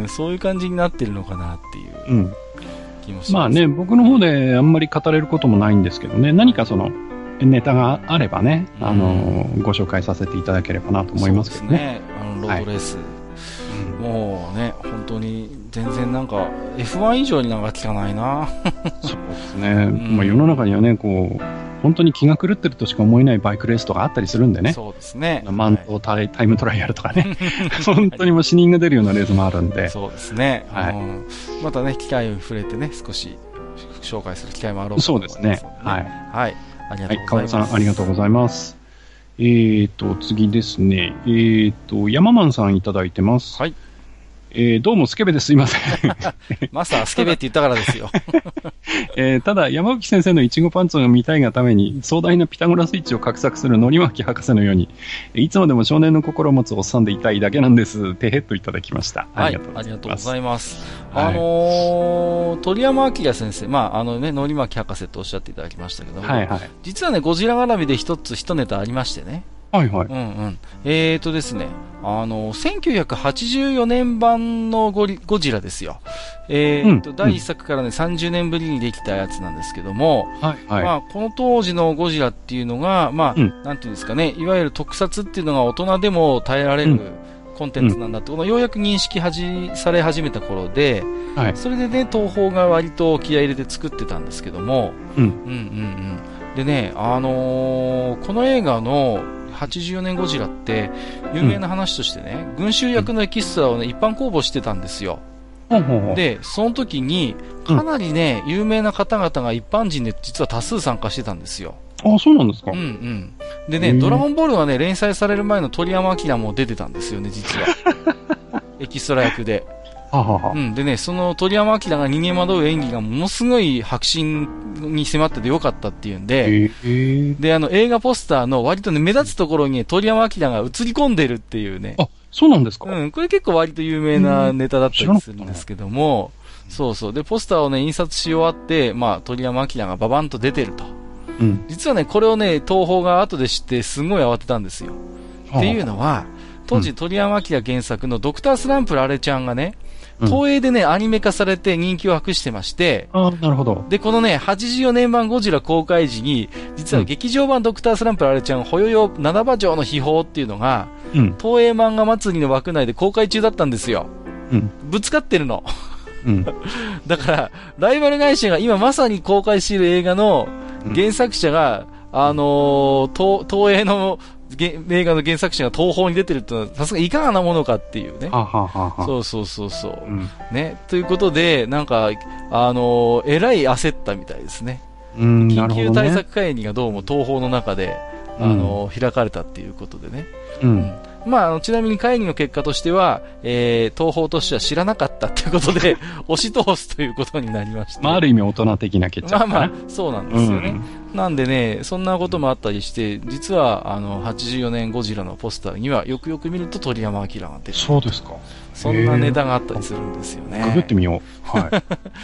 そういう感じになってるのかなっていう気もします。 まあね、僕の方であんまり語れることもないんですけどね、何かその、ネタがあればね、ご紹介させていただければなと思いますけどね。そうですね。 ロードレース。もうね、本当に全然なんか F1 以上になんか聞かないな。 そうですね。まあ世の中にはね、こう、本当に気が狂ってるとしか思えないバイクレースとかあったりするんでね。 そうですね。 マントタイムトライアルとかね。本当にもう死人が出るようなレースもあるんで。 そうですね。はい。またね、機会に触れてね、少し紹介する機会もあろうと思います。 そうですね。はい。 はい。ありがとうございます。はい、 川田さんありがとうございます。次ですね。山マンさんいただいてます。 はい。 どうもスケベですいません。 マスタースケベって言ったからですよ。 ただ、山吹先生のイチゴパンツが見たいがために、壮大なピタゴラスイッチを画策するのりまき博士のように、いつまでも少年の心を持つおっさんでいたいだけなんです。てへっといただきました。 はい、ありがとうございます。鳥山明先生、のりまき博士とおっしゃっていただきましたけども、はいはい、実はね、ゴジラ絡みで一ネタありましてね。 はいはい。 ですね、1984年版のゴジラですよ。第一作からね、30年ぶりにできたやつなんですけども、はいはい。この当時のゴジラっていうのが、なんていうんですかね、いわゆる特撮っていうのが大人でも耐えられるコンテンツなんだってことがようやく認識され始めた頃で、はい。それでね、東宝が割と気合い入れて作ってたんですけども、でね、この映画の84年ゴジラって有名な話としてね、群衆役のエキストラをね、一般公募してたんですよ。で、その時にかなりね、有名な方々が一般人で実は多数参加してたんですよ。 あ、そうなんですか。 でね、ドラゴンボールがね、連載される前の鳥山明も出てたんですよね、実は。エキストラ役で。でね、その鳥山明が逃げ惑う演技がものすごい迫真に迫っててよかったっていうんで、で、映画ポスターの割とね、目立つところに鳥山明が映り込んでるっていうね。 あ、そうなんですか。 これ結構割と有名なネタだったりするんですけども、そうそう。で、ポスターをね、印刷し終わって、鳥山明がババンと出てると。実はね、これをね、東宝が後で知ってすごい慌てたんですよ。っていうのは、当時鳥山明原作のドクタースランプラレちゃんがね、東映でね、アニメ化されて人気を博してまして、 なるほど。 で、このね、84年版ゴジラ公開時に、実は劇場版ドクタースランプラレちゃん、ほよよ七馬城の秘宝っていうのが、東映漫画祭りの枠内で公開中だったんですよ。ぶつかってるの。だから、ライバル会社が今まさに公開している映画の原作者が、東映の映画の原作者が東宝に出てるってのは、さすがいかがなものかっていうね。そう。ね。ということで、なんか、えらい焦ったみたいですね。緊急対策会議がどうも東宝の中で、開かれたっていうことでね。ちなみに会議の結果としては、東宝としては知らなかったということで、押し通すということになりました。 ある意味大人的な決着かな。 そうなんですよね。なんでね、そんなこともあったりして、実は、84年ゴジラのポスターには、よくよく見ると鳥山明が出てる。 そうですか。 そんなネタがあったりするんですよね。 ググってみよう。はい。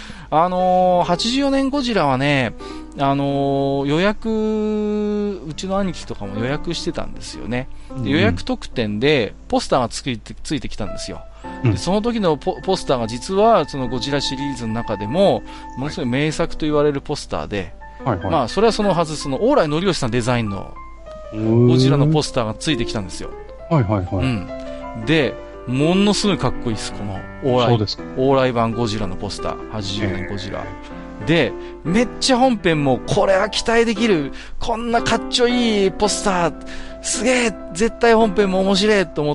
84年ゴジラはね、予約、うちの兄貴とかも予約してたんですよね。予約特典で、ポスターがついてきたんですよ。でその時のポスターが実は、そのゴジラシリーズの中でも、ものすごい名作と言われるポスターで、それはそのはず、その、往来のりおしさんデザインの、ゴジラのポスターがついてきたんですよ。で、ものすごいかっこいいです、この往来版ゴジラのポスター、80年ゴジラ。で、めっちゃ本編も、これは期待できる、こんなかっちょいいポスター、すげえ、絶対本編も面白いと思って、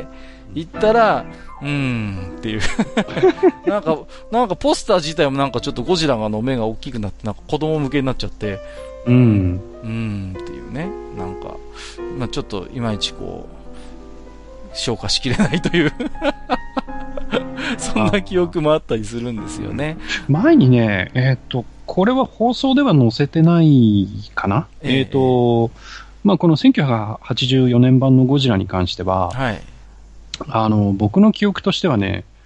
行ったら、っていう。なんかポスター自体もなんかちょっとゴジラの目が大きくなって、なんか子供向けになっちゃって、っていうね。なんか、ちょっといまいちこう、消化しきれないというそんな記憶もあったりするんですよね。 前にね、これは放送では載せてないかな、この1984年版のゴジラに関しては、僕の記憶としてはね、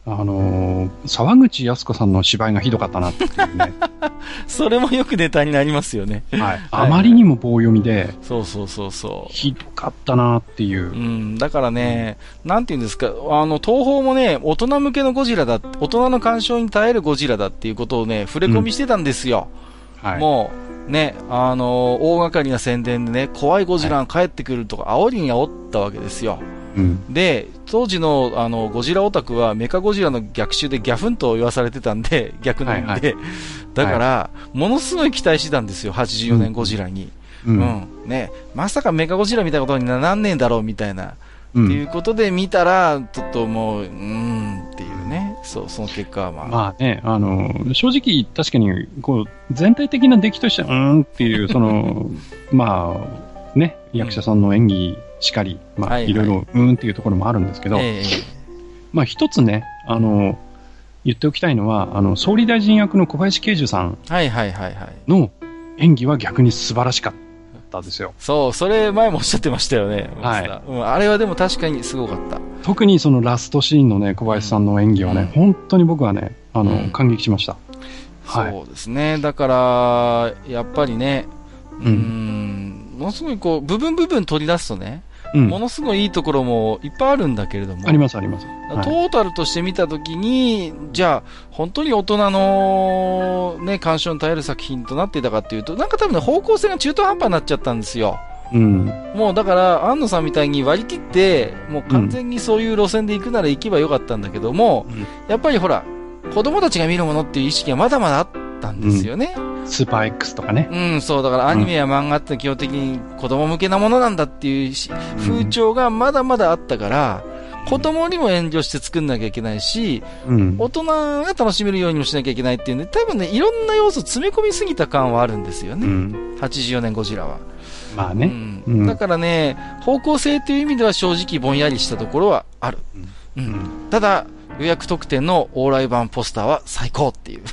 沢口靖子さんの芝居がひどかったなっていうね。 それもよくネタになりますよね。 はい。あまりにも棒読みで。 そう。 ひどかったなっていう。 だからね、なんて言うんですか、東宝もね、大人向けのゴジラだ、大人の干渉に耐えるゴジラだっていうことをね、触れ込みしてたんですよ。はい。もう、ね、大掛かりな宣伝でね、怖いゴジラが帰ってくるとか、煽りに煽ったわけですよ。で、当時の、ゴジラオタクはメカゴジラの逆襲でギャフンと言わされてたんで、逆の意味で。だから、ものすごい期待してたんですよ、84年ゴジラに。ね、まさかメカゴジラみたいなことになんねえんだろう、みたいな。っていうことで見たら、ちょっともう、っていうね。その結果はまあ。 まあね、正直、確かに、全体的な出来としては、っていう、まあ、ね、役者さんの演技しかり、まあ、いろいろ、っていうところもあるんですけど、まあ、一つね、言っておきたいのは、総理大臣役の小林慶樹さんの演技は逆に素晴らしかったですよ。 そう、それ前もおっしゃってましたよね。はい。あれはでも確かにすごかった。 特にそのラストシーンのね、小林さんの演技はね、本当に僕はね、感激しました。 そうですね。だから、やっぱりね、ものすごい部分取り出すとね、ものすごいいいところもいっぱいあるんだけれども。 あります。トータルとして見たときに、じゃあ、本当に大人のね、鑑賞に耐える作品となっていたかっていうと、なんか多分ね、方向性が中途半端になっちゃったんですよ。もうだから、安野さんみたいに割り切って、もう完全にそういう路線で行くなら行けばよかったんだけども、やっぱりほら、子供たちが見るものっていう意識がまだまだあったんですよね。 スーパー X とかね。 そう、だからアニメや漫画って基本的に子供向けなものなんだっていう風潮がまだまだあったから、子供にも遠慮して作んなきゃいけないし、大人が楽しめるようにもしなきゃいけないっていうんで、多分ね、いろんな要素詰め込みすぎた感はあるんですよね。84年ゴジラは。 まあね。 だからね、方向性という意味では正直ぼんやりしたところはある。ただ、予約特典の往来版ポスターは最高っていう。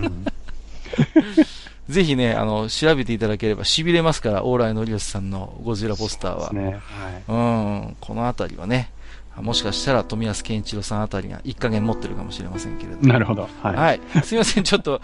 ぜひね、調べていただければ痺れますから、往来のりよしさんのゴジラポスターは。ね、このあたりはね、もしかしたら富安健一郎さんあたりが一加減持ってるかもしれませんけれども。 なるほど。 はい。すいません、ちょっと、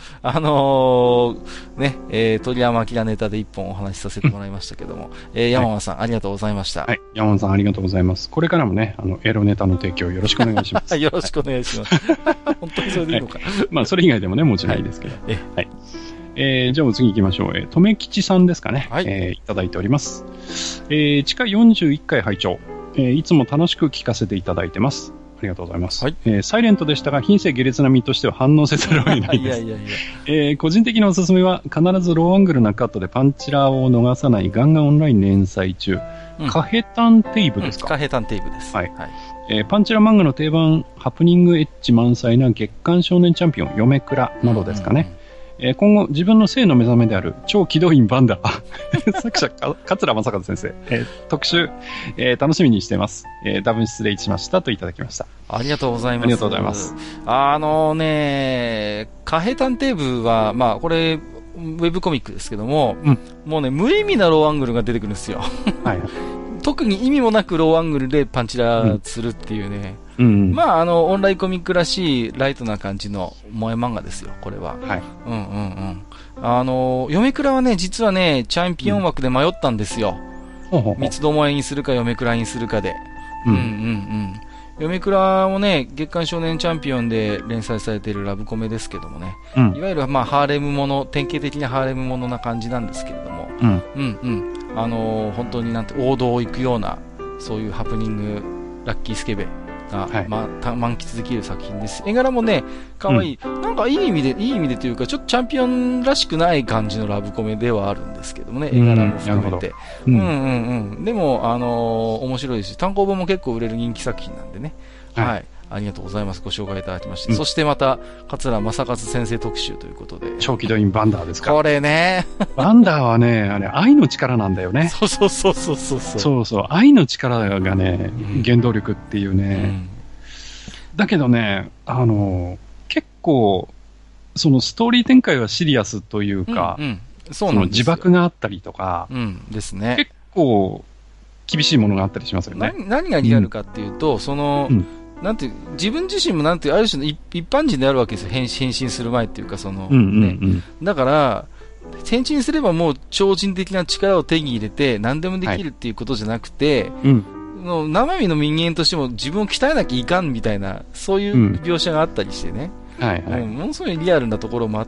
鳥山明ネタで一本お話しさせてもらいましたけども、山間さん、ありがとうございました。 はい。山間さん、ありがとうございます。これからもね、エロネタの提供よろしくお願いします。 よろしくお願いします。本当にそれでいいのか。 まあ、それ以外でもね、もちろんいいですけど。はい。じゃあお次行きましょう。とめきちさんですかね。いただいております。地下41回拝聴。いつも楽しく聞かせていただいてます。ありがとうございます。サイレントでしたが、品性下劣な身としては反応せざるを得ないです。個人的なおすすめは、必ずローアングルなカットでパンチラーを逃さないガンガンオンライン連載中。カヘタンテイブですか？ カヘタンテイブです。はい。 パンチラ漫画の定番、ハプニングエッジ満載な月刊少年チャンピオン、嫁倉などですかね。今後、自分の性の目覚めである超機動員バンダー作者、桂正和先生、特集、楽しみにしています。多分失礼しましたといただきました。 ありがとうございます。 ありがとうございます。 カヘ探偵部は、まあ、これ、ウェブコミックですけども、もうね、無意味なローアングルが出てくるんですよ。特に意味もなくローアングルでパンチラするっていうね。まあ、オンラインコミックらしいライトな感じの萌え漫画ですよ、これは。嫁倉はね、実はね、チャンピオン枠で迷ったんですよ。三つどもえにするか、嫁倉にするかで。嫁倉もね、月刊少年チャンピオンで連載されているラブコメですけどもね。いわゆる、まあ、ハーレムもの、典型的なハーレムものな感じなんですけれども。本当になんて王道を行くような、そういうハプニング、ラッキースケベが、満喫できる作品です。絵柄もね、可愛い、なんかいい意味でというか、ちょっとチャンピオンらしくない感じのラブコメではあるんですけどもね、絵柄も含めて。でも、面白いし、単行本も結構売れる人気作品なんでね。はい。ありがとうございます。ご紹介いただきまして。そしてまた、桂正和先生特集ということで。 超機動員バンダーですか？ これね。 バンダーはね、あれ、愛の力なんだよね。 そう。 愛の力がね、原動力っていうね。だけどね、結構、そのストーリー展開はシリアスというか、その自爆があったりとか、 ですね。 結構、厳しいものがあったりしますよね。 何がリアルかっていうと、その、 なんて、自分自身もなんて、ある種の一般人であるわけですよ。変身する前っていうか、だから、変身すればもう超人的な力を手に入れて、何でもできるっていうことじゃなくて、生身の人間としても自分を鍛えなきゃいかんみたいな、そういう描写があったりしてね。ものすごいリアルなところもあって、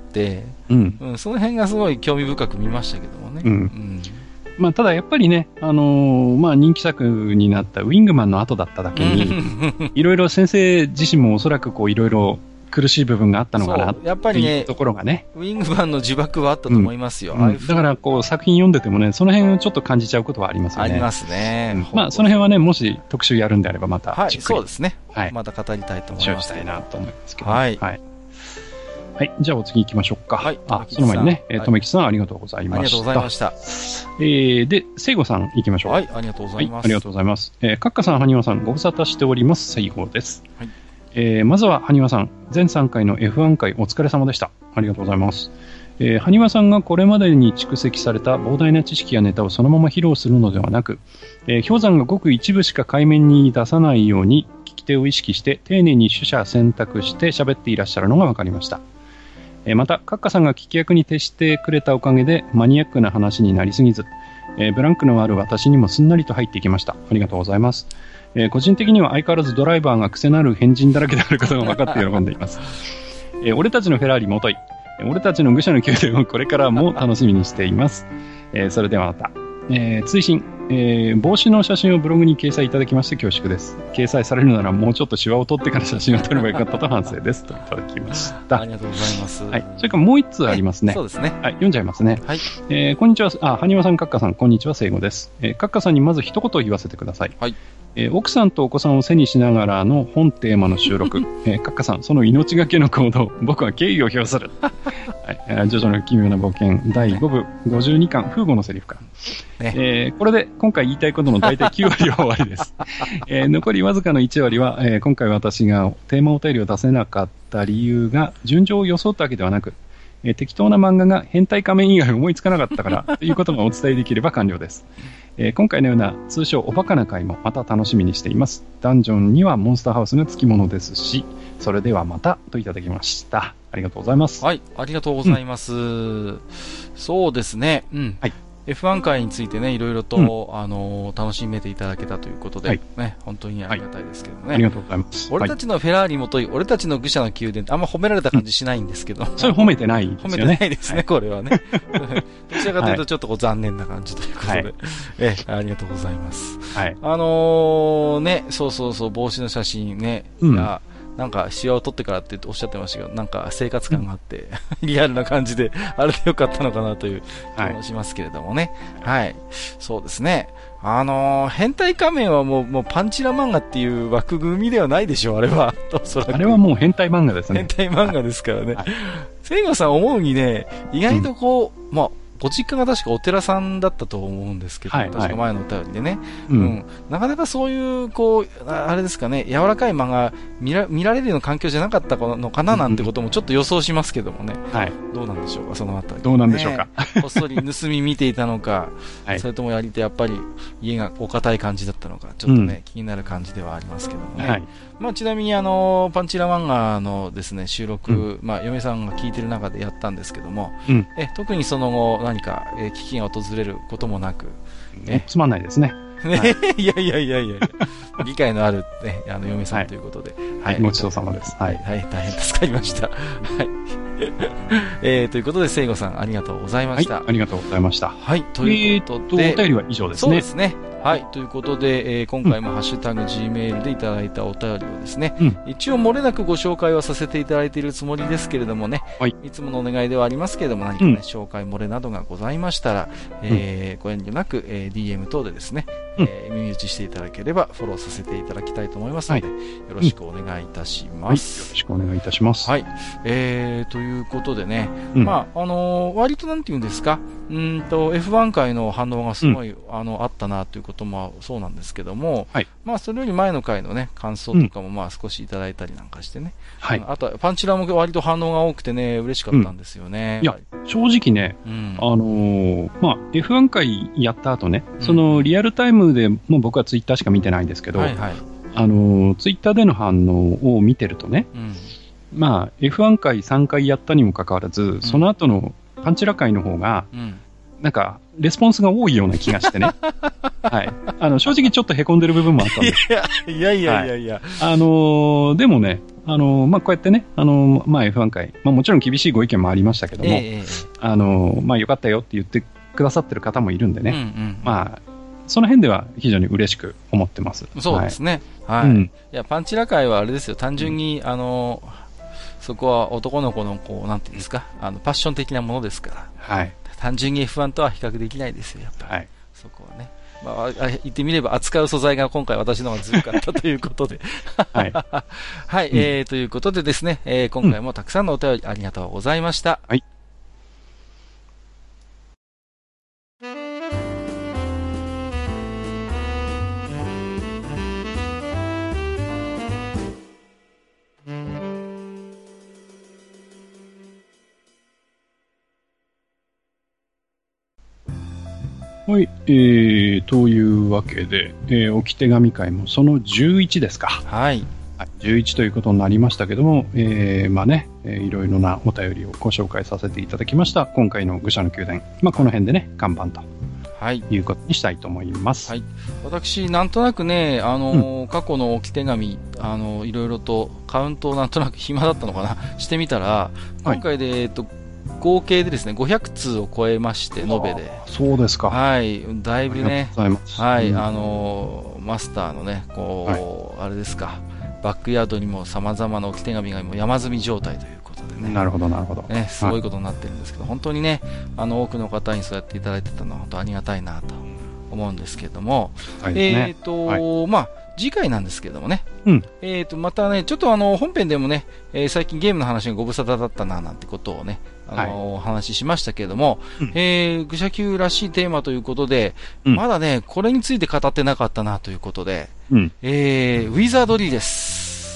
その辺がすごい興味深く見ましたけどもね。 まあ、ただやっぱりね、まあ、人気作になったウィングマンの後だっただけに、いろいろ先生自身もおそらくこういろいろ苦しい部分があったのかなやっぱりね、 ところがね。 ウィングマンの呪縛はあったと思いますよ。 だからこう作品読んでてもね、その辺をちょっと感じちゃうことはありますよね。 ありますね。 まあ、その辺はね、もし特集やるんであればまたじっくり。 そうですね。また語りたいと思います。 したいなと思いますけど。はい。じゃあお次行きましょうか。その前にね、とめきさんありがとうございました。ありがとうございました。で、せいごさん行きましょう。 ありがとうございます。 ありがとうございます。かっかさん、はにわさん、ご無沙汰しております。せいごです。まずは、はにわさん、全3回の F1 回お疲れ様でした。ありがとうございます。はにわさんがこれまでに蓄積された膨大な知識やネタをそのまま披露するのではなく、氷山がごく一部しか海面に出さないように、聞き手を意識して丁寧に取捨選択して喋っていらっしゃるのが分かりました。また、カッカさんが聞き役に徹してくれたおかげでマニアックな話になりすぎず、ブランクのある私にもすんなりと入っていきました。ありがとうございます。個人的には相変わらずドライバーが癖のある変人だらけであることが分かって喜んでいます。俺たちのフェラーリもとい、俺たちの愚者の宮殿をこれからも楽しみにしています。それではまた。追伸、帽子の写真をブログに掲載いただきまして恐縮です。掲載されるならもうちょっとシワを取ってから写真を撮ればよかったと反省です。といただきました。 ありがとうございます。 それからもう一通ありますね。 そうですね。 読んじゃいますね。こんにちは。はにわさん、かっかさん、こんにちは、せいごです。かっかさんにまず一言言わせてください。奥さんとお子さんを背にしながらの本テーマの収録。かっかさん、その命がけの行動、僕は敬意を表する。ジョジョの奇妙な冒険、第5部、52巻、フーゴのセリフから。これで今回言いたいことの大体9割は終わりです。残りわずかの1割は、今回私がテーマお便りを出せなかった理由が順調を装ったわけではなく、適当な漫画が変態仮面以外思いつかなかったからということがお伝えできれば完了です。今回のような通称おバカな回もまた楽しみにしています。ダンジョンにはモンスターハウスがつきものですし、それではまたといただきました。ありがとうございます。 ありがとうございます。そうですね。F1 回についてね、いろいろと、楽しめていただけたということで、ね、本当にありがたいですけどね。 ありがとうございます。 俺たちのフェラーリもとい、俺たちの愚者の宮殿ってあんま褒められた感じしないんですけど。 それ褒めてないですよね。 褒めてないですね、これはね。どちらかというとちょっと残念な感じということで。ありがとうございます。ね、そう、帽子の写真ね、なんか、シワを取ってからっておっしゃってましたけど、なんか生活感があって、リアルな感じで、あれでよかったのかなという気もしますけれどもね。そうですね。変態仮面はもうパンチラ漫画っていう枠組みではないでしょう、あれは。 あれはもう変態漫画ですね。 変態漫画ですからね。千賀さん思うにね、意外とこう、ご実家が確かお寺さんだったと思うんですけど、確か前のお便りでね、なかなかそういう、あれですかね、柔らかい漫画見られるような環境じゃなかったのかななんてこともちょっと予想しますけどもね、どうなんでしょうか、そのあたり。 どうなんでしょうか。 こっそり盗み見ていたのか、それともやり手やっぱり家がお堅い感じだったのか、ちょっとね、気になる感じではありますけどもね。ちなみにパンチラ漫画のですね、収録、嫁さんが聞いてる中でやったんですけども、特にその後、何か、危機が訪れることもなく、 つまんないですね。 いや、理解のある、ね、嫁さんということで。 ごちそうさまです。 大変助かりました。ということで、聖子さん、ありがとうございました。 ありがとうございました。 ということで、 お便りは以上ですね。 そうですね。ということで、今回もハッシュタグ Gmail でいただいたお便りをですね、一応漏れなくご紹介はさせていただいているつもりですけれどもね、いつものお願いではありますけれども、何かね、紹介漏れなどがございましたら、ご遠慮なく、DM 等でですね、耳打ちしていただければフォローさせていただきたいと思いますので、よろしくお願いいたします。 よろしくお願いいたします。 ということでね、割となんていうんですか、F1 回の反応がすごい、あったなということもそうなんですけども、それより前の回のね、感想とかも少しいただいたりなんかしてね、あとはパンチラも割と反応が多くてね、嬉しかったんですよね。 いや、正直ね、F1 回やった後ね、そのリアルタイムでもう僕はツイッターしか見てないんですけど、 ツイッターでの反応を見てるとね、まあ、F1 回3回やったにもかかわらず、その後のパンチラ回の方が、なんか、レスポンスが多いような気がしてね。はい。正直ちょっと凹んでる部分もあったんです。 いや。 でもね、まあ、こうやってね、まあ、F1 回、まあ、もちろん厳しいご意見もありましたけども、まあ、よかったよって言ってくださってる方もいるんでね、まあ、その辺では非常に嬉しく思ってます。 そうですね。はい。いや、パンチラ会はあれですよ、単純に、そこは男の子の、こう、なんていうんですか、パッション的なものですから。はい。単純に F1 とは比較できないですよ、やっぱり。はい。そこはね。まあ、言ってみれば扱う素材が今回私の方がずるかったということで。はい。はい、ということでですね、今回もたくさんのお便りありがとうございました。はい。 はい、というわけで、置き手紙会もその11ですか。はい。11ということになりましたけども、まあね、いろいろなお便りをご紹介させていただきました。今回の愚者の宮殿。まあこの辺でね、看板と。はい。いうことにしたいと思います。はい。 私、なんとなくね、過去の置き手紙、いろいろとカウントをなんとなく暇だったのかな、してみたら、今回で、合計でですね、500通を超えまして、延べで。 そうですか。 はい。だいぶね、はい、マスターのね、こう、あれですか、バックヤードにも様々な置き手紙がもう山積み状態ということでね。 なるほど、なるほど。 ね、すごいことになってるんですけど、本当にね、多くの方にそうやっていただいてたのは本当ありがたいなと思うんですけども、まあ、次回なんですけどもね。またね、ちょっと本編でもね、最近ゲームの話がご無沙汰だったな、なんてことをね、お話ししましたけれども、愚者級らしいテーマということで、まだね、これについて語ってなかったなということで、ウィザードリーです。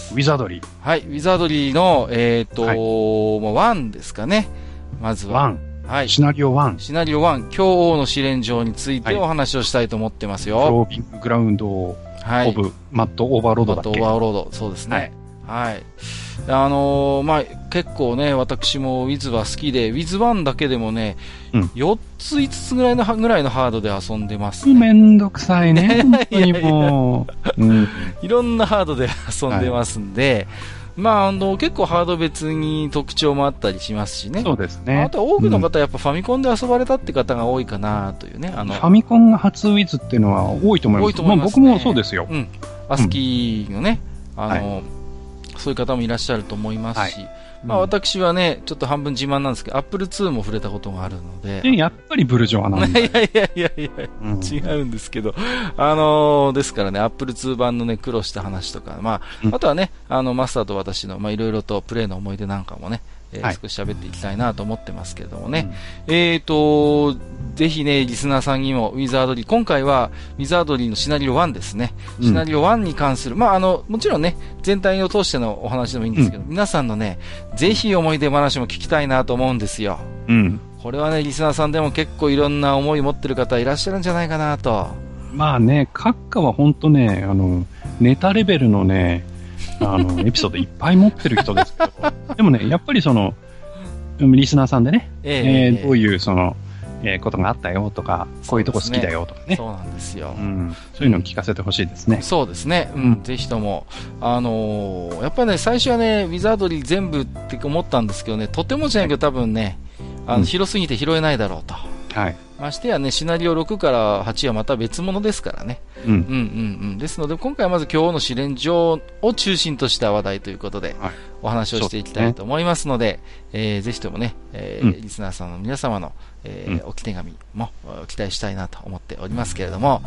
ウィザードリー。 はい、ウィザードリーの、1ですかね。まずは。 はい。シナリオ1。 シナリオ1、京王の試練場についてお話をしたいと思ってますよ。 プロービンググラウンドオブマッドオーバーロードだっけ？ マッドオーバーロード、そうですね。はい。まあ、結構ね、私も Wiz は好きで、Wiz1 だけでもね、4つ、5つぐらいのハードで遊んでますね。 めんどくさいね、本当にもう。 いろんなハードで遊んでますんで、まあ、結構ハード別に特徴もあったりしますしね。 そうですね。 あとは多くの方はやっぱファミコンで遊ばれたって方が多いかなというね。 ファミコンが初 Wiz っていうのは多いと思います。まあ僕もそうですよ。 アスキーのね、そういう方もいらっしゃると思いますし、まあ私はね、ちょっと半分自慢なんですけど、Apple II も触れたことがあるので。 やっぱりブルジョワなんだ。 いや、違うんですけど、ですからね、Apple II 版のね、苦労した話とか、まあ、あとはね、マスターと私の、まあいろいろとプレイの思い出なんかもね、少し喋っていきたいなと思ってますけれどもね。ぜひね、リスナーさんにも、ウィザードリー、今回は、ウィザードリーのシナリオ1ですね。シナリオ1に関する、まあ、もちろんね、全体を通してのお話でもいいんですけど、皆さんのね、ぜひ思い出話も聞きたいなと思うんですよ。これはね、リスナーさんでも結構いろんな思い持ってる方いらっしゃるんじゃないかなと。 まあね、閣下は本当ね、ネタレベルのね、エピソードいっぱい持ってる人ですけど、でもね、やっぱりリスナーさんでね、どういうことがあったよとか、こういうとこ好きだよとかね。 そうなんですよ。 そういうのを聞かせてほしいですね。 そうですね。ぜひとも。やっぱね、最初はね、ウィザードリー全部って思ったんですけどね、とてもじゃないけど多分ね、広すぎて拾えないだろうと。はい。ましてやね、シナリオ6から8はまた別物ですからね。ですので、今回はまず今日の試練場を中心とした話題ということで、お話をしていきたいと思いますので、ぜひともね、リスナーさんの皆様の、置き手紙も期待したいなと思っておりますけれども、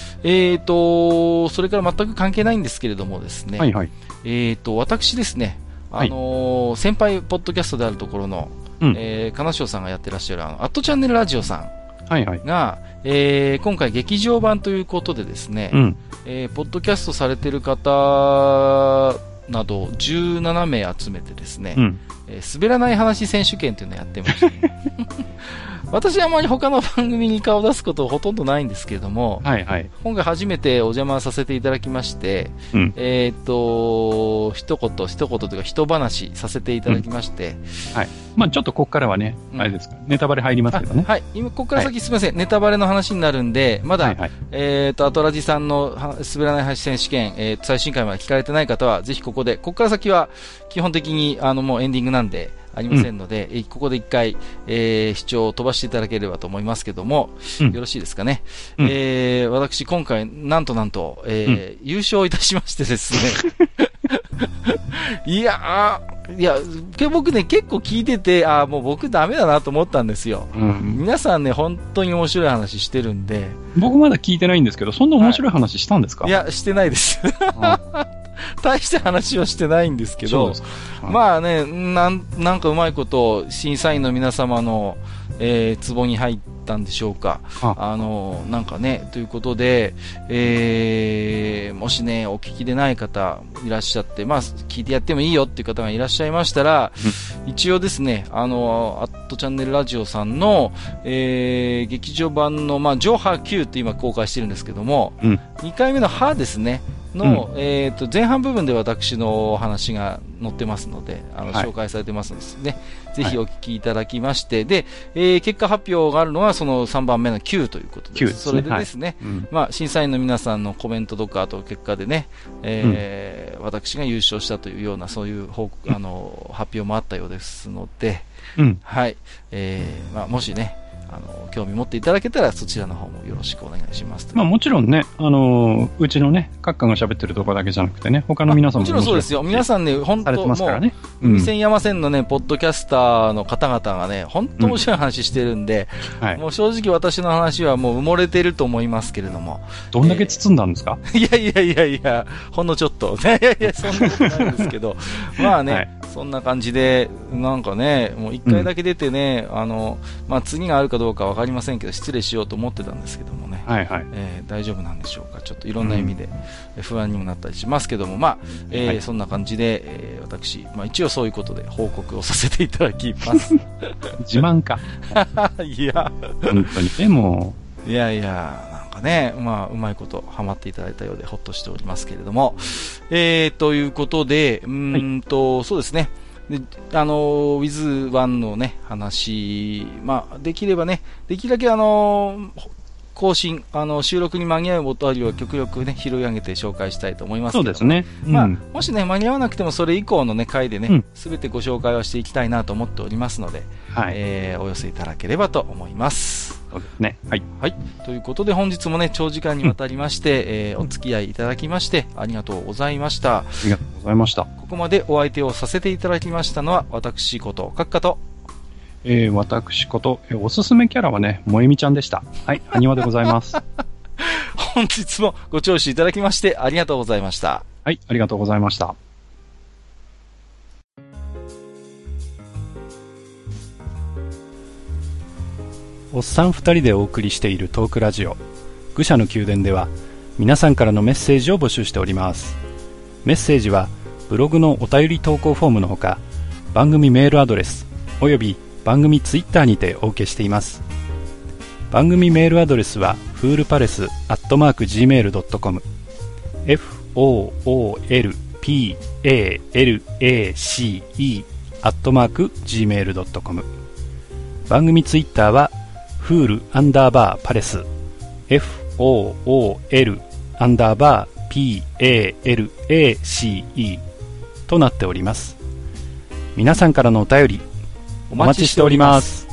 それから全く関係ないんですけれどもですね、私ですね、先輩ポッドキャストであるところの、金城さんがやってらっしゃるアットチャンネルラジオさんが、今回劇場版ということでですね、ポッドキャストされてる方など17名集めてですね、 滑らない話選手権というのをやってまして、ね、私はあまり他の番組に顔を出すことほとんどないんですけれども、はいはい、今回初めてお邪魔させていただきまして、うん、一言というか一話させていただきまして、 うん、はい。まあちょっとここからはね、あれですか、ネタバレ入りますけどね。 はい。今、ここから先すみません、ネタバレの話になるんで、まだ、はいはい、アトラジさんの滑らない話選手権、最新回まで聞かれてない方は、ぜひここから先は、基本的に、もうエンディングなんで、ありませんので、うん、ここで一回、視聴を飛ばしていただければと思いますけども、うん、よろしいですかね。うん、私、今回、なんと、優勝いたしましてですね。いや、僕ね、結構聞いてて、もう僕ダメだなと思ったんですよ。うん、皆さんね、本当に面白い話してるんで。 僕まだ聞いてないんですけど、そんな面白い話したんですか？ いや、してないです。大して話はしてないんですけど、まあね、なんかうまいこと審査員の皆様の、ツボに入ったんでしょうか。なんかね、ということで、もしね、お聞きでない方いらっしゃって、まあ、聞いてやってもいいよっていう方がいらっしゃいましたら、一応ですね、アットチャンネルラジオさんの、劇場版の、まあ、ジョハ Q って今公開してるんですけども、2回目のハですね、の、前半部分で私の話が載ってますので、紹介されてますのでね、ぜひお聞きいただきまして、で、結果発表があるのはその3番目の Q ということです。それでですね、まあ、審査員の皆さんのコメントとか、あと結果でね、私が優勝したというような、そういう発表もあったようですので、はい、まあ、もしね、興味持っていただけたらそちらの方もよろしくお願いします。 まあもちろんね、うちのね、閣下が喋ってるところだけじゃなくてね、他の皆さんももちろんそうですよ。皆さんね、本当もう、海線山線のね、ポッドキャスターの方々がね、本当面白い話してるんで、もう正直私の話はもう埋もれてると思いますけれども。 どんだけ包んだんですか？ いや、ほんのちょっと。いや、そんなことないんですけど、まあね、そんな感じで、なんかね、もう一回だけ出てね、まあ次があるかどうかわかりませんけど、失礼しようと思ってたんですけどもね、大丈夫なんでしょうか。ちょっといろんな意味で不安にもなったりしますけども、まあ、そんな感じで、私、まあ一応そういうことで報告をさせていただきます。 自慢か。 いや、 本当に。でも、 いや、なんかね、まあ、うまいことハマっていただいたようでほっとしておりますけれども、ということで、そうですね。でWith1 のね、話、まあ、できればね、できるだけ更新、収録に間に合うお便りを極力ね、拾い上げて紹介したいと思いますけど。そうですね。まあ、もしね、間に合わなくてもそれ以降のね、回でね、すべてご紹介をしていきたいなと思っておりますので、お寄せいただければと思います。 そうですね。はい。 はい。ということで本日もね、長時間にわたりまして、お付き合いいただきまして、ありがとうございました。 ありがとうございました。 ここまでお相手をさせていただきましたのは、私こと、閣下と、 私こと、おすすめキャラはね、萌実ちゃんでした。はい、埴輪でございます。 本日もご聴取いただきましてありがとうございました。 はい、ありがとうございました。おっさん二人でお送りしているトークラジオ、愚者の宮殿では、皆さんからのメッセージを募集しております。メッセージは、ブログのお便り投稿フォームのほか、番組メールアドレス、および番組ツイッターにてお受けしています。番組メールアドレスはフールパレス@gmail.com foolpalace@gmail.com 番組ツイッターはフール_パレス FOOL_PALACE となっております。皆さんからのお便りお待ちしております。